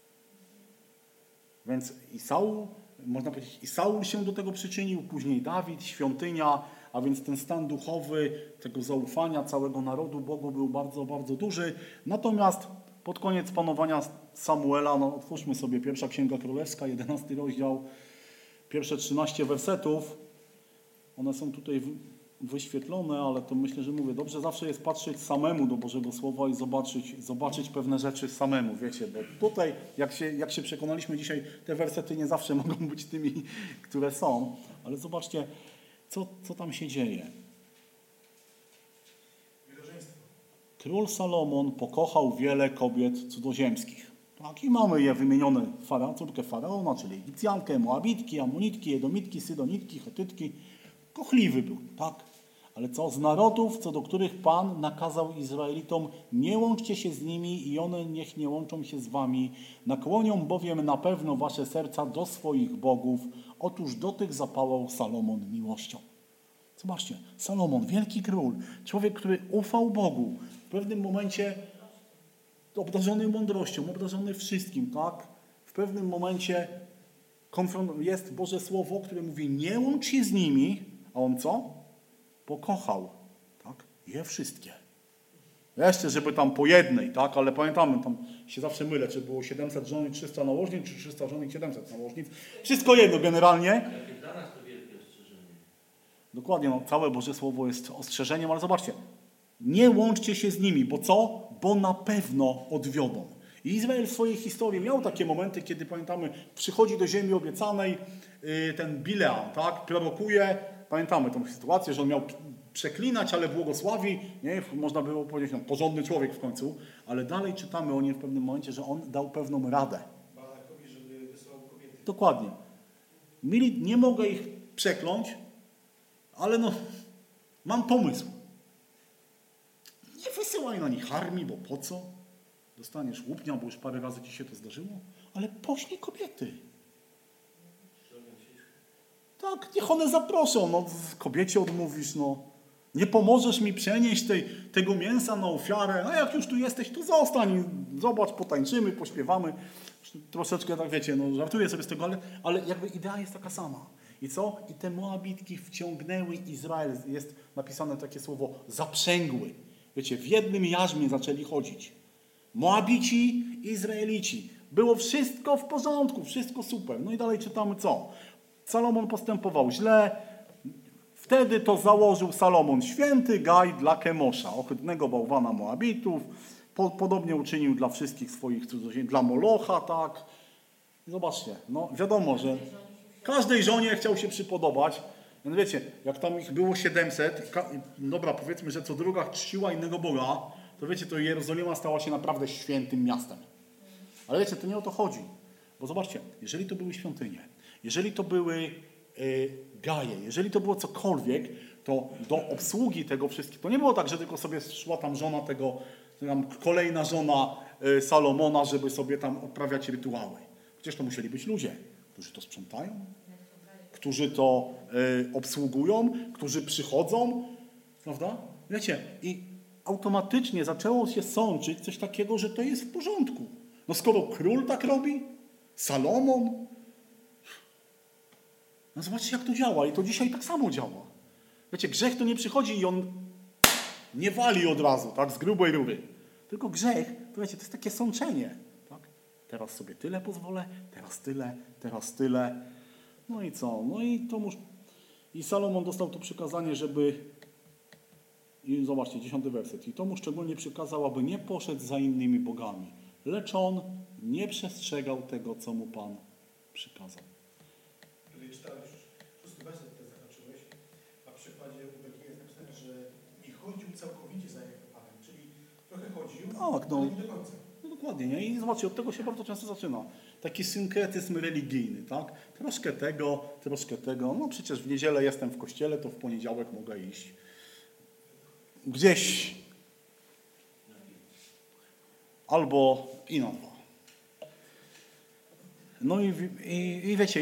Więc można powiedzieć, i Saul się do tego przyczynił, później Dawid, świątynia, a więc ten stan duchowy, tego zaufania całego narodu Bogu był bardzo, bardzo duży. Natomiast pod koniec panowania Samuela, no otwórzmy sobie pierwsza Księga Królewska, 11 rozdział, pierwsze 13 wersetów. One są tutaj wyświetlone, ale to myślę, że mówię, dobrze zawsze jest patrzeć samemu do Bożego Słowa i zobaczyć pewne rzeczy samemu, wiecie, bo tutaj, jak się przekonaliśmy dzisiaj, te wersety nie zawsze mogą być tymi, które są, ale zobaczcie, co tam się dzieje. Król Salomon pokochał wiele kobiet cudzoziemskich. Tak, i mamy je wymienione, córkę Faraona, czyli Egipcjankę, Moabitki, Amonitki, Edomitki, Sydonitki, Chetytki. Kochliwy był, tak? Ale co z narodów, co do których Pan nakazał Izraelitom, nie łączcie się z nimi i one niech nie łączą się z wami. Nakłonią bowiem na pewno wasze serca do swoich bogów. Otóż do tych zapałał Salomon miłością. Zobaczcie, Salomon, wielki król, człowiek, który ufał Bogu, w pewnym momencie obdarzony mądrością, obdarzony wszystkim, tak? W pewnym momencie jest Boże Słowo, które mówi, nie łącz się z nimi, a on co? Pokochał, tak? Je wszystkie. Jeszcze, żeby tam po jednej, tak? Ale pamiętamy, tam się zawsze mylę, czy było 700 żon i 300 nałożnic, czy 300 żon i 700 nałożnic. Wszystko jedno generalnie. Jakie dla nas to wielkie ostrzeżenie. Dokładnie, no, całe Boże Słowo jest ostrzeżeniem, ale zobaczcie, nie łączcie się z nimi, bo co? Bo na pewno odwiodą. I Izrael w swojej historii miał takie momenty, kiedy, pamiętamy, przychodzi do ziemi obiecanej ten Bileam, tak? Prorokuje, pamiętamy tą sytuację, że on miał przeklinać, ale błogosławi, nie? Można było powiedzieć, no, porządny człowiek w końcu, ale dalej czytamy o nim w pewnym momencie, że on dał pewną radę. Balakowi, żeby wysłał kobiety. Dokładnie. Nie mogę ich przekląć, ale no, mam pomysł. Nie wysyłaj na nich armii, bo po co? Dostaniesz łupnia, bo już parę razy ci się to zdarzyło, ale poślij kobiety. Tak, niech one zaproszą, no kobiecie odmówisz, no. Nie pomożesz mi przenieść tego mięsa na ofiarę, a jak już tu jesteś, to zostań, zobacz, potańczymy, pośpiewamy. Troszeczkę tak wiecie, no żartuję sobie z tego, ale jakby idea jest taka sama. I co? I te Moabitki wciągnęły Izrael, jest napisane takie słowo, zaprzęgły. Wiecie, w jednym jarzmie zaczęli chodzić. Moabici, Izraelici. Było wszystko w porządku, wszystko super. No i dalej czytamy co? Salomon postępował źle. Wtedy to założył Salomon święty gaj dla Kemosza, ohydnego bałwana Moabitów. Podobnie uczynił dla wszystkich swoich cudzoziemców, dla Molocha, tak. I zobaczcie, no wiadomo, że każdej żonie chciał się przypodobać. No wiecie, jak tam ich było 700, dobra, powiedzmy, że co druga czciła innego Boga, to wiecie, to Jerozolima stała się naprawdę świętym miastem. Ale wiecie, to nie o to chodzi. Bo zobaczcie, jeżeli to były świątynie, jeżeli to były gaje, jeżeli to było cokolwiek, to do obsługi tego wszystkiego, to nie było tak, że tylko sobie szła tam żona tego, tam kolejna żona Salomona, żeby sobie tam odprawiać rytuały. Przecież to musieli być ludzie, którzy to sprzątają, którzy to obsługują, którzy przychodzą, prawda? Wiecie, i automatycznie zaczęło się sączyć coś takiego, że to jest w porządku. No skoro król tak robi, Salomon, no zobaczcie jak to działa i to dzisiaj tak samo działa. Wiecie, grzech to nie przychodzi i on nie wali od razu, tak, z grubej rury. Tylko grzech, to wiecie, to jest takie sączenie. Tak? Teraz sobie tyle pozwolę, teraz tyle. No i co? No i to I Salomon dostał to przykazanie, żeby... I zobaczcie, 10 werset. I to mu szczególnie przykazał, aby nie poszedł za innymi bogami. Lecz on nie przestrzegał tego, co mu Pan przykazał. Kiedy czytałeś 6 werset, który zahaczyłeś, a w przykładzie UBG jest napisane, że nie chodził całkowicie za jego Panem, czyli trochę chodził, Tak, no. ale nie do końca. No dokładnie, nie? I zobaczcie, od tego się bardzo często zaczyna. Taki synkretyzm religijny, tak? Troszkę tego. No przecież w niedzielę jestem w kościele, to w poniedziałek mogę iść gdzieś albo i na dwa. No i wiecie...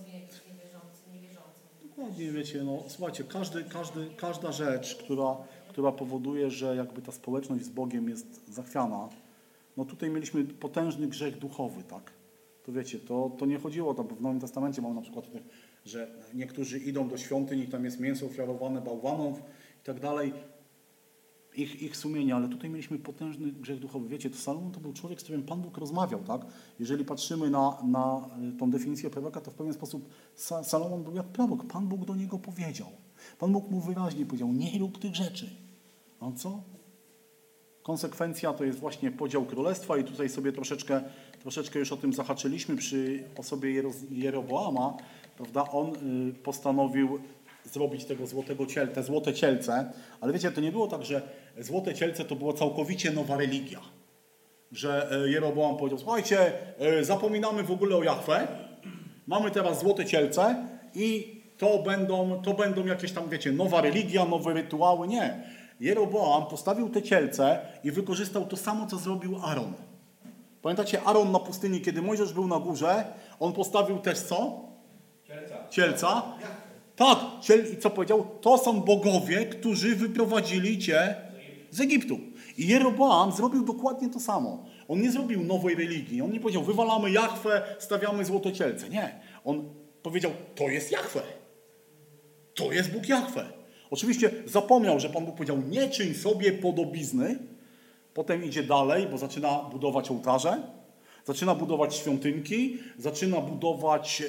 Dokładnie, wiecie, no słuchajcie, każda rzecz, która powoduje, że jakby ta społeczność z Bogiem jest zachwiana, no tutaj mieliśmy potężny grzech duchowy, tak? To wiecie, to nie chodziło, to w Nowym Testamencie mamy na przykład, że niektórzy idą do świątyń i tam jest mięso ofiarowane bałwanów i tak dalej, ich sumienia, ale tutaj mieliśmy potężny grzech duchowy. Wiecie, to Salomon to był człowiek, z którym Pan Bóg rozmawiał, tak? Jeżeli patrzymy na tą definicję proroka, to w pewien sposób Salomon był jak prorok. Pan Bóg do niego powiedział. Pan Bóg mu wyraźnie powiedział, nie rób tych rzeczy. No co? Konsekwencja to jest właśnie podział królestwa i tutaj sobie troszeczkę już o tym zahaczyliśmy przy osobie Jeroboama, prawda? On postanowił zrobić tego te złote cielce, ale wiecie, to nie było tak, że złote cielce to była całkowicie nowa religia. Że Jeroboam powiedział, słuchajcie, zapominamy w ogóle o Jahwe, mamy teraz złote cielce i to będą jakieś tam, wiecie, nowa religia, nowe rytuały. Nie. Jeroboam postawił te cielce i wykorzystał to samo, co zrobił Aaron. Pamiętacie, Aaron na pustyni, kiedy Mojżesz był na górze, on postawił też co? Cielca. Tak, i co powiedział? To są bogowie, którzy wyprowadzili cię z Egiptu. I Jeroboam zrobił dokładnie to samo. On nie zrobił nowej religii. On nie powiedział, wywalamy Jahwe, stawiamy złote cielce. Nie. On powiedział, to jest Jahwe. To jest Bóg Jahwe. Oczywiście zapomniał, że Pan Bóg powiedział, nie czyń sobie podobizny. Potem idzie dalej, bo zaczyna budować ołtarze, zaczyna budować świątynki, zaczyna budować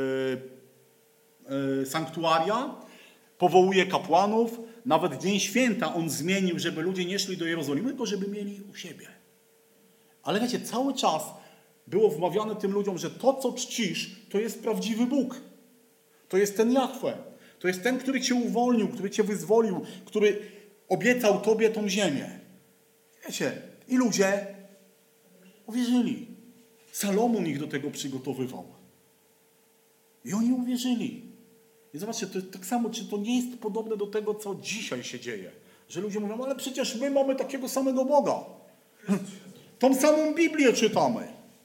sanktuaria, powołuje kapłanów. Nawet dzień święta on zmienił, żeby ludzie nie szli do Jerozolimy, tylko żeby mieli u siebie. Ale wiecie, cały czas było wmawiane tym ludziom, że to, co czcisz, to jest prawdziwy Bóg. To jest ten Jahwe. To jest ten, który cię uwolnił, który cię wyzwolił, który obiecał tobie tą ziemię. Wiecie, i ludzie uwierzyli. Salomon ich do tego przygotowywał. I oni uwierzyli. I zobaczcie, to tak samo, czy to nie jest podobne do tego, co dzisiaj się dzieje. Że ludzie mówią, ale przecież my mamy takiego samego Boga. Tą samą Biblię czytamy.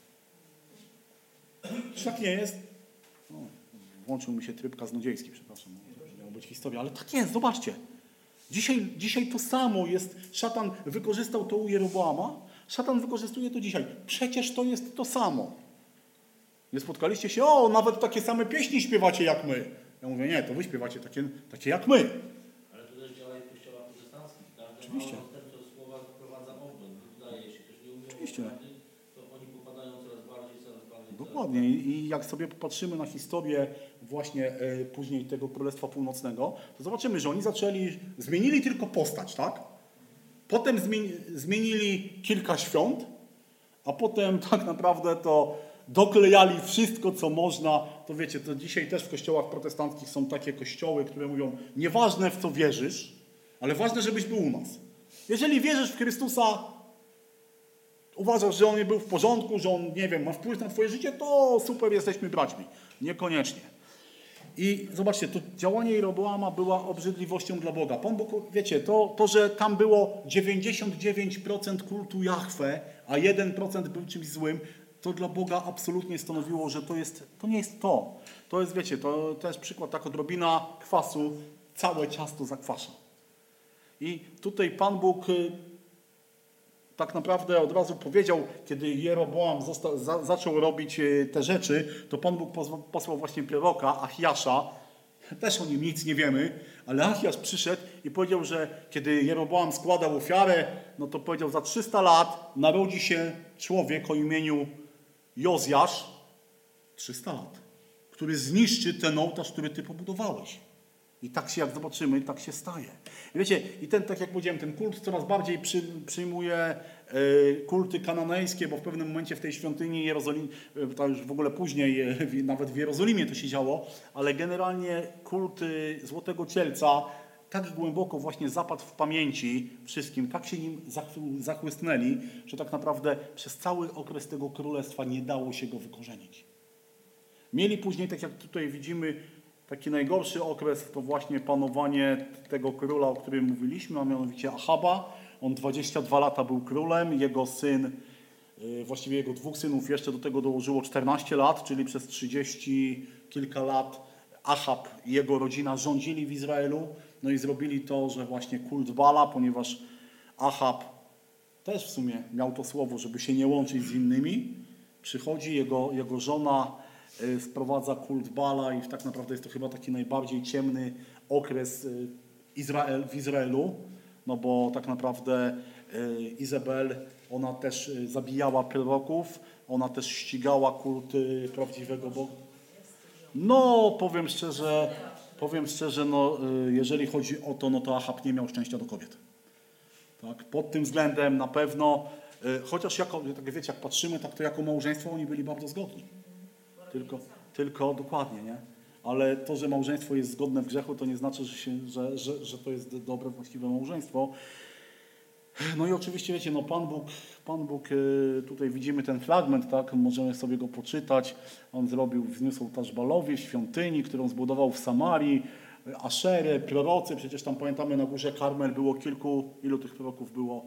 Czy tak nie jest? No, włączył mi się tryb kaznodziejski, przepraszam. Miała być historia, ale tak jest, zobaczcie. Dzisiaj to samo jest. Szatan wykorzystał to u Jeroboama. Szatan wykorzystuje to dzisiaj. Przecież to jest to samo. Nie spotkaliście się? O, nawet takie same pieśni śpiewacie jak my. Ja mówię, nie, to wy śpiewacie takie jak my. Ale to też działa i w kościołach protestanckich. Oczywiście. Ten, co słowa wprowadza obłęd, wydaje się, ktoś nie umie Oczywiście. to oni popadają coraz bardziej. Dokładnie. I jak sobie popatrzymy na historię właśnie później tego Królestwa Północnego, to zobaczymy, że oni zmienili tylko postać, tak? Potem zmienili kilka świąt, a potem tak naprawdę to doklejali wszystko, co można. To wiecie, to dzisiaj też w kościołach protestanckich są takie kościoły, które mówią, nieważne w co wierzysz, ale ważne, żebyś był u nas. Jeżeli wierzysz w Chrystusa, uważasz, że On był w porządku, że On, nie wiem, ma wpływ na twoje życie, to super, jesteśmy braćmi. Niekoniecznie. I zobaczcie, to działanie Jeroboama była obrzydliwością dla Boga. Pan Bóg, wiecie, to że tam było 99% kultu Jahwe, a 1% był czymś złym, to dla Boga absolutnie stanowiło, że to nie jest to. To jest, wiecie, to jest przykład, tak odrobina kwasu, całe ciasto zakwasza. I tutaj Pan Bóg tak naprawdę od razu powiedział, kiedy Jeroboam zaczął robić te rzeczy, to Pan Bóg posłał właśnie proroka Achiasza. Też o nim nic nie wiemy, ale Achiasz przyszedł i powiedział, że kiedy Jeroboam składał ofiarę, no to powiedział, za 300 lat narodzi się człowiek o imieniu Jozjasz, 300 lat, który zniszczy ten ołtarz, który ty pobudowałeś. I tak się, jak zobaczymy, tak się staje. I wiecie, i ten, tak jak powiedziałem, ten kult coraz bardziej przyjmuje kulty kananejskie, bo w pewnym momencie w tej świątyni Jerozolimie, to już w ogóle później, nawet w Jerozolimie to się działo, ale generalnie kult Złotego Cielca tak głęboko właśnie zapadł w pamięci wszystkim, tak się nim zachłysnęli, że tak naprawdę przez cały okres tego królestwa nie dało się go wykorzenić. Mieli później, tak jak tutaj widzimy, taki najgorszy okres to właśnie panowanie tego króla, o którym mówiliśmy, a mianowicie Achaba. On 22 lata był królem, jego syn, właściwie jego dwóch synów jeszcze do tego dołożyło 14 lat, czyli przez 30 kilka lat Achab i jego rodzina rządzili w Izraelu. No i zrobili to, że właśnie kult Bala, ponieważ Achab też w sumie miał to słowo, żeby się nie łączyć z innymi. Przychodzi jego żona, sprowadza kult Bala i tak naprawdę jest to chyba taki najbardziej ciemny okres w Izraelu, no bo tak naprawdę Izabel, ona też zabijała proroków, ona też ścigała kult prawdziwego Boga. No, powiem szczerze, no, jeżeli chodzi o to, no to Achab nie miał szczęścia do kobiet. Tak? Pod tym względem na pewno, chociaż tak wiecie, jak patrzymy, tak to jako małżeństwo oni byli bardzo zgodni. Tylko dokładnie, nie? Ale to, że małżeństwo jest zgodne w grzechu, to nie znaczy, że to jest dobre, właściwe małżeństwo. No i oczywiście, wiecie, no Pan Bóg, tutaj widzimy ten fragment, tak? Możemy sobie go poczytać. On wzniósł ołtarz Balowi w świątyni, którą zbudował w Samarii, Aszerę, prorocy, przecież tam pamiętamy na górze Karmel było ilu tych proroków było?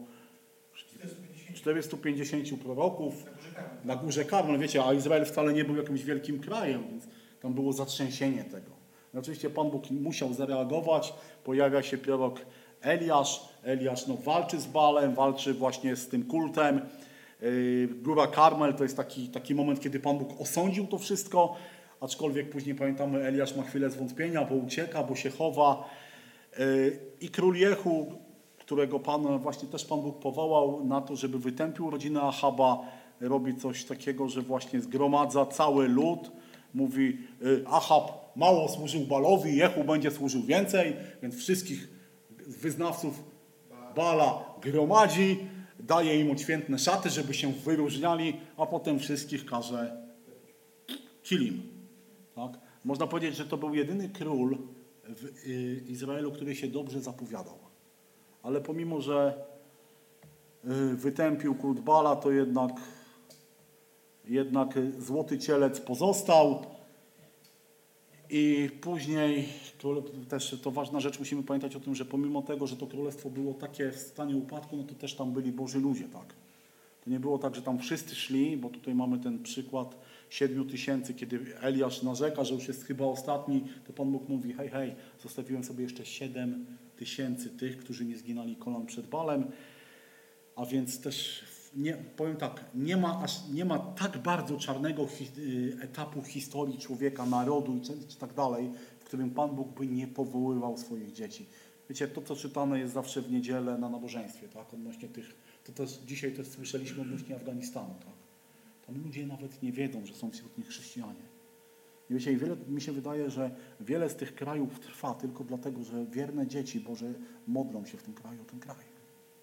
450 proroków na górze Karmel, wiecie, a Izrael wcale nie był jakimś wielkim krajem, więc tam było zatrzęsienie tego. No oczywiście Pan Bóg musiał zareagować, pojawia się prorok Eliasz no, walczy z Baalem, walczy właśnie z tym kultem. Góra Karmel to jest taki moment, kiedy Pan Bóg osądził to wszystko, aczkolwiek później pamiętamy, Eliasz ma chwilę zwątpienia, bo ucieka, bo się chowa. I król Jehu, którego właśnie też Pan Bóg powołał na to, żeby wytępił rodzinę Achaba, robi coś takiego, że właśnie zgromadza cały lud, mówi, Achab mało służył Baalowi, Jehu będzie służył więcej, więc wszystkich wyznawców Baala gromadzi, daje im odświętne szaty, żeby się wyróżniali, a potem wszystkich każe kilim. Tak? Można powiedzieć, że to był jedyny król w Izraelu, który się dobrze zapowiadał. Ale pomimo, że wytępił kult Baala, to jednak Złoty Cielec pozostał. I później, też to ważna rzecz, musimy pamiętać o tym, że pomimo tego, że to królestwo było takie w stanie upadku, no to też tam byli Boży ludzie, tak? To nie było tak, że tam wszyscy szli, bo tutaj mamy ten przykład 7000, kiedy Eliasz narzeka, że już jest chyba ostatni, to Pan Bóg mówi, hej, zostawiłem sobie jeszcze 7000 tych, którzy nie zginęli kolan przed Baalem, a więc też, powiem tak, nie ma tak bardzo czarnego etapu historii człowieka, narodu i tak dalej, w którym Pan Bóg by nie powoływał swoich dzieci. Wiecie, to co czytane jest zawsze w niedzielę na nabożeństwie, tak, odnośnie tych, to też dzisiaj też słyszeliśmy odnośnie Afganistanu, tak. Tam ludzie nawet nie wiedzą, że są wśród nich chrześcijanie. I wiecie, mi się wydaje, że wiele z tych krajów trwa tylko dlatego, że wierne dzieci Boże modlą się w tym kraju o ten kraj.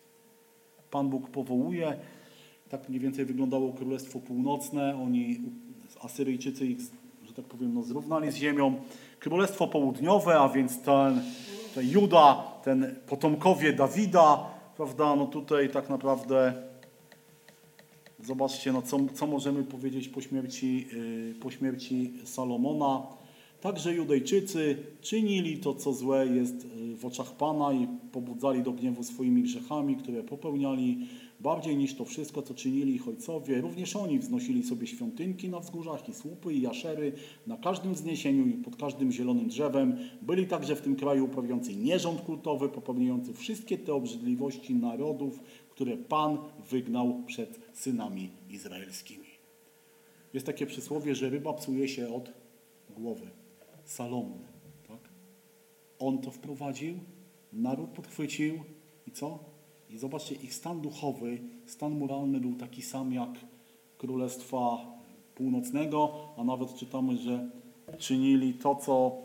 Pan Bóg powołuje, tak mniej więcej wyglądało Królestwo Północne, oni Asyryjczycy ich, że tak powiem, no, zrównali z ziemią. Królestwo Południowe, a więc ten Juda, ten potomkowie Dawida, prawda, no tutaj tak naprawdę zobaczcie, no co możemy powiedzieć po śmierci Salomona. Także Judejczycy czynili to, co złe jest w oczach Pana i pobudzali do gniewu swoimi grzechami, które popełniali bardziej niż to wszystko, co czynili ich ojcowie. Również oni wznosili sobie świątynki na wzgórzach i słupy i jaszery na każdym wzniesieniu i pod każdym zielonym drzewem. Byli także w tym kraju uprawiający nierząd kultowy, popełniający wszystkie te obrzydliwości narodów, które Pan wygnał przed synami izraelskimi. Jest takie przysłowie, że ryba psuje się od głowy. Salomon, tak? On to wprowadził, naród podchwycił i co? I zobaczcie, ich stan duchowy, stan moralny był taki sam jak Królestwa Północnego, a nawet czytamy, że czynili to, co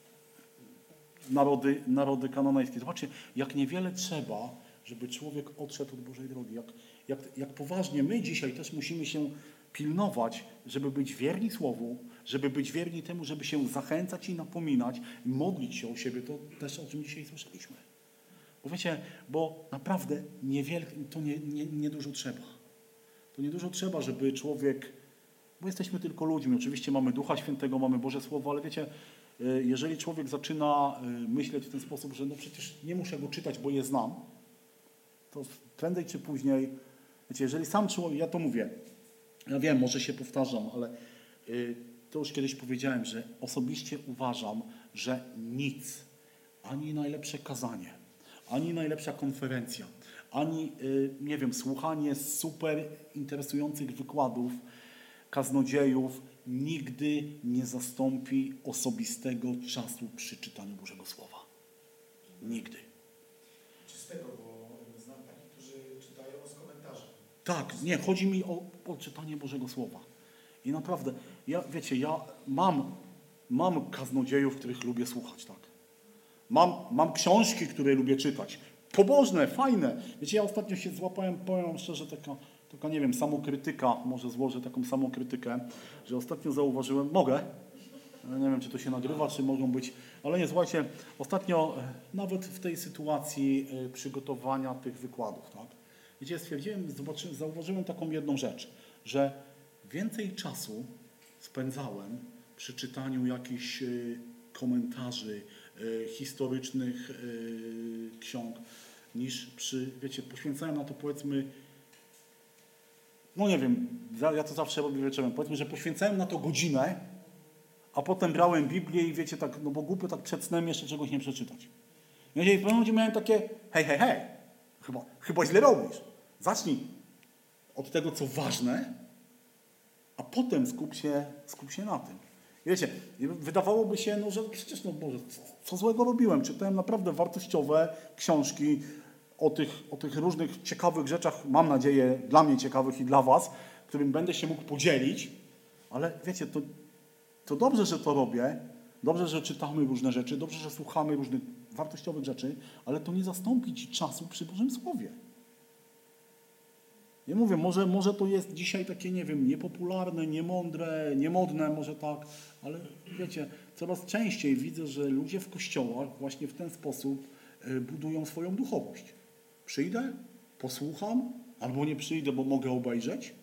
narody kananejskie. Zobaczcie, jak niewiele trzeba, żeby człowiek odszedł od Bożej drogi. Jak poważnie my dzisiaj też musimy się pilnować, żeby być wierni Słowu, żeby być wierni temu, żeby się zachęcać i napominać i modlić się o siebie. To też, o czym dzisiaj słyszeliśmy. Bo wiecie, bo naprawdę to nie dużo trzeba. To nie dużo trzeba, żeby człowiek, bo jesteśmy tylko ludźmi, oczywiście mamy Ducha Świętego, mamy Boże Słowo, ale wiecie, jeżeli człowiek zaczyna myśleć w ten sposób, że no przecież nie muszę go czytać, bo je znam, to prędzej czy później, wiecie, jeżeli sam człowiek, ja to mówię, ja wiem, może się powtarzam, ale to już kiedyś powiedziałem, że osobiście uważam, że nic, ani najlepsze kazanie, ani najlepsza konferencja, ani, nie wiem, słuchanie super interesujących wykładów kaznodziejów nigdy nie zastąpi osobistego czasu przy czytaniu Bożego Słowa. Nigdy. Czystego, bo znam takich, którzy czytają z komentarzem. Tak, nie, chodzi mi o czytanie Bożego Słowa. I naprawdę, wiecie, ja mam kaznodziejów, których lubię słuchać, tak. Mam książki, które lubię czytać. Pobożne, fajne. Wiecie, ja ostatnio się złapałem, powiem wam szczerze, taka, nie wiem, samokrytyka, może złożę taką samokrytykę, że ostatnio zauważyłem, mogę, nie wiem, czy to się nagrywa, czy mogą być, ale nie, słuchajcie, ostatnio nawet w tej sytuacji przygotowania tych wykładów, tak, wiecie, zauważyłem taką jedną rzecz, że więcej czasu spędzałem przy czytaniu jakichś komentarzy historycznych ksiąg, niż wiecie, poświęcałem na to, powiedzmy, no nie wiem, ja to zawsze robię wieczorem, powiedzmy, że poświęcałem na to godzinę, a potem brałem Biblię i wiecie, tak, no bo głupio tak przed snem jeszcze czegoś nie przeczytać. I w pewnym momencie miałem takie, hej, chyba źle robisz. Zacznij od tego, co ważne, a potem skup się na tym. I wiecie, wydawałoby się, no, że przecież, no Boże, co złego robiłem? Czytałem naprawdę wartościowe książki o tych różnych ciekawych rzeczach, mam nadzieję, dla mnie ciekawych i dla was, którym będę się mógł podzielić, ale wiecie, to dobrze, że to robię, dobrze, że czytamy różne rzeczy, dobrze, że słuchamy różnych wartościowych rzeczy, ale to nie zastąpi ci czasu przy Bożym Słowie. Ja mówię, może to jest dzisiaj takie, nie wiem, niepopularne, niemądre, niemodne, może tak, ale wiecie, coraz częściej widzę, że ludzie w kościołach właśnie w ten sposób budują swoją duchowość. Przyjdę, posłucham, albo nie przyjdę, bo mogę obejrzeć,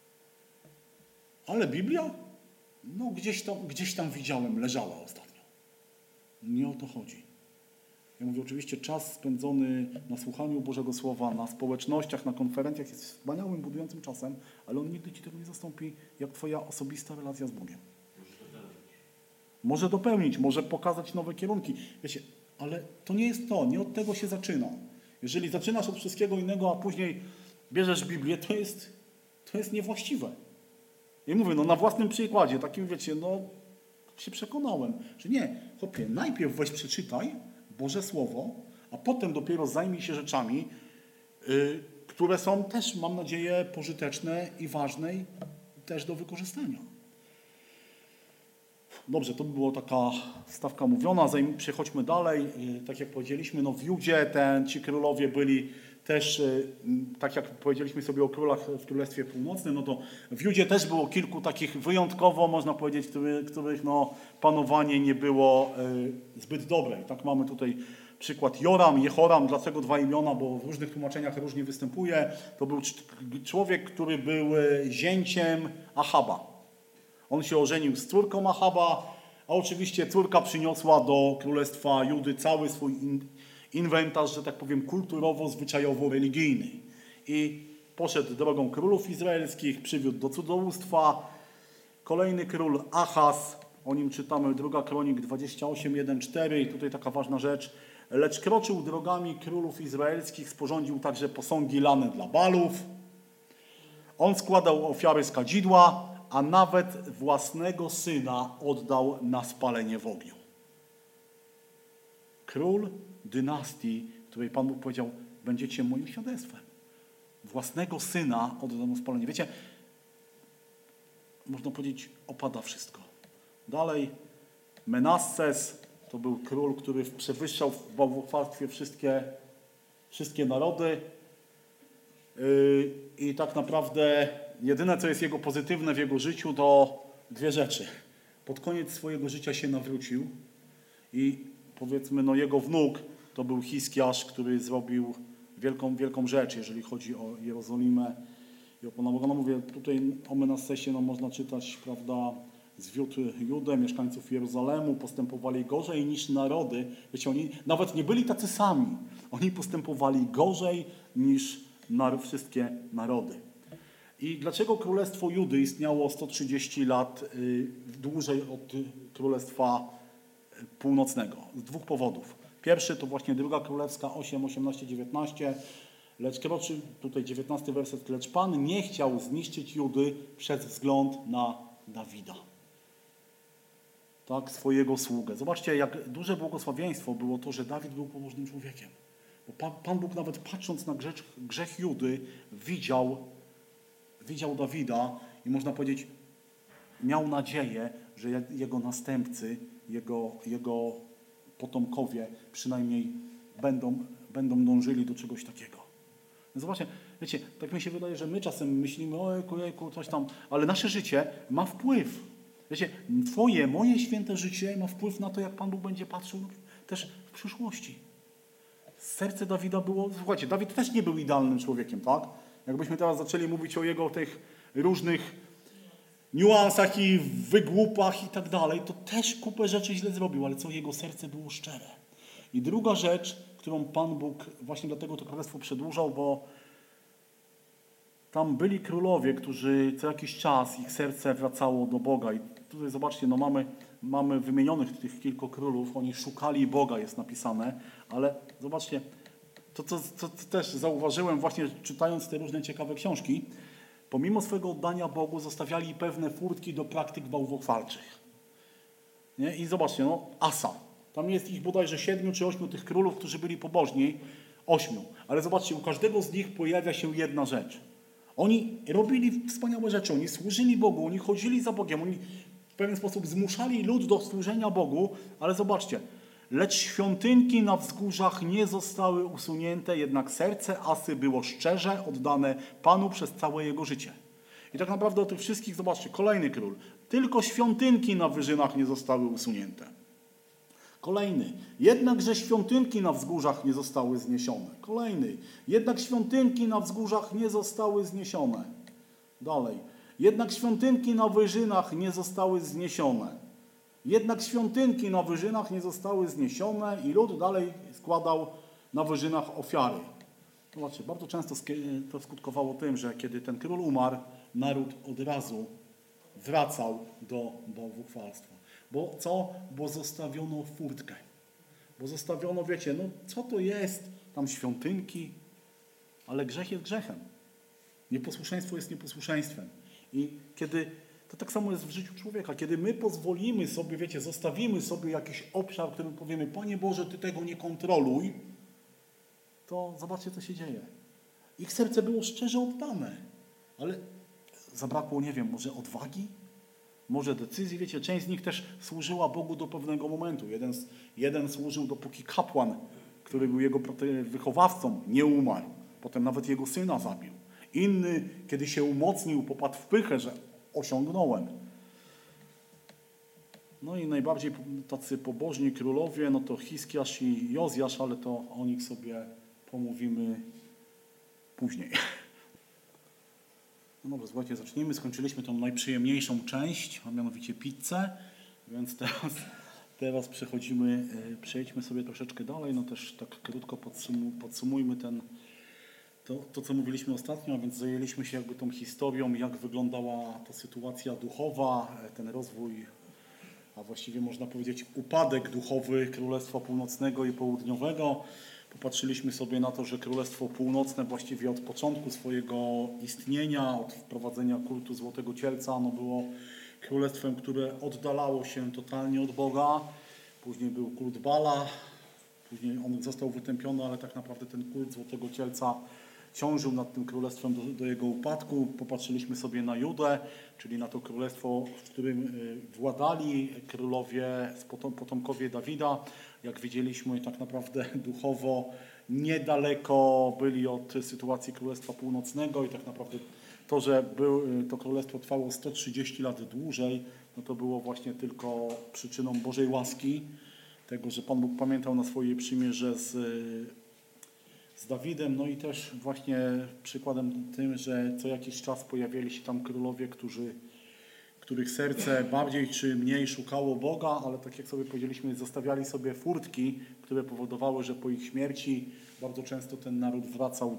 ale Biblia? No gdzieś tam widziałem, leżała ostatnio. Nie o to chodzi. Ja mówię, oczywiście czas spędzony na słuchaniu Bożego Słowa, na społecznościach, na konferencjach jest wspaniałym, budującym czasem, ale on nigdy ci tego nie zastąpi, jak twoja osobista relacja z Bogiem. Może dopełnić, może pokazać nowe kierunki. Wiecie, ale to nie jest to, nie od tego się zaczyna. Jeżeli zaczynasz od wszystkiego innego, a później bierzesz Biblię, to jest niewłaściwe. I mówię, no na własnym przykładzie, takim wiecie, no się przekonałem, że nie, chłopie, najpierw weź przeczytaj Boże Słowo, a potem dopiero zajmij się rzeczami, które są też, mam nadzieję, pożyteczne i ważne i też do wykorzystania. Dobrze, to by była taka wstawka mówiona, przechodźmy dalej. Tak jak powiedzieliśmy, no w Judzie ci królowie byli też, tak jak powiedzieliśmy sobie o królach w Królestwie Północnym, no to w Judzie też było kilku takich wyjątkowo, można powiedzieć, których no, panowanie nie było zbyt dobre. I tak mamy tutaj przykład Joram, Jehoram. Dlaczego dwa imiona? Bo w różnych tłumaczeniach różnie występuje. To był człowiek, który był zięciem Ahaba. On się ożenił z córką Ahaba, a oczywiście córka przyniosła do Królestwa Judy cały swój inwentarz, że tak powiem, kulturowo-zwyczajowo-religijny. I poszedł drogą królów izraelskich, przywiódł do cudzołóstwa. Kolejny król Achaz, o nim czytamy 2 Kronik 28:1-4 i tutaj taka ważna rzecz. Lecz kroczył drogami królów izraelskich, sporządził także posągi lane dla Balów. On składał ofiary z kadzidła, a nawet własnego syna oddał na spalenie w ogniu. Król dynastii, której Pan Bóg powiedział, będziecie moim świadectwem. Własnego syna oddał na spalenie. Wiecie, można powiedzieć, opada wszystko. Dalej, Menasses to był król, który przewyższał w bałwochwalstwie wszystkie narody. I tak naprawdę jedyne, co jest jego pozytywne w jego życiu, to dwie rzeczy. Pod koniec swojego życia się nawrócił i powiedzmy, no jego wnuk to był Hiskiasz, który zrobił wielką rzecz, jeżeli chodzi o Jerozolimę i o Pana Boga. No mówię, tutaj o Menassesie no można czytać, prawda, zwiódł Judę, mieszkańców Jerozolemu, postępowali gorzej niż narody. Wiecie, oni nawet nie byli tacy sami. Oni postępowali gorzej niż wszystkie narody. I dlaczego Królestwo Judy istniało 130 lat dłużej od Królestwa Północnego? Z dwóch powodów. Pierwszy to właśnie 2 Królewska 8, 18, 19. Lecz kroczy, tutaj 19 werset, lecz Pan nie chciał zniszczyć Judy przez wzgląd na Dawida. Tak, swojego sługę. Zobaczcie, jak duże błogosławieństwo było to, że Dawid był pobożnym człowiekiem. Bo Pan Bóg nawet patrząc na grzech Judy widział Dawida i można powiedzieć, miał nadzieję, że jego następcy, jego potomkowie przynajmniej będą dążyli do czegoś takiego. No zobaczcie, wiecie, tak mi się wydaje, że my czasem myślimy, ojejku, coś tam, ale nasze życie ma wpływ. Wiecie, moje święte życie ma wpływ na to, jak Pan Bóg będzie patrzył też w przyszłości. Serce Dawida było, słuchajcie, Dawid też nie był idealnym człowiekiem, tak? Jakbyśmy teraz zaczęli mówić o jego tych różnych niuansach i wygłupach i tak dalej, to też kupę rzeczy źle zrobił, ale co, jego serce było szczere. I druga rzecz, którą Pan Bóg właśnie dlatego to królestwo przedłużał, bo tam byli królowie, którzy co jakiś czas ich serce wracało do Boga. I tutaj zobaczcie, no mamy wymienionych tych kilku królów, oni szukali Boga, jest napisane, ale zobaczcie, to też zauważyłem właśnie czytając te różne ciekawe książki, pomimo swego oddania Bogu zostawiali pewne furtki do praktyk bałwochwalczych. Nie? I zobaczcie, no Asa, tam jest ich bodajże 7 czy 8 tych królów, którzy byli pobożni, 8, ale zobaczcie, u każdego z nich pojawia się jedna rzecz. Oni robili wspaniałe rzeczy, oni służyli Bogu, oni chodzili za Bogiem, oni w pewien sposób zmuszali lud do służenia Bogu, ale zobaczcie, lecz świątynki na wzgórzach nie zostały usunięte, jednak serce Asy było szczerze oddane Panu przez całe jego życie. I tak naprawdę o tych wszystkich, zobaczcie, kolejny król. Tylko świątynki na wyżynach nie zostały usunięte. Kolejny. Jednakże świątynki na wzgórzach nie zostały zniesione. Kolejny. Jednak świątynki na wzgórzach nie zostały zniesione. Dalej. Jednak świątynki na wyżynach nie zostały zniesione. Jednak świątynki na wyżynach nie zostały zniesione i lud dalej składał na wyżynach ofiary. Zobaczcie, bardzo często to skutkowało tym, że kiedy ten król umarł, naród od razu wracał do bałwochwalstwa. Bo co? Bo zostawiono furtkę. Bo zostawiono, wiecie, no co to jest? Tam świątynki, ale grzech jest grzechem. Nieposłuszeństwo jest nieposłuszeństwem. I kiedy, to tak samo jest w życiu człowieka, kiedy my pozwolimy sobie, wiecie, zostawimy sobie jakiś obszar, w którym powiemy, Panie Boże, Ty tego nie kontroluj, to zobaczcie, co się dzieje. Ich serce było szczerze oddane, ale zabrakło, nie wiem, może odwagi? Może decyzji, wiecie, część z nich też służyła Bogu do pewnego momentu. Jeden służył, dopóki kapłan, który był jego wychowawcą, nie umarł. Potem nawet jego syna zabił. Inny, kiedy się umocnił, popadł w pychę, że osiągnąłem. No i najbardziej tacy pobożni królowie, no to Hiskiasz i Jozjasz, ale to o nich sobie pomówimy później. No dobrze, słuchajcie, zacznijmy. Skończyliśmy tą najprzyjemniejszą część, a mianowicie pizzę, więc teraz przejdźmy sobie troszeczkę dalej. No też tak krótko podsumujmy to, co mówiliśmy ostatnio, a więc zajęliśmy się jakby tą historią, jak wyglądała ta sytuacja duchowa, ten rozwój, a właściwie można powiedzieć upadek duchowy Królestwa Północnego i Południowego. Popatrzyliśmy sobie na to, że Królestwo Północne właściwie od początku swojego istnienia, od wprowadzenia kultu Złotego Cielca, było królestwem, które oddalało się totalnie od Boga. Później był kult Bala, później on został wytępiony, ale tak naprawdę ten kult Złotego Cielca ciążył nad tym królestwem do jego upadku. Popatrzyliśmy sobie na Judę, czyli na to królestwo, w którym władali królowie, potomkowie Dawida. Jak widzieliśmy, tak naprawdę duchowo niedaleko byli od sytuacji Królestwa Północnego i tak naprawdę to, że to królestwo trwało 130 lat dłużej, no to było właśnie tylko przyczyną Bożej łaski, tego, że Pan Bóg pamiętał na swoje przymierze z Dawidem, no i też właśnie przykładem tym, że co jakiś czas pojawiali się tam królowie, których serce bardziej czy mniej szukało Boga, ale tak jak sobie powiedzieliśmy, zostawiali sobie furtki, które powodowały, że po ich śmierci bardzo często ten naród wracał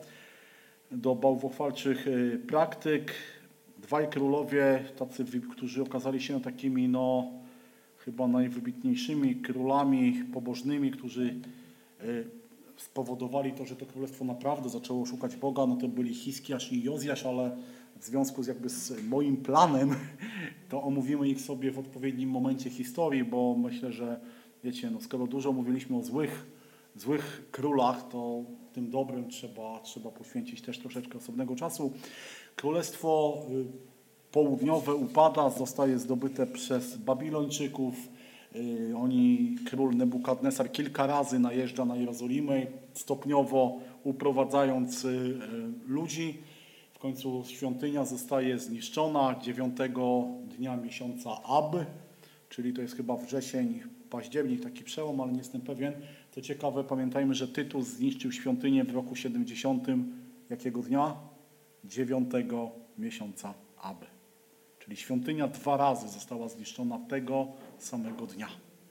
do bałwochwalczych praktyk. Dwaj królowie, tacy, którzy okazali się takimi chyba najwybitniejszymi królami pobożnymi, którzy spowodowali to, że to królestwo naprawdę zaczęło szukać Boga, no to byli Hiskiasz i Jozjasz, ale w związku z moim planem, to omówimy ich sobie w odpowiednim momencie historii, bo myślę, że wiecie, skoro dużo mówiliśmy o złych królach, to tym dobrym trzeba poświęcić też troszeczkę osobnego czasu. Królestwo Południowe upada, zostaje zdobyte przez Babilończyków. Król Nebukadnesar kilka razy najeżdża na Jerozolimę, stopniowo uprowadzając ludzi. W końcu świątynia zostaje zniszczona 9 dnia miesiąca Ab, czyli to jest chyba wrzesień, październik, taki przełom, ale nie jestem pewien. To ciekawe, pamiętajmy, że Tytus zniszczył świątynię w roku 70. Jakiego dnia? 9 miesiąca Ab. Czyli świątynia 2 razy została zniszczona tego samego dnia.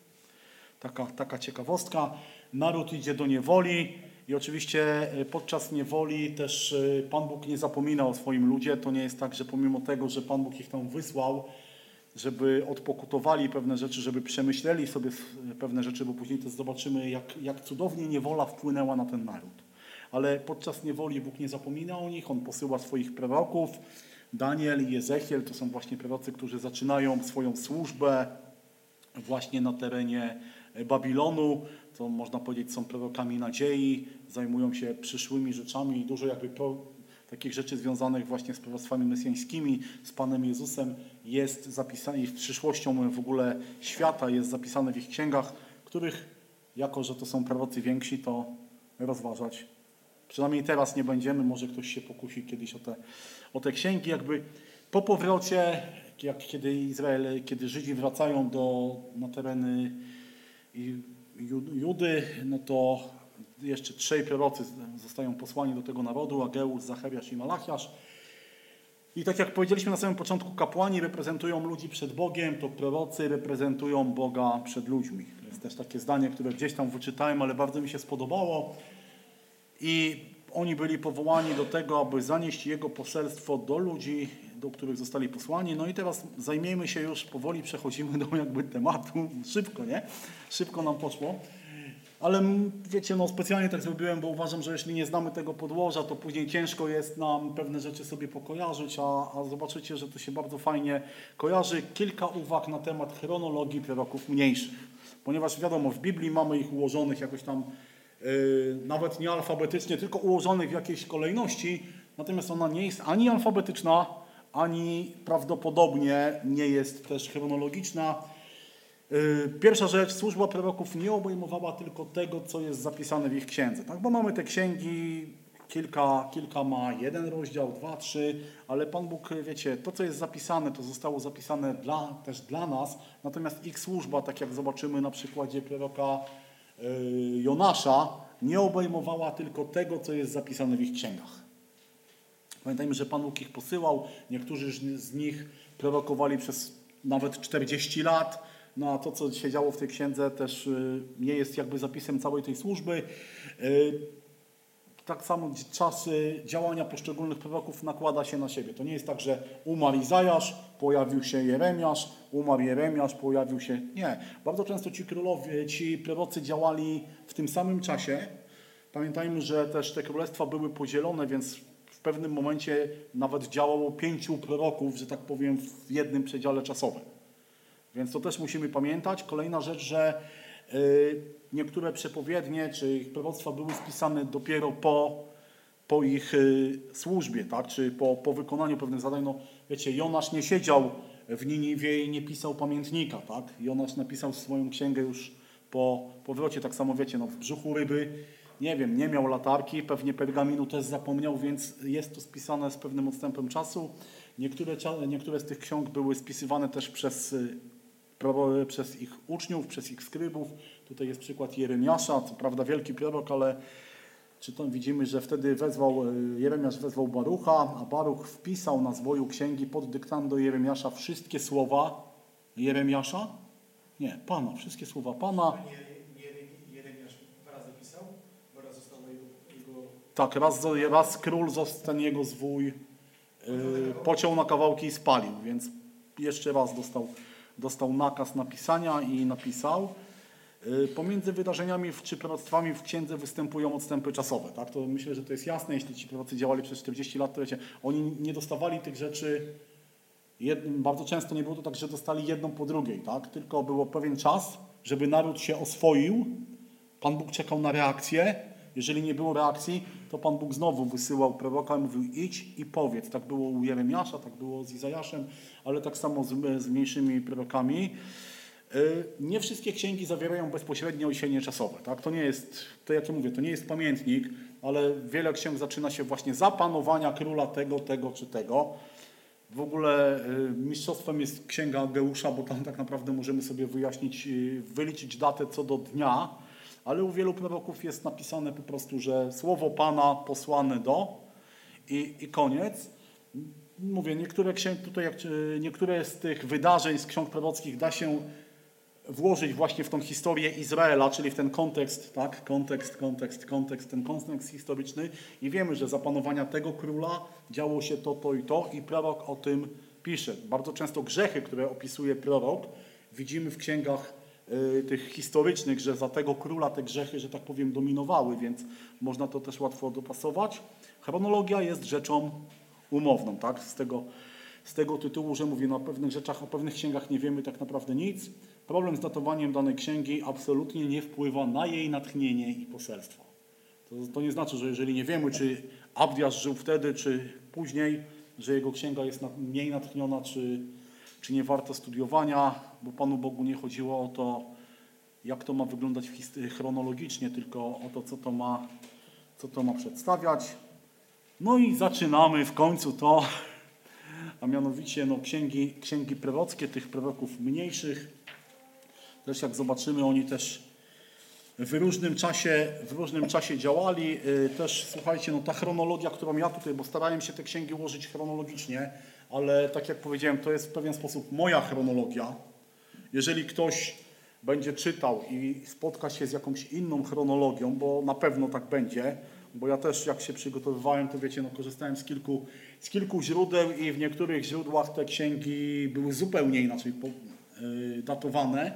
Taka ciekawostka. Naród idzie do niewoli i oczywiście podczas niewoli też Pan Bóg nie zapomina o swoim ludzie. To nie jest tak, że pomimo tego, że Pan Bóg ich tam wysłał, żeby odpokutowali pewne rzeczy, żeby przemyśleli sobie pewne rzeczy, bo później też zobaczymy, jak cudownie niewola wpłynęła na ten naród. Ale podczas niewoli Bóg nie zapomina o nich, On posyła swoich proroków. Daniel i Ezechiel to są właśnie prorocy, którzy zaczynają swoją służbę właśnie na terenie Babilonu. To można powiedzieć, są prorokami nadziei, zajmują się przyszłymi rzeczami i dużo takich rzeczy związanych właśnie z proroctwami mesjańskimi, z Panem Jezusem jest zapisane i przyszłością w ogóle świata jest zapisane w ich księgach, których jako, że to są prorocy więksi, to rozważać. Przynajmniej teraz nie będziemy, może ktoś się pokusi kiedyś o te księgi. Jakby po powrocie, kiedy Żydzi wracają na tereny Judy, no to jeszcze 3 prorocy zostają posłani do tego narodu, Ageusz, Zachariasz i Malachiasz. I tak jak powiedzieliśmy na samym początku, kapłani reprezentują ludzi przed Bogiem, to prorocy reprezentują Boga przed ludźmi. To jest też takie zdanie, które gdzieś tam wyczytałem, ale bardzo mi się spodobało. I oni byli powołani do tego, aby zanieść Jego poselstwo do ludzi, do których zostali posłani. No i teraz zajmiemy się już, powoli przechodzimy do tematu. Szybko, nie? Szybko nam poszło. Ale wiecie, specjalnie tak zrobiłem, bo uważam, że jeśli nie znamy tego podłoża, to później ciężko jest nam pewne rzeczy sobie pokojarzyć, a zobaczycie, że to się bardzo fajnie kojarzy. Kilka uwag na temat chronologii proroków mniejszych. Ponieważ wiadomo, w Biblii mamy ich ułożonych jakoś tam nawet nie alfabetycznie, tylko ułożonych w jakiejś kolejności, natomiast ona nie jest ani alfabetyczna, ani prawdopodobnie nie jest też chronologiczna. Pierwsza rzecz, służba proroków nie obejmowała tylko tego, co jest zapisane w ich księdze, tak? Bo mamy te księgi, kilka ma jeden rozdział, 2, 3, ale Pan Bóg, wiecie, to co jest zapisane, to zostało zapisane też dla nas, natomiast ich służba, tak jak zobaczymy na przykładzie proroka Jonasza, nie obejmowała tylko tego, co jest zapisane w ich księgach. Pamiętajmy, że Pan Bóg ich posyłał, niektórzy z nich prorokowali przez nawet 40 lat, no a to, co się działo w tej księdze, też nie jest jakby zapisem całej tej służby. Tak samo czas działania poszczególnych proroków nakłada się na siebie. To nie jest tak, że umarł Izajasz, pojawił się Jeremiasz, umarł Jeremiasz, pojawił się... Nie. Bardzo często ci prorocy działali w tym samym czasie. Pamiętajmy, że też te królestwa były podzielone, więc w pewnym momencie nawet działało 5 proroków, że tak powiem, w jednym przedziale czasowym. Więc to też musimy pamiętać. Kolejna rzecz, że niektóre przepowiednie czy ich proroctwa były spisane dopiero po ich służbie, tak? Czy po wykonaniu pewnych zadań. No, wiecie, Jonasz nie siedział w Niniwie i nie pisał pamiętnika. Tak? Jonasz napisał swoją księgę już po powrocie. Tak samo wiecie, no, w brzuchu ryby, nie wiem, nie miał latarki, pewnie pergaminu też zapomniał, więc jest to spisane z pewnym odstępem czasu. Niektóre z tych ksiąg były spisywane też przez ich uczniów, przez ich skrybów. Tutaj jest przykład Jeremiasza, co prawda wielki prorok, ale widzimy, że wtedy Jeremiasz wezwał Barucha, a Baruch wpisał na zwoju księgi pod dyktando Jeremiasza wszystkie słowa Jeremiasza? Nie, Pana, wszystkie słowa Pana. Jeremiasz 2 razy pisał, bo raz został jego... Tak, raz król ten jego zwój pociął na kawałki i spalił, więc jeszcze raz dostał nakaz napisania i napisał. Pomiędzy wydarzeniami czy proroctwami w księdze występują odstępy czasowe. Tak? To myślę, że to jest jasne. Jeśli ci prorocy działali przez 40 lat, to wiecie, oni nie dostawali tych rzeczy, bardzo często nie było to tak, że dostali jedną po drugiej. Tak? Tylko było pewien czas, żeby naród się oswoił. Pan Bóg czekał na reakcję. Jeżeli nie było reakcji, to Pan Bóg znowu wysyłał proroka i mówił: idź i powiedz. Tak było u Jeremiasza, tak było z Izajaszem, ale tak samo z mniejszymi prorokami. Nie wszystkie księgi zawierają bezpośrednie odniesienie czasowe. Tak? To nie jest, to jak ja mówię, to nie jest pamiętnik, ale wiele księg zaczyna się właśnie za panowania króla tego czy tego. W ogóle mistrzostwem jest księga Ageusza, bo tam tak naprawdę możemy sobie wyliczyć datę co do dnia, ale u wielu proroków jest napisane po prostu, że słowo Pana posłane do i koniec. Mówię, niektóre z tych wydarzeń z ksiąg prorockich da się włożyć właśnie w tą historię Izraela, czyli w ten kontekst, tak? Ten kontekst historyczny i wiemy, że za panowania tego króla działo się to i prorok o tym pisze. Bardzo często grzechy, które opisuje prorok, widzimy w księgach tych historycznych, że za tego króla te grzechy, że tak powiem, dominowały, więc można to też łatwo dopasować. Chronologia jest rzeczą umowną, tak? Z tego tytułu, że mówię, o pewnych rzeczach, o pewnych księgach nie wiemy tak naprawdę nic. Problem z datowaniem danej księgi absolutnie nie wpływa na jej natchnienie i poselstwo. To nie znaczy, że jeżeli nie wiemy, czy Abdiasz żył wtedy, czy później, że jego księga jest mniej natchniona, czy nie warto studiowania, bo Panu Bogu nie chodziło o to, jak to ma wyglądać chronologicznie, tylko o to, co to ma przedstawiać. No i zaczynamy w końcu to, a mianowicie księgi prorockie, tych proroków mniejszych. Też jak zobaczymy, oni też w różnym czasie działali. Też słuchajcie, ta chronologia, którą ja tutaj, bo starałem się te księgi ułożyć chronologicznie, ale tak jak powiedziałem, to jest w pewien sposób moja chronologia. Jeżeli ktoś będzie czytał i spotka się z jakąś inną chronologią, bo na pewno tak będzie, bo ja też jak się przygotowywałem, to wiecie, korzystałem z kilku źródeł i w niektórych źródłach te księgi były zupełnie inaczej datowane.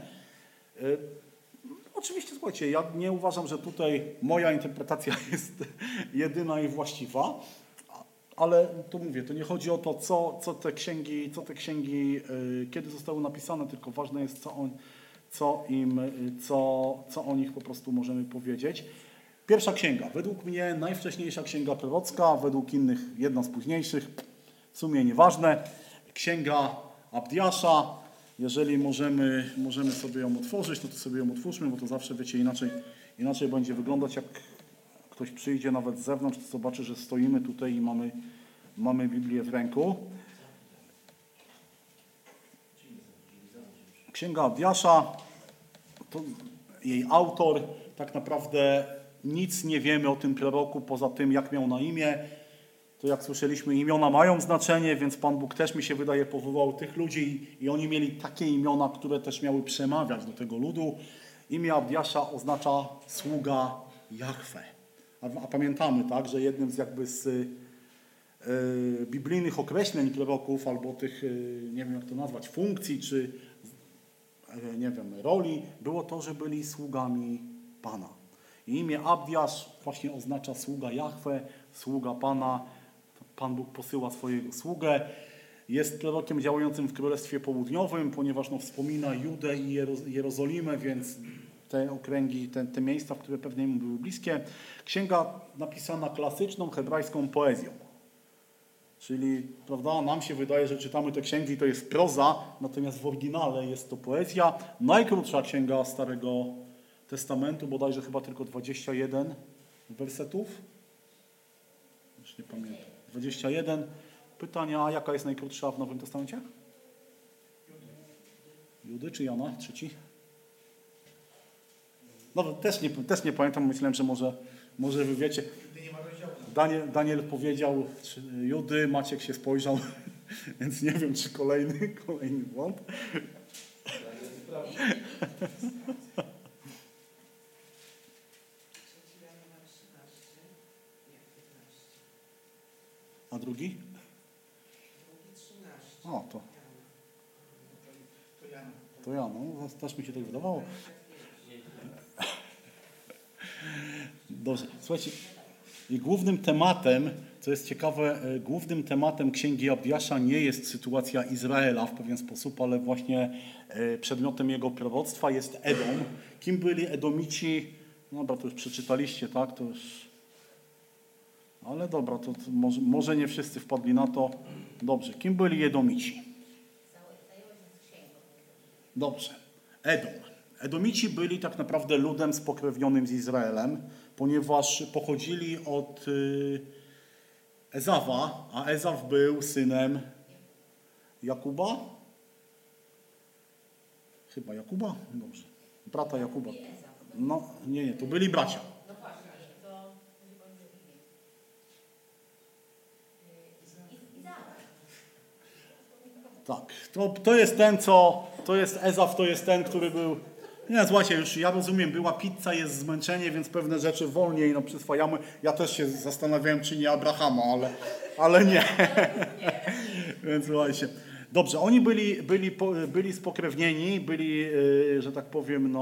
Oczywiście, słuchajcie, ja nie uważam, że tutaj moja interpretacja jest jedyna i właściwa, ale to mówię, to nie chodzi o to, co te księgi kiedy zostały napisane, tylko ważne jest, co o nich po prostu możemy powiedzieć. Pierwsza księga, według mnie najwcześniejsza księga prorocka, według innych jedna z późniejszych, w sumie nieważne. Księga Abdiasza, jeżeli możemy sobie ją otworzyć, no to sobie ją otwórzmy, bo to zawsze, wiecie, inaczej będzie wyglądać, jak ktoś przyjdzie nawet z zewnątrz, to zobaczy, że stoimy tutaj i mamy Biblię w ręku. Księga Abdiasza, to jej autor, tak naprawdę nic nie wiemy o tym proroku, poza tym, jak miał na imię. To jak słyszeliśmy, imiona mają znaczenie, więc Pan Bóg też, mi się wydaje, powołał tych ludzi i oni mieli takie imiona, które też miały przemawiać do tego ludu. Imię Abdiasza oznacza sługa Jahwe. A pamiętamy, tak, że jednym z biblijnych określeń proroków, albo tych, nie wiem jak to nazwać, funkcji, czy nie wiem, roli, było to, że byli sługami Pana. I imię Abdiasz właśnie oznacza sługa Jahwe, sługa Pana. Pan Bóg posyła swojego sługę. Jest prorokiem działającym w Królestwie Południowym, ponieważ wspomina Judę i Jerozolimę, więc te okręgi, te miejsca, które pewnie mu były bliskie. Księga napisana klasyczną hebrajską poezją. Czyli, prawda, nam się wydaje, że czytamy te księgi, to jest proza, natomiast w oryginale jest to poezja. Najkrótsza księga Starego Testamentu, bodajże chyba tylko 21 wersetów. Już nie pamiętam. 21. Pytanie, a jaka jest najkrótsza w Nowym Testamencie? Judy czy Jana? Trzeci? No też nie pamiętam, myślałem, że może wy wiecie. Daniel powiedział Judy, Maciek się spojrzał, więc nie wiem, czy kolejny błąd. A drugi? O, to ja, no, też mi się tak wydawało. Dobrze, słuchajcie, i głównym tematem, co jest ciekawe, głównym tematem Księgi Abdiasza nie jest sytuacja Izraela w pewien sposób, ale właśnie przedmiotem jego proroctwa jest Edom. Kim byli Edomici? No dobra, to już przeczytaliście, tak? To już... Ale dobra, to może nie wszyscy wpadli na to. Dobrze, kim byli Edomici? Dobrze, Edom. Edomici byli tak naprawdę ludem spokrewnionym z Izraelem, ponieważ pochodzili od Ezawa, a Ezaw był synem Jakuba? Chyba Jakuba? Dobrze. Brata Jakuba. No, nie, to byli bracia. Tak, to jest ten, to jest Ezaw, to jest ten, który był... Nie, słuchajcie, już ja rozumiem, była pizza, jest zmęczenie, więc pewne rzeczy wolniej przyswajamy. Ja też się zastanawiałem, czy nie Abrahama, ale nie. Więc słuchajcie. Dobrze, oni byli spokrewnieni, byli, że tak powiem,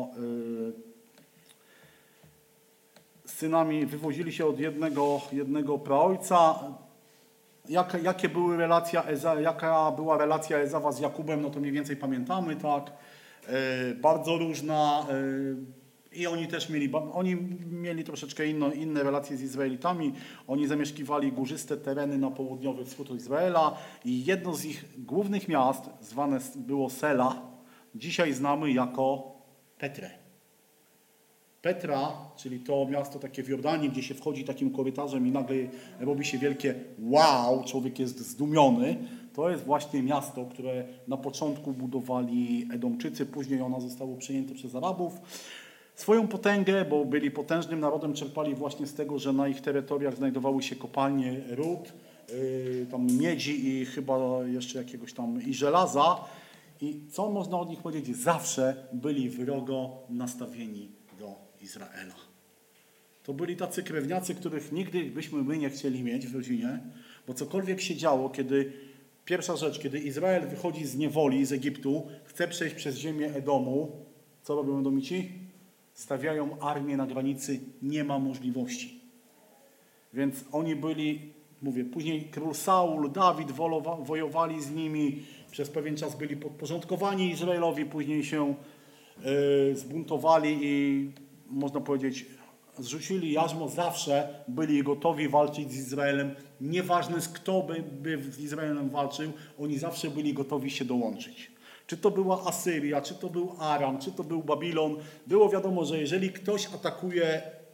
synami, wywozili się od jednego praojca. Jaka była relacja Ezawa z Jakubem, no to mniej więcej pamiętamy, tak? Bardzo różna i oni mieli troszeczkę inne relacje z Izraelitami. Oni zamieszkiwali górzyste tereny na południowy wschód Izraela i jedno z ich głównych miast zwane było Sela, dzisiaj znamy jako Petrę. Petra, czyli to miasto takie w Jordanii, gdzie się wchodzi takim korytarzem i nagle robi się wielkie wow, człowiek jest zdumiony. To jest właśnie miasto, które na początku budowali Edomczycy, później ono zostało przejęte przez Arabów. Swoją potęgę, bo byli potężnym narodem, czerpali właśnie z tego, że na ich terytoriach znajdowały się kopalnie ród, tam miedzi i chyba jeszcze jakiegoś tam i żelaza. I co można od nich powiedzieć? Zawsze byli wrogo nastawieni do Izraela. To byli tacy krewniacy, których nigdy byśmy my nie chcieli mieć w rodzinie, bo cokolwiek się działo, pierwsza rzecz, kiedy Izrael wychodzi z niewoli, z Egiptu, chce przejść przez ziemię Edomu, co robią Edomici? Stawiają armię na granicy, nie ma możliwości. Więc oni byli, mówię, później król Saul, Dawid wojowali z nimi, przez pewien czas byli podporządkowani Izraelowi, później się zbuntowali i można powiedzieć, zrzucili jarzmo, zawsze byli gotowi walczyć z Izraelem. Nieważne kto by z Izraelem walczył, oni zawsze byli gotowi się dołączyć. Czy to była Asyria, czy to był Aram, czy to był Babilon. Było wiadomo, że jeżeli ktoś atakuje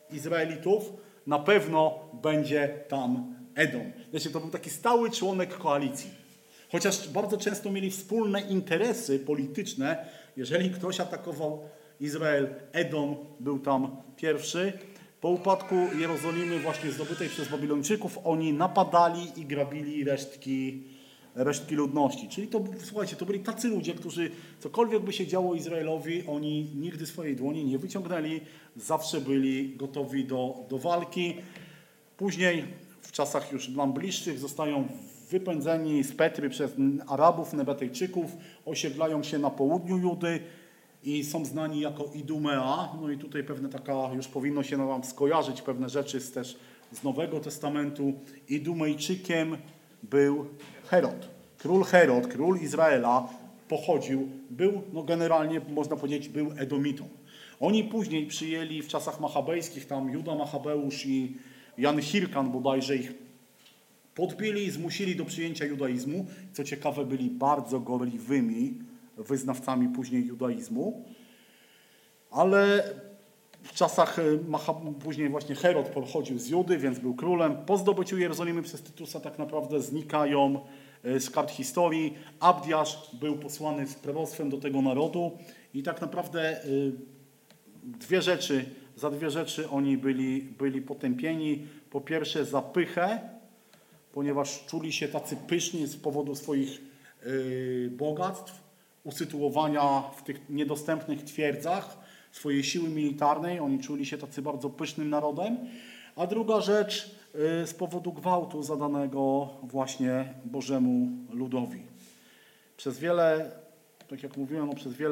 Izraelitów, na pewno będzie tam Edom. Wiecie, to był taki stały członek koalicji. Chociaż bardzo często mieli wspólne interesy polityczne, jeżeli ktoś atakował Izrael, Edom był tam pierwszy. Po upadku Jerozolimy właśnie zdobytej przez Babilończyków oni napadali i grabili resztki ludności. Czyli to, słuchajcie, to byli tacy ludzie, którzy cokolwiek by się działo Izraelowi, oni nigdy swojej dłoni nie wyciągnęli, zawsze byli gotowi do walki. Później w czasach już nam bliższych zostają wypędzeni z Petry przez Arabów, Nebetejczyków, osiedlają się na południu Judy i są znani jako Idumea. No i tutaj pewne taka, już powinno się nam skojarzyć pewne rzeczy też z Nowego Testamentu. Idumejczykiem był Herod. Herod, król Izraela, pochodził, był, no generalnie można powiedzieć, był Edomitą. Oni później przyjęli w czasach machabejskich, tam Juda Machabeusz i Jan Hirkan bodajże ich podbili i zmusili do przyjęcia judaizmu. Co ciekawe, byli bardzo gorliwymi wyznawcami później judaizmu. Ale w czasach później właśnie Herod pochodził z Judy, więc był królem. Po zdobyciu Jerozolimy przez Tytusa tak naprawdę znikają z kart historii. Abdiasz był posłany z proroctwem do tego narodu i tak naprawdę za dwie rzeczy oni byli potępieni. Po pierwsze za pychę, ponieważ czuli się tacy pyszni z powodu swoich bogactw, usytuowania w tych niedostępnych twierdzach, swojej siły militarnej. Oni czuli się tacy bardzo pysznym narodem. A druga rzecz z powodu gwałtu zadanego właśnie Bożemu ludowi. Przez wiele, tak jak mówiłem,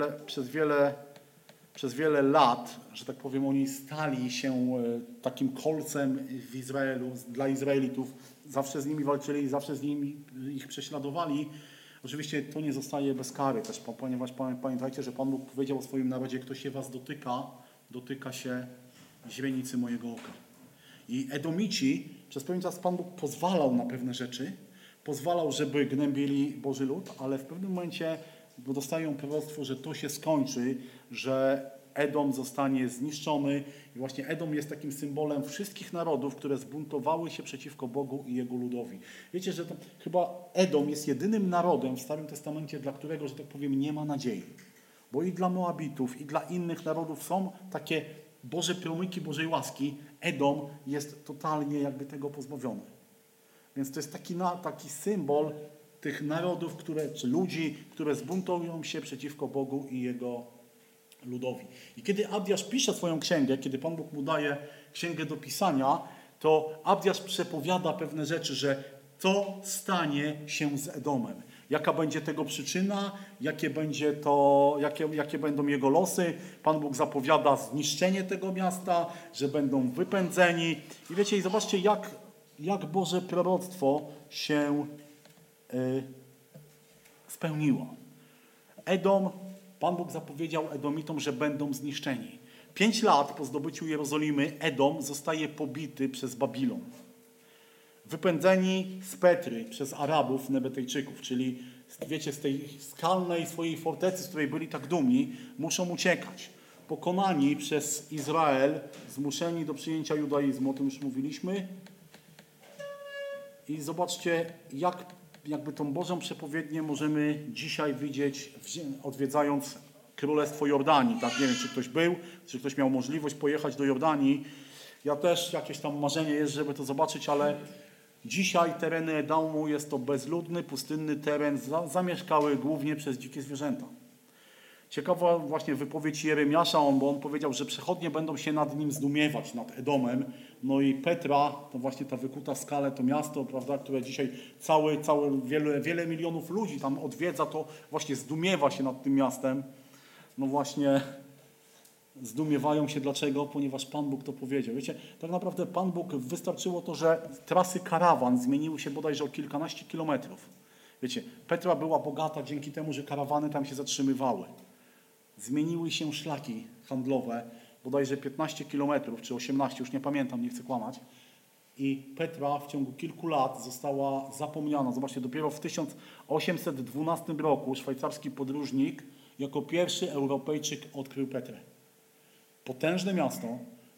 przez wiele lat, że tak powiem, oni stali się takim kolcem w Izraelu, dla Izraelitów. Zawsze z nimi walczyli, zawsze z nimi ich prześladowali. Oczywiście to nie zostaje bez kary też, ponieważ pamiętajcie, że Pan Bóg powiedział o swoim narodzie, kto się was dotyka się źrenicy mojego oka. I Edomici, przez pewien czas Pan Bóg pozwalał na pewne rzeczy, pozwalał, żeby gnębili Boży lud, ale w pewnym momencie dostają proroctwo, że to się skończy, że Edom zostanie zniszczony i właśnie Edom jest takim symbolem wszystkich narodów, które zbuntowały się przeciwko Bogu i Jego ludowi. Wiecie, że to chyba Edom jest jedynym narodem w Starym Testamencie, dla którego, że tak powiem, nie ma nadziei. Bo i dla Moabitów, i dla innych narodów są takie Boże promyki Bożej łaski. Edom jest totalnie jakby tego pozbawiony. Więc to jest taki symbol tych narodów, czy ludzi, które zbuntują się przeciwko Bogu i Jego ludowi. I kiedy Abdiasz pisze swoją księgę, kiedy Pan Bóg mu daje księgę do pisania, to Abdiasz przepowiada pewne rzeczy, że co stanie się z Edomem. Jaka będzie tego przyczyna, jakie będą jego losy. Pan Bóg zapowiada zniszczenie tego miasta, że będą wypędzeni. I wiecie, i zobaczcie, jak Boże proroctwo się spełniło. Edom, Pan Bóg zapowiedział Edomitom, że będą zniszczeni. 5 lat po zdobyciu Jerozolimy Edom zostaje pobity przez Babilon. Wypędzeni z Petry przez Arabów, Nebetejczyków, czyli wiecie, z tej skalnej swojej fortecy, z której byli tak dumni, muszą uciekać. Pokonani przez Izrael, zmuszeni do przyjęcia judaizmu, o tym już mówiliśmy. I zobaczcie, jakby tą Bożą przepowiednię możemy dzisiaj widzieć, odwiedzając Królestwo Jordanii. Tak, nie wiem, czy ktoś był, czy ktoś miał możliwość pojechać do Jordanii. Ja też jakieś tam marzenie jest, żeby to zobaczyć, ale dzisiaj tereny Edomu jest to bezludny, pustynny teren, zamieszkały głównie przez dzikie zwierzęta. Ciekawa właśnie wypowiedź Jeremiasza, bo on powiedział, że przechodnie będą się nad nim zdumiewać, nad Edomem. No i Petra, to właśnie ta wykuta w skale, to miasto, prawda, które dzisiaj wiele milionów ludzi tam odwiedza, to właśnie zdumiewa się nad tym miastem. No właśnie zdumiewają się dlaczego? Ponieważ Pan Bóg to powiedział. Wiecie, tak naprawdę Pan Bóg, wystarczyło to, że trasy karawan zmieniły się bodajże o kilkanaście kilometrów. Wiecie, Petra była bogata dzięki temu, że karawany tam się zatrzymywały. Zmieniły się szlaki handlowe, bodajże 15 kilometrów, czy 18, już nie pamiętam, nie chcę kłamać. I Petra w ciągu kilku lat została zapomniana. Zobaczcie, dopiero w 1812 roku szwajcarski podróżnik jako pierwszy Europejczyk odkrył Petrę. Potężne miasto,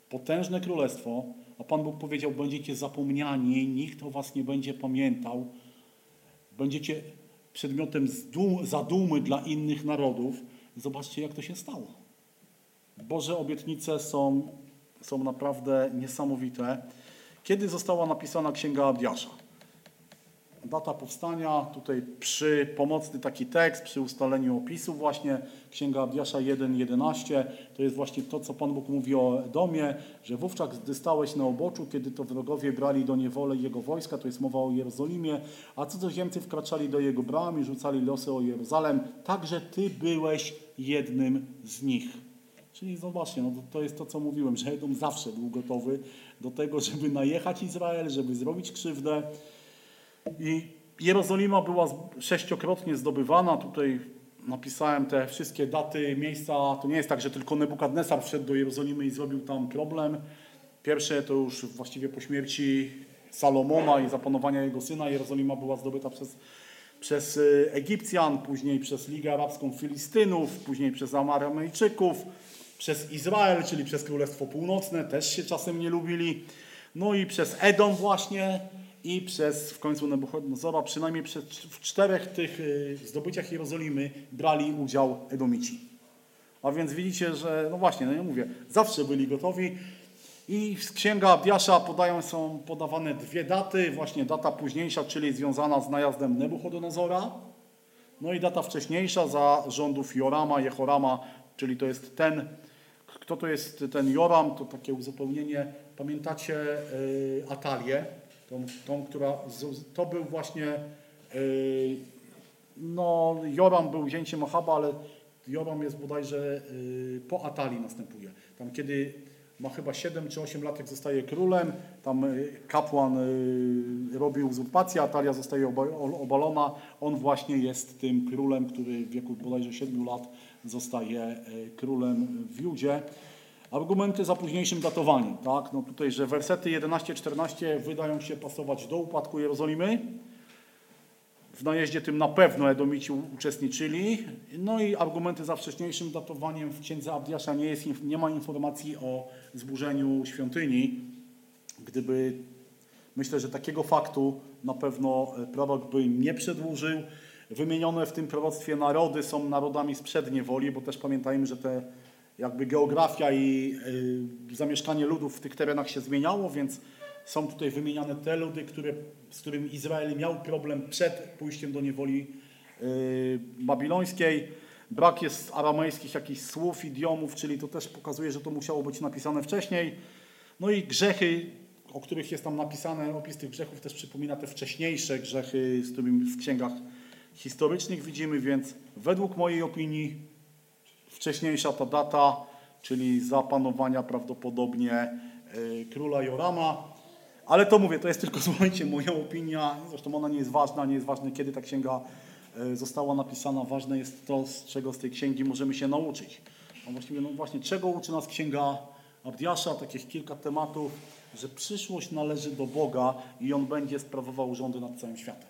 potężne królestwo, a Pan Bóg powiedział, będziecie zapomniani, nikt o was nie będzie pamiętał, będziecie przedmiotem zadumy dla innych narodów. Zobaczcie, jak to się stało. Boże obietnice są naprawdę niesamowite. Kiedy została napisana Księga Abdiasza? Data powstania, tutaj pomocny taki tekst, przy ustaleniu opisu właśnie, Księga Abdiasza 1:11, to jest właśnie to, co Pan Bóg mówi o Edomie, że wówczas, gdy stałeś na uboczu, kiedy to wrogowie brali do niewoli jego wojska, to jest mowa o Jerozolimie, a cudzoziemcy wkraczali do jego bram i rzucali losy o Jeruzalem, także Ty byłeś jednym z nich. Czyli zobaczcie, no to jest to, co mówiłem, że Edom zawsze był gotowy do tego, żeby najechać Izrael, żeby zrobić krzywdę. I Jerozolima była 6-krotnie zdobywana. Tutaj napisałem te wszystkie daty, miejsca. To nie jest tak, że tylko Nebukadnesar wszedł do Jerozolimy i zrobił tam problem. Pierwsze to już właściwie po śmierci Salomona i zapanowania jego syna. Jerozolima była zdobyta przez Egipcjan, później przez Ligę Arabską Filistynów, później przez Aramejczyków, przez Izrael, czyli przez Królestwo Północne, też się czasem nie lubili. No i przez Edom właśnie i w końcu Nebuchadnezzara, przynajmniej w 4 tych zdobyciach Jerozolimy brali udział Edomici. A więc widzicie, że no właśnie, no ja mówię, zawsze byli gotowi. I z Księga Abdiasza są podawane 2 daty, właśnie data późniejsza, czyli związana z najazdem Nebuchadnezzara, no i data wcześniejsza za rządów Jorama, Jehorama, czyli to jest kto to jest ten Joram, to takie uzupełnienie, pamiętacie Atalię, to był właśnie, no Joram był zięciem Achaba, ale Joram jest bodajże po Atalii następuje. Tam kiedy ma chyba 7 czy 8 lat, jak zostaje królem, tam kapłan robi uzurpację, Atalia zostaje obalona, on właśnie jest tym królem, który w wieku bodajże 7 lat zostaje królem w Judzie. Argumenty za późniejszym datowaniem, tak? No tutaj, że wersety 11-14 wydają się pasować do upadku Jerozolimy. W najeździe tym na pewno Edomici uczestniczyli. No i argumenty za wcześniejszym datowaniem w Księdze Abdiasza nie ma informacji o zburzeniu świątyni. Myślę, że takiego faktu na pewno prorok by nie przedłużył. Wymienione w tym proroctwie narody są narodami sprzed niewoli, bo też pamiętajmy, że jakby geografia i zamieszkanie ludów w tych terenach się zmieniało, więc są tutaj wymieniane te ludy, z którymi Izrael miał problem przed pójściem do niewoli babilońskiej. Brak jest aramejskich jakichś słów, idiomów, czyli to też pokazuje, że to musiało być napisane wcześniej. No i grzechy, o których jest tam napisane, opis tych grzechów też przypomina te wcześniejsze grzechy, z którymi w księgach historycznych widzimy, więc według mojej opinii wcześniejsza ta data, czyli zapanowania prawdopodobnie króla Jorama. Ale to mówię, to jest tylko, słuchajcie, moja opinia, zresztą ona nie jest ważna, nie jest ważne, kiedy ta księga została napisana, ważne jest to, z czego z tej księgi możemy się nauczyć. A właściwie, no właśnie, czego uczy nas Księga Abdiasza, takich kilka tematów, że przyszłość należy do Boga i On będzie sprawował rządy nad całym światem.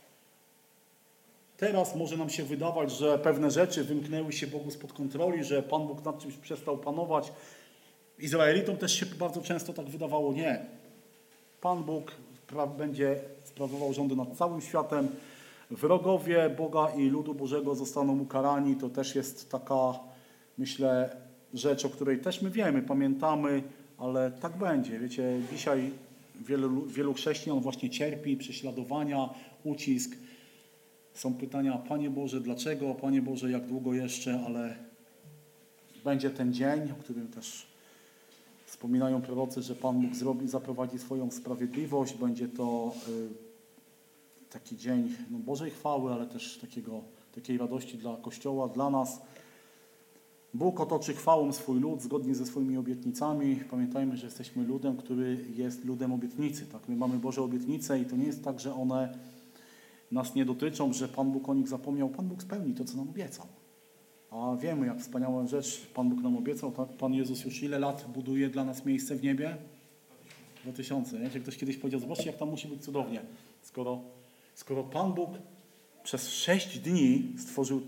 Teraz może nam się wydawać, że pewne rzeczy wymknęły się Bogu spod kontroli, że Pan Bóg nad czymś przestał panować. Izraelitom też się bardzo często tak wydawało. Nie. Pan Bóg będzie sprawował rządy nad całym światem. Wrogowie Boga i ludu Bożego zostaną ukarani. To też jest taka, myślę, rzecz, o której też my wiemy, pamiętamy, ale tak będzie. Wiecie, dzisiaj wielu chrześcijan właśnie cierpi, prześladowania, ucisk. Są pytania, Panie Boże, dlaczego? Panie Boże, jak długo jeszcze? Ale będzie ten dzień, o którym też wspominają prorocy, że Pan Bóg zaprowadzi swoją sprawiedliwość. Będzie to taki dzień Bożej chwały, ale też takiej radości dla Kościoła, dla nas. Bóg otoczy chwałą swój lud zgodnie ze swoimi obietnicami. Pamiętajmy, że jesteśmy ludem, który jest ludem obietnicy. Tak? My mamy Boże obietnice i to nie jest tak, że one nas nie dotyczą, że Pan Bóg o nich zapomniał. Pan Bóg spełni to, co nam obiecał. A wiemy, jak wspaniałą rzecz Pan Bóg nam obiecał. Tak? Pan Jezus już ile lat buduje dla nas miejsce w niebie? 2000. Wiecie, ktoś kiedyś powiedział, zobaczcie, jak tam musi być cudownie. Skoro Pan Bóg przez 6 dni stworzył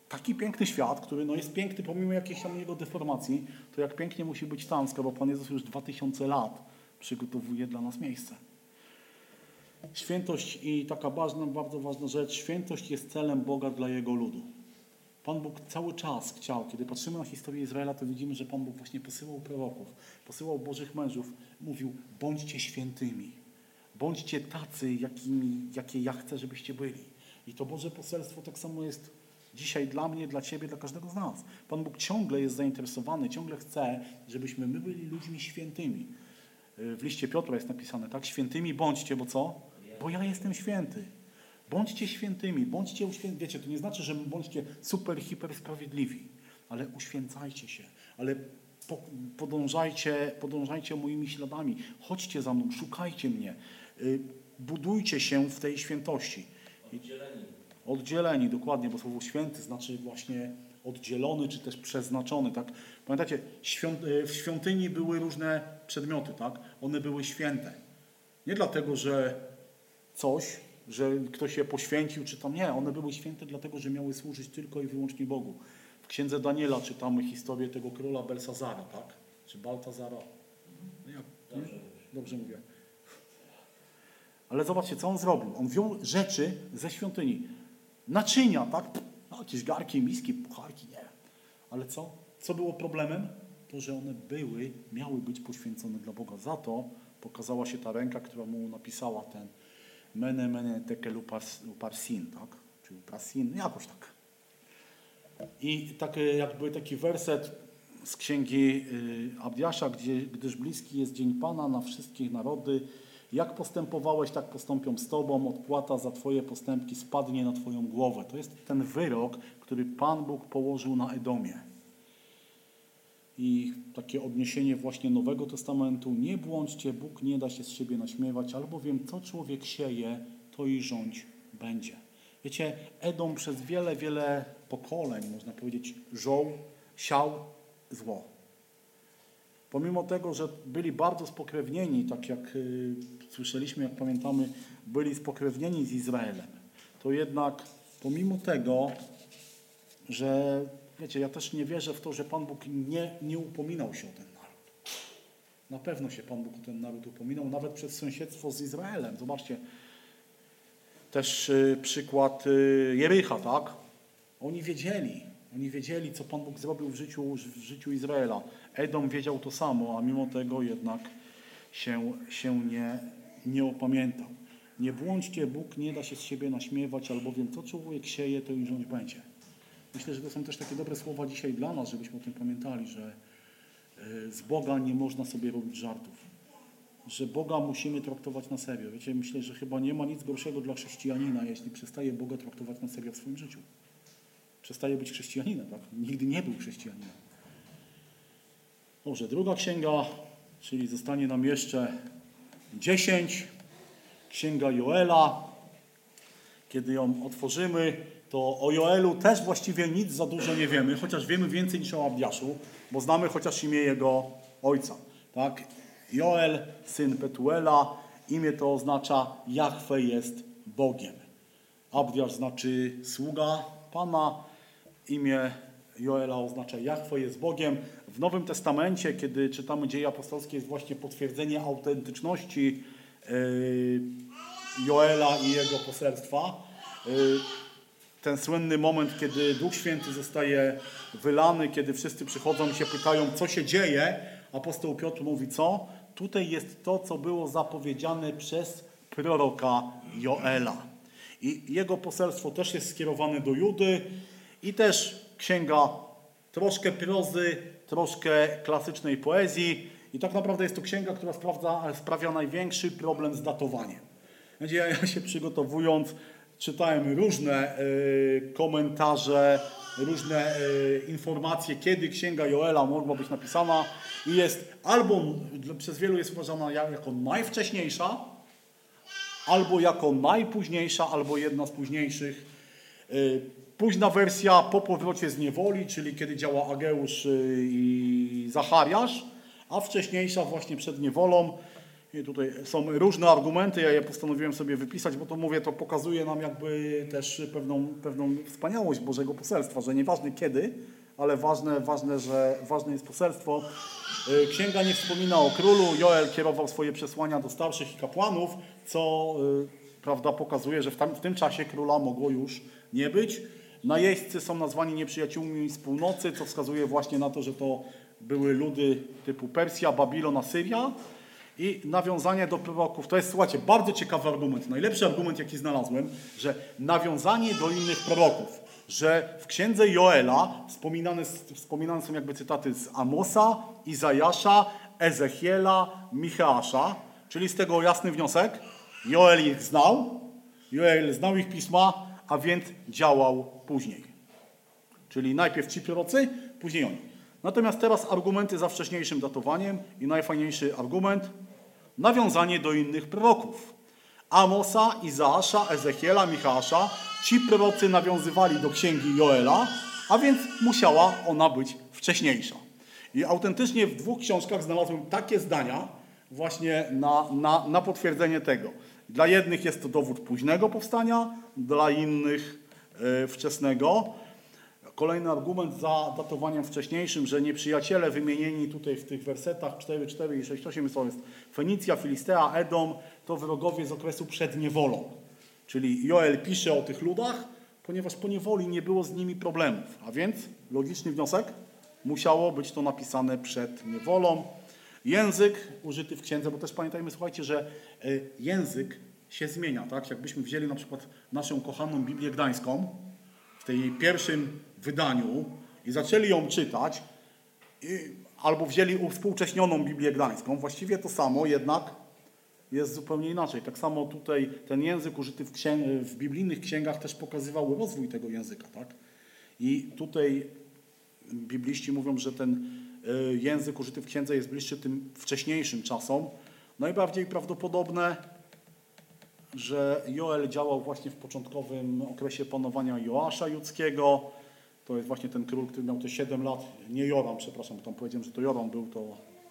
taki piękny świat, który no jest piękny pomimo jakiejś tam jego deformacji, to jak pięknie musi być tam, skoro Pan Jezus już 2000 lat przygotowuje dla nas miejsce. Świętość i taka bardzo ważna rzecz, świętość jest celem Boga dla Jego ludu. Pan Bóg cały czas chciał, kiedy patrzymy na historię Izraela, to widzimy, że Pan Bóg właśnie posyłał proroków, posyłał Bożych mężów, mówił, bądźcie świętymi, bądźcie tacy, jakie ja chcę, żebyście byli. I to Boże poselstwo tak samo jest dzisiaj dla mnie, dla Ciebie, dla każdego z nas. Pan Bóg ciągle jest zainteresowany, ciągle chce, żebyśmy my byli ludźmi świętymi. W liście Piotra jest napisane, tak? Świętymi bądźcie, bo co? Bo ja jestem święty. Bądźcie świętymi, bądźcie uświęceni. Wiecie, to nie znaczy, że bądźcie super, hiper sprawiedliwi, ale uświęcajcie się, ale podążajcie moimi śladami. Chodźcie za mną, szukajcie mnie. Budujcie się w tej świętości. Oddzieleni, dokładnie, bo słowo święty znaczy właśnie oddzielony, czy też przeznaczony, tak? Pamiętacie, w świątyni były różne przedmioty, tak? One były święte. Nie dlatego, że ktoś je poświęcił, czy tam nie. One były święte dlatego, że miały służyć tylko i wyłącznie Bogu. W księdze Daniela czytamy historię tego króla Belsazara, tak? Czy Baltazara? Dobrze mówię. Ale zobaczcie, co on zrobił. On wziął rzeczy ze świątyni. Naczynia, tak? No, jakieś garki, miski, pucharki, nie. Ale co? Co było problemem? To, że one miały być poświęcone dla Boga. Za to pokazała się ta ręka, która mu napisała ten mene, mene, tekel uparsin, tak? Czy uparsin, jakoś tak. I jakby taki werset z księgi Abdiasza, gdyż bliski jest dzień Pana na wszystkie narody, jak postępowałeś, tak postąpią z Tobą, odpłata za Twoje postępki spadnie na Twoją głowę. To jest ten wyrok, który Pan Bóg położył na Edomie. I takie odniesienie właśnie Nowego Testamentu. Nie błądźcie, Bóg nie da się z siebie naśmiewać, albowiem co człowiek sieje, to i rządź będzie. Wiecie, Edom przez wiele, wiele pokoleń, można powiedzieć, siał zło. Pomimo tego, że byli bardzo spokrewnieni, tak jak słyszeliśmy, jak pamiętamy, byli spokrewnieni z Izraelem, to jednak pomimo tego, że wiecie, ja też nie wierzę w to, że Pan Bóg nie upominał się o ten naród. Na pewno się Pan Bóg o ten naród upominał, nawet przez sąsiedztwo z Izraelem. Zobaczcie, też przykład Jericha, tak? Oni wiedzieli, co Pan Bóg zrobił w życiu Izraela. Edom wiedział to samo, a mimo tego jednak się nie opamiętał. Nie błądźcie, Bóg nie da się z siebie naśmiewać, albowiem co człowiek sieje, to i rządź będzie. Myślę, że to są też takie dobre słowa dzisiaj dla nas, żebyśmy o tym pamiętali, że z Boga nie można sobie robić żartów. Że Boga musimy traktować na serio. Wiecie, myślę, że chyba nie ma nic gorszego dla chrześcijanina, jeśli przestaje Boga traktować na serio w swoim życiu. Przestaje być chrześcijaninem, tak? Nigdy nie był chrześcijaninem. Dobrze, druga księga, czyli zostanie nam jeszcze 10. Księga Joela. Kiedy ją otworzymy, to o Joelu też właściwie nic za dużo nie wiemy, chociaż wiemy więcej niż o Abdiaszu, bo znamy chociaż imię jego ojca. Tak? Joel, syn Petuela, imię to oznacza Jahwe jest Bogiem. Abdiasz znaczy sługa Pana, imię Joela oznacza Jahwe jest Bogiem. W Nowym Testamencie, kiedy czytamy Dzieje Apostolskie, jest właśnie potwierdzenie autentyczności Joela i jego poselstwa. Ten słynny moment, kiedy Duch Święty zostaje wylany, kiedy wszyscy przychodzą i się pytają, co się dzieje, apostoł Piotr mówi, co? Tutaj jest to, co było zapowiedziane przez proroka Joela. I jego poselstwo też jest skierowane do Judy i też księga troszkę prozy, troszkę klasycznej poezji i tak naprawdę jest to księga, która sprawia największy problem z datowaniem. Ja się przygotowując czytałem różne komentarze, różne informacje, kiedy księga Joela mogła być napisana i jest albo przez wielu jest uważana jako najwcześniejsza, albo jako najpóźniejsza, albo jedna z późniejszych. Późna wersja po powrocie z niewoli, czyli kiedy działa Ageusz i Zachariasz, a wcześniejsza właśnie przed niewolą. I tutaj są różne argumenty, ja je postanowiłem sobie wypisać, bo to mówię, to pokazuje nam jakby też pewną wspaniałość Bożego poselstwa, że nieważne kiedy, ale ważne jest poselstwo. Księga nie wspomina o królu, Joel kierował swoje przesłania do starszych i kapłanów, co prawda pokazuje, że w tym czasie króla mogło już nie być. Najeźdźcy są nazwani nieprzyjaciółmi z północy, co wskazuje właśnie na to, że to były ludy typu Persja, Babilon, Asyria. I nawiązanie do proroków, to jest, słuchajcie, bardzo ciekawy argument, najlepszy argument, jaki znalazłem, że nawiązanie do innych proroków, że w księdze Joela wspominane są jakby cytaty z Amosa, Izajasza, Ezechiela, Micheasza, czyli z tego jasny wniosek, Joel ich znał, Joel znał ich pisma, a więc działał później. Czyli najpierw ci prorocy, później oni. Natomiast teraz argumenty za wcześniejszym datowaniem i najfajniejszy argument, nawiązanie do innych proroków. Amosa, Izaasza, Ezechiela, Micheasza, ci prorocy nawiązywali do księgi Joela, a więc musiała ona być wcześniejsza. I autentycznie w 2 książkach znalazłem takie zdania właśnie na potwierdzenie tego. Dla jednych jest to dowód późnego powstania, dla innych wczesnego. Kolejny argument za datowaniem wcześniejszym, że nieprzyjaciele wymienieni tutaj w tych wersetach 4:4 i 6:8 to jest Fenicja, Filistea, Edom, to wrogowie z okresu przed niewolą. Czyli Joel pisze o tych ludach, ponieważ po niewoli nie było z nimi problemów. A więc logiczny wniosek, musiało być to napisane przed niewolą. Język użyty w księdze, bo też pamiętajmy, słuchajcie, że język się zmienia. Tak? Jakbyśmy wzięli na przykład naszą kochaną Biblię Gdańską, w tej pierwszym wydaniu i zaczęli ją czytać, albo wzięli uwspółcześnioną Biblię Gdańską, właściwie to samo, jednak jest zupełnie inaczej. Tak samo tutaj ten język użyty w biblijnych księgach też pokazywał rozwój tego języka. Tak? I tutaj bibliści mówią, że ten język użyty w księdze jest bliższy tym wcześniejszym czasom. Najbardziej prawdopodobne, że Joel działał właśnie w początkowym okresie panowania Joasza Judzkiego. To jest właśnie ten król, który miał te 7 lat. Nie Joram, przepraszam, tam powiedziałem, że to Joram był, to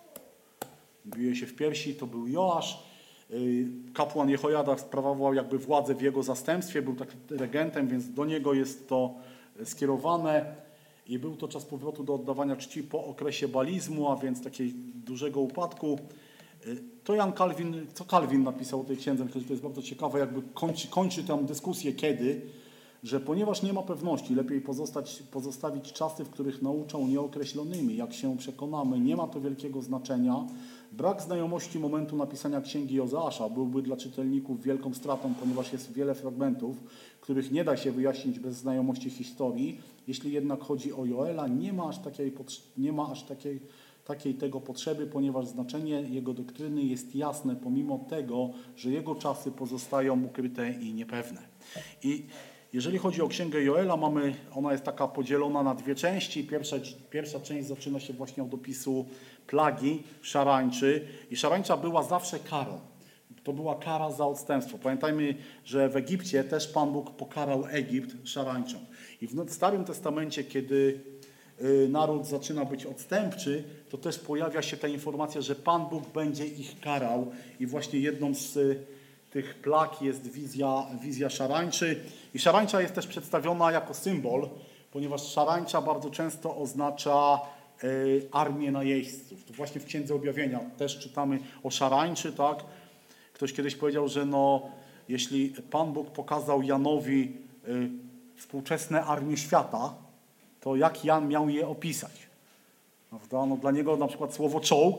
bije się w piersi, to był Joasz. Kapłan Jehojada sprawował jakby władzę w jego zastępstwie, był takim regentem, więc do niego jest to skierowane. I był to czas powrotu do oddawania czci po okresie balizmu, a więc takiego dużego upadku. To co Calvin napisał o tej księdze, to jest bardzo ciekawe, jakby kończy tę dyskusję kiedy, że ponieważ nie ma pewności, lepiej pozostawić czasy, w których nauczą nieokreślonymi, jak się przekonamy, nie ma to wielkiego znaczenia. Brak znajomości momentu napisania księgi Jozeasza byłby dla czytelników wielką stratą, ponieważ jest wiele fragmentów, których nie da się wyjaśnić bez znajomości historii. Jeśli jednak chodzi o Joela, nie ma aż takiej tego potrzeby, ponieważ znaczenie jego doktryny jest jasne, pomimo tego, że jego czasy pozostają ukryte i niepewne. I jeżeli chodzi o księgę Joela, ona jest taka podzielona na 2 części. Pierwsza część zaczyna się właśnie od opisu plagi szarańczy i szarańcza była zawsze karą. To była kara za odstępstwo. Pamiętajmy, że w Egipcie też Pan Bóg pokarał Egipt szarańczą. I w Starym Testamencie, kiedy naród zaczyna być odstępczy, to też pojawia się ta informacja, że Pan Bóg będzie ich karał i właśnie jedną z tych plag jest wizja szarańczy. I szarańcza jest też przedstawiona jako symbol, ponieważ szarańcza bardzo często oznacza armię najeźdźców. To właśnie w Księdze Objawienia też czytamy o szarańczy, tak? Ktoś kiedyś powiedział, że jeśli Pan Bóg pokazał Janowi współczesne armie świata, to jak Jan miał je opisać? Prawda? Dla niego na przykład słowo czołg.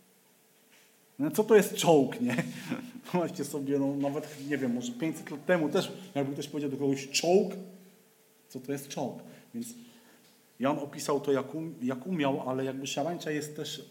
Co to jest czołg, nie? Zobaczcie sobie, nawet, nie wiem, może 500 lat temu też, jakby ktoś powiedział do kogoś czołg, co to jest czołg? Więc Jan opisał to jak umiał, ale jakby szarańcza jest też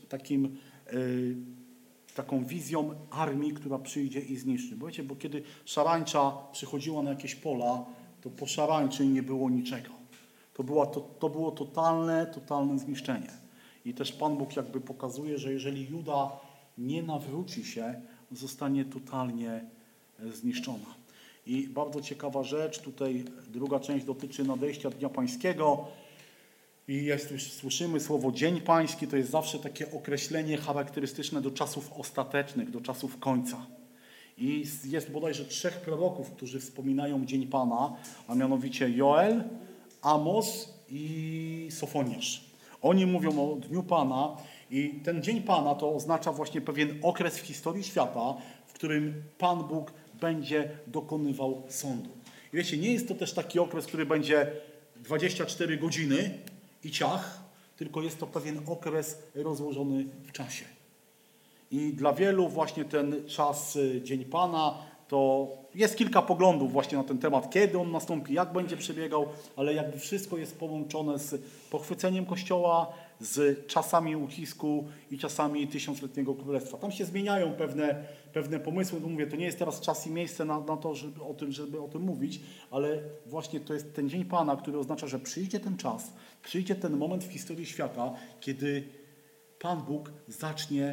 taką wizją armii, która przyjdzie i zniszczy. Bo wiecie, bo kiedy szarańcza przychodziła na jakieś pola, to po szarańczy nie było niczego. To było totalne zniszczenie. I też Pan Bóg jakby pokazuje, że jeżeli Juda nie nawróci się, zostanie totalnie zniszczona. I bardzo ciekawa rzecz, tutaj druga część dotyczy nadejścia Dnia Pańskiego. I jak już słyszymy słowo Dzień Pański, to jest zawsze takie określenie charakterystyczne do czasów ostatecznych, do czasów końca. I jest bodajże 3 proroków, którzy wspominają Dzień Pana, a mianowicie Joel, Amos i Sofoniasz. Oni mówią o Dniu Pana i ten Dzień Pana to oznacza właśnie pewien okres w historii świata, w którym Pan Bóg będzie dokonywał sądu. I wiecie, nie jest to też taki okres, który będzie 24 godziny i ciach, tylko jest to pewien okres rozłożony w czasie. I dla wielu właśnie ten czas Dzień Pana to jest kilka poglądów właśnie na ten temat, kiedy on nastąpi, jak będzie przebiegał, ale jakby wszystko jest połączone z pochwyceniem Kościoła, z czasami ucisku i czasami tysiącletniego królestwa. Tam się zmieniają pewne pomysły. Mówię, to nie jest teraz czas i miejsce na to, żeby o tym mówić, ale właśnie to jest ten Dzień Pana, który oznacza, że przyjdzie ten czas, przyjdzie ten moment w historii świata, kiedy Pan Bóg zacznie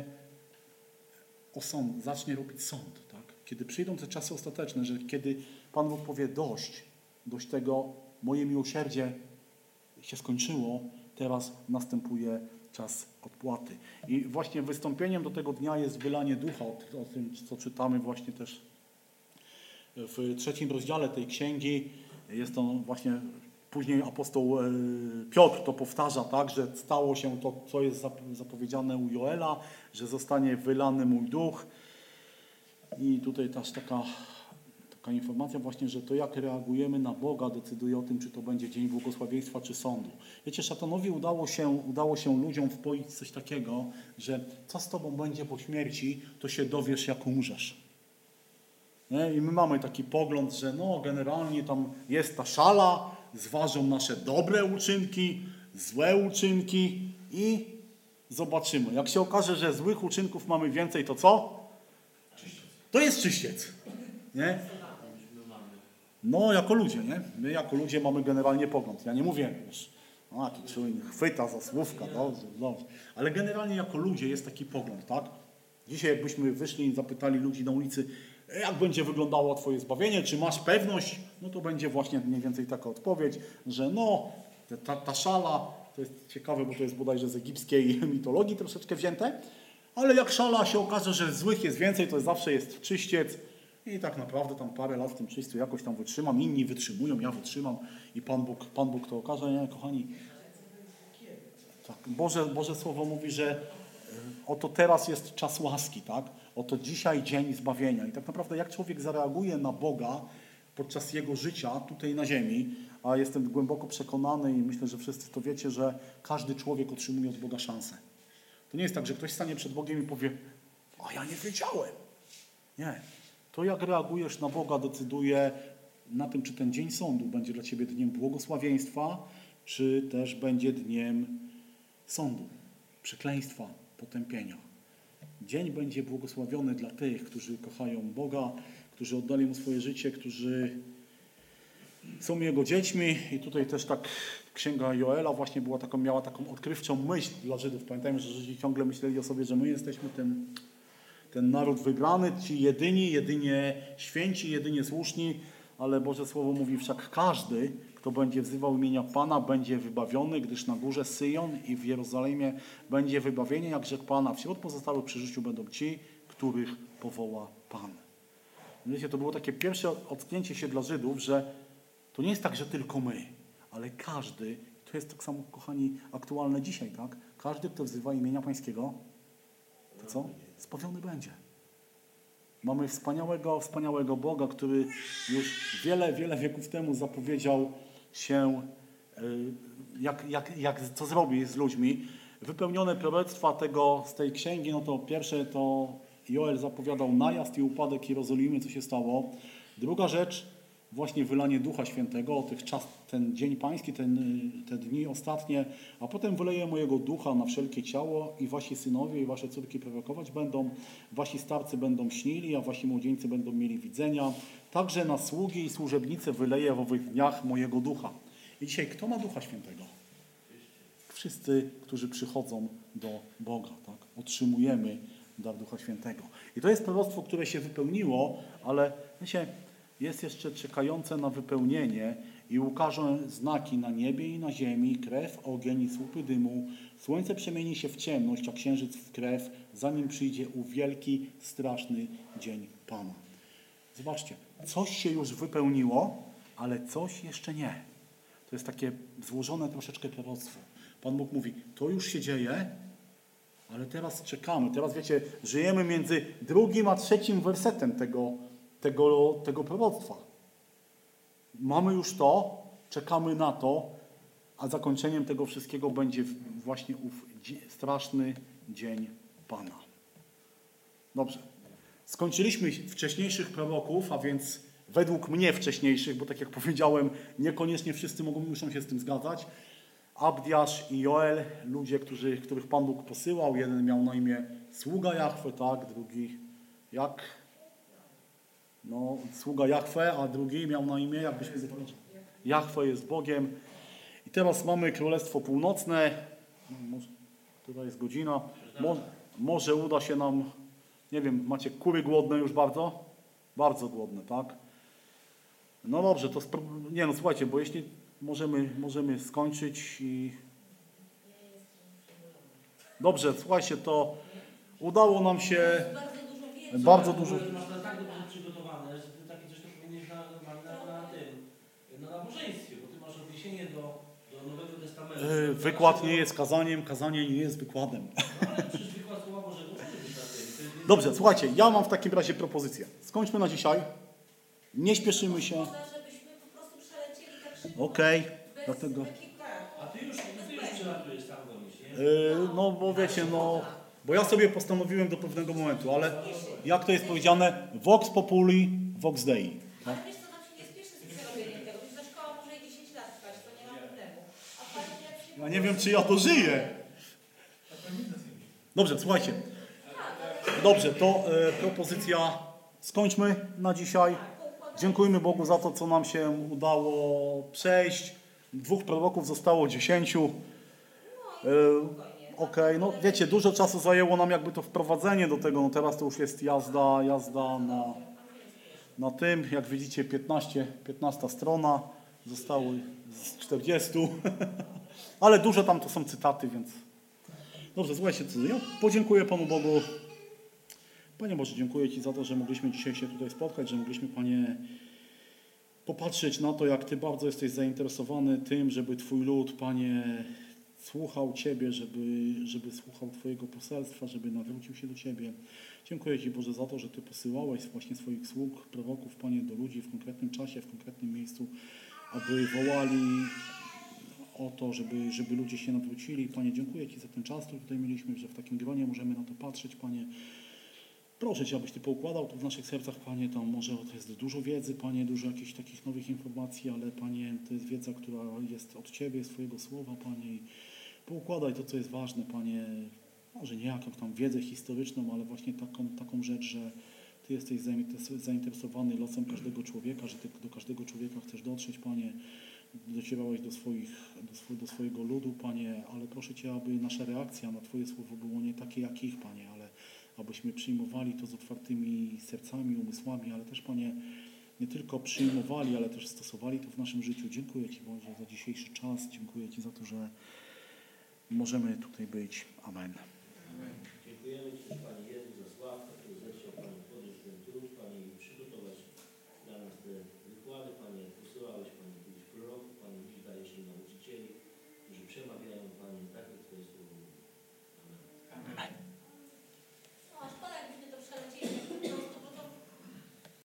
robić sąd. Tak? Kiedy przyjdą te czasy ostateczne, że kiedy Pan Bóg powie dość tego, moje miłosierdzie się skończyło, teraz następuje czas odpłaty. I właśnie wystąpieniem do tego dnia jest wylanie ducha, o tym, co czytamy właśnie też w 3 rozdziale tej księgi. Jest to właśnie, później apostoł Piotr to powtarza, tak, że stało się to, co jest zapowiedziane u Joela, że zostanie wylany mój duch. I tutaj też taka informacja właśnie, że to jak reagujemy na Boga decyduje o tym, czy to będzie dzień błogosławieństwa, czy sądu. Wiecie, szatanowi udało się ludziom wpoić coś takiego, że co z tobą będzie po śmierci, to się dowiesz, jak umrzesz. Nie? I my mamy taki pogląd, że no generalnie tam jest ta szala, zważą nasze dobre uczynki, złe uczynki i zobaczymy. Jak się okaże, że złych uczynków mamy więcej, to co? To jest czyściec. Nie? No, jako ludzie, nie? My jako ludzie mamy generalnie pogląd. Ja nie mówię, wiesz, jaki czujny, chwyta za słówka, dobrze. Ale generalnie jako ludzie jest taki pogląd, tak? Dzisiaj jakbyśmy wyszli i zapytali ludzi na ulicy, jak będzie wyglądało twoje zbawienie, czy masz pewność, no to będzie właśnie mniej więcej taka odpowiedź, że no, ta szala, to jest ciekawe, bo to jest bodajże z egipskiej mitologii troszeczkę wzięte, ale jak szala się okaże, że złych jest więcej, to zawsze jest czyściec i tak naprawdę tam parę lat w tym czyściu jakoś tam wytrzymam, inni wytrzymują, ja wytrzymam i Pan Bóg to okaże, nie, kochani? Tak, Boże Słowo mówi, że oto teraz jest czas łaski, tak? Oto dzisiaj dzień zbawienia. I tak naprawdę jak człowiek zareaguje na Boga podczas jego życia tutaj na ziemi, a jestem głęboko przekonany i myślę, że wszyscy to wiecie, że każdy człowiek otrzymuje od Boga szansę. To nie jest tak, że ktoś stanie przed Bogiem i powie, a ja nie wiedziałem. Nie. To jak reagujesz na Boga decyduje na tym, czy ten dzień sądu będzie dla ciebie dniem błogosławieństwa, czy też będzie dniem sądu, przekleństwa, potępienia. Dzień będzie błogosławiony dla tych, którzy kochają Boga, którzy oddali Mu swoje życie, którzy są Jego dziećmi. I tutaj też tak księga Joela właśnie miała taką odkrywczą myśl dla Żydów. Pamiętajmy, że Żydzi ciągle myśleli o sobie, że my jesteśmy ten naród wybrany, ci jedynie święci, jedynie słuszni, ale Boże Słowo mówi, wszak każdy, kto będzie wzywał imienia Pana, będzie wybawiony, gdyż na górze Syjon i w Jerozolimie będzie wybawienie, jak rzekł Pana. Wśród pozostałych przy życiu będą ci, których powoła Pan. Wiecie, to było takie pierwsze ocknięcie się dla Żydów, że to nie jest tak, że tylko my, ale każdy, to jest tak samo, kochani, aktualne dzisiaj, tak? Każdy, kto wzywa imienia Pańskiego, to co? Zbawiony będzie. Mamy wspaniałego Boga, który już wiele wieków temu zapowiedział się, co zrobi z ludźmi. Wypełnione proroctwa z tej księgi, no to pierwsze to Joel zapowiadał najazd i upadek Jerozolimy, co się stało. Druga rzecz, właśnie wylanie Ducha Świętego, ten dzień pański, te dni ostatnie, a potem wyleję mojego ducha na wszelkie ciało i wasi synowie i wasze córki prorokować będą, wasi starcy będą śnili, a wasi młodzieńcy będą mieli widzenia. Także na sługi i służebnice wyleję w owych dniach mojego ducha. I dzisiaj kto ma Ducha Świętego? Wszyscy, którzy przychodzą do Boga, tak? Otrzymujemy dar Ducha Świętego. I to jest proroctwo, które się wypełniło, ale wiecie, jest jeszcze czekające na wypełnienie i ukaże znaki na niebie i na ziemi, krew, ogień i słupy dymu. Słońce przemieni się w ciemność, a księżyc w krew, zanim przyjdzie ów wielki, straszny dzień Pana. Zobaczcie, coś się już wypełniło, ale coś jeszcze nie. To jest takie złożone troszeczkę proroctwo. Pan Bóg mówi, to już się dzieje, ale teraz czekamy. Teraz wiecie, żyjemy między 2. a 3. wersetem tego proroctwa. Mamy już to, czekamy na to, a zakończeniem tego wszystkiego będzie właśnie ów straszny dzień Pana. Dobrze. Skończyliśmy wcześniejszych proroków, a więc według mnie wcześniejszych, bo tak jak powiedziałem, niekoniecznie wszyscy muszą się z tym zgadzać. Abdiasz i Joel, ludzie, których Pan Bóg posyłał. Jeden miał na imię sługa Jahwe, tak, drugi jak? No, sługa Jahwe, a drugi miał na imię, jakbyśmy zapomnieli. Jahwe jest Bogiem. I teraz mamy Królestwo Północne. Tutaj jest godzina. Może uda się nam, nie wiem, macie kury głodne już bardzo? Bardzo głodne, tak? No dobrze, to nie no słuchajcie, bo jeśli możemy skończyć i... Dobrze, słuchajcie, to udało nam się bardzo dużo... Masz tak dobrze przygotowane, że ty takie coś to powinieneś na nabożeństwie, bo ty masz odniesienie do Nowego Testamentu. Wykład nie jest kazaniem, kazanie nie jest wykładem. No ale przecież wykład Słowa Bożego może być na tym. Dobrze, słuchajcie, ja mam w takim razie propozycję. Skończmy na dzisiaj. Nie śpieszymy się. Żebyśmy po prostu przelecieli tak szybko. Okej, Bez dlatego... takiego... A ty już przelatujesz tam gonić, nie? No bo wiecie, no... Bo ja sobie postanowiłem do pewnego momentu, ale jak to jest powiedziane? Vox populi, vox dei. Ale wiesz co, nam się nie spieszy z przerobieniem tego. Wiesz, ta szkoła może i 10 lat trwać, to nie ma problemu. A fajnie jak się... Ja nie wiem, czy ja to żyję. Dobrze, słuchajcie. Dobrze, to propozycja. Skończmy na dzisiaj. Dziękujmy Bogu za to, co nam się udało przejść. 2 proroków zostało 10. Okej, no wiecie, dużo czasu zajęło nam jakby to wprowadzenie do tego. No teraz to już jest jazda na tym. Jak widzicie, 15 strona. Zostały z 40. Ale dużo tam to są cytaty, więc... Dobrze, słuchajcie, co ja podziękuję Panu Bogu. Panie Boże, dziękuję Ci za to, że mogliśmy dzisiaj się tutaj spotkać, że mogliśmy, Panie, popatrzeć na to, jak Ty bardzo jesteś zainteresowany tym, żeby Twój lud, Panie, słuchał Ciebie, żeby słuchał Twojego poselstwa, żeby nawrócił się do Ciebie. Dziękuję Ci, Boże, za to, że Ty posyłałeś właśnie swoich sług, proroków, Panie, do ludzi w konkretnym czasie, w konkretnym miejscu, aby wołali o to, żeby ludzie się nawrócili. Panie, dziękuję Ci za ten czas, który tutaj mieliśmy, że w takim gronie możemy na to patrzeć, Panie. Proszę Cię, abyś Ty poukładał to w naszych sercach, Panie, tam może to jest dużo wiedzy, Panie, dużo jakichś takich nowych informacji, ale Panie, to jest wiedza, która jest od Ciebie, z Twojego słowa, Panie, i poukładaj to, co jest ważne, Panie, może nie jakąś tam wiedzę historyczną, ale właśnie taką rzecz, że Ty jesteś zainteresowany losem każdego człowieka, że Ty do każdego człowieka chcesz dotrzeć, Panie, docierałeś do swojego ludu, Panie, ale proszę Cię, aby nasza reakcja na Twoje słowo było nie takie jak ich, Panie, ale abyśmy przyjmowali to z otwartymi sercami, umysłami, ale też, Panie, nie tylko przyjmowali, ale też stosowali to w naszym życiu. Dziękuję Ci, Boże, za dzisiejszy czas. Dziękuję Ci za to, że możemy tutaj być. Amen. Dziękujemy Ci, Panie.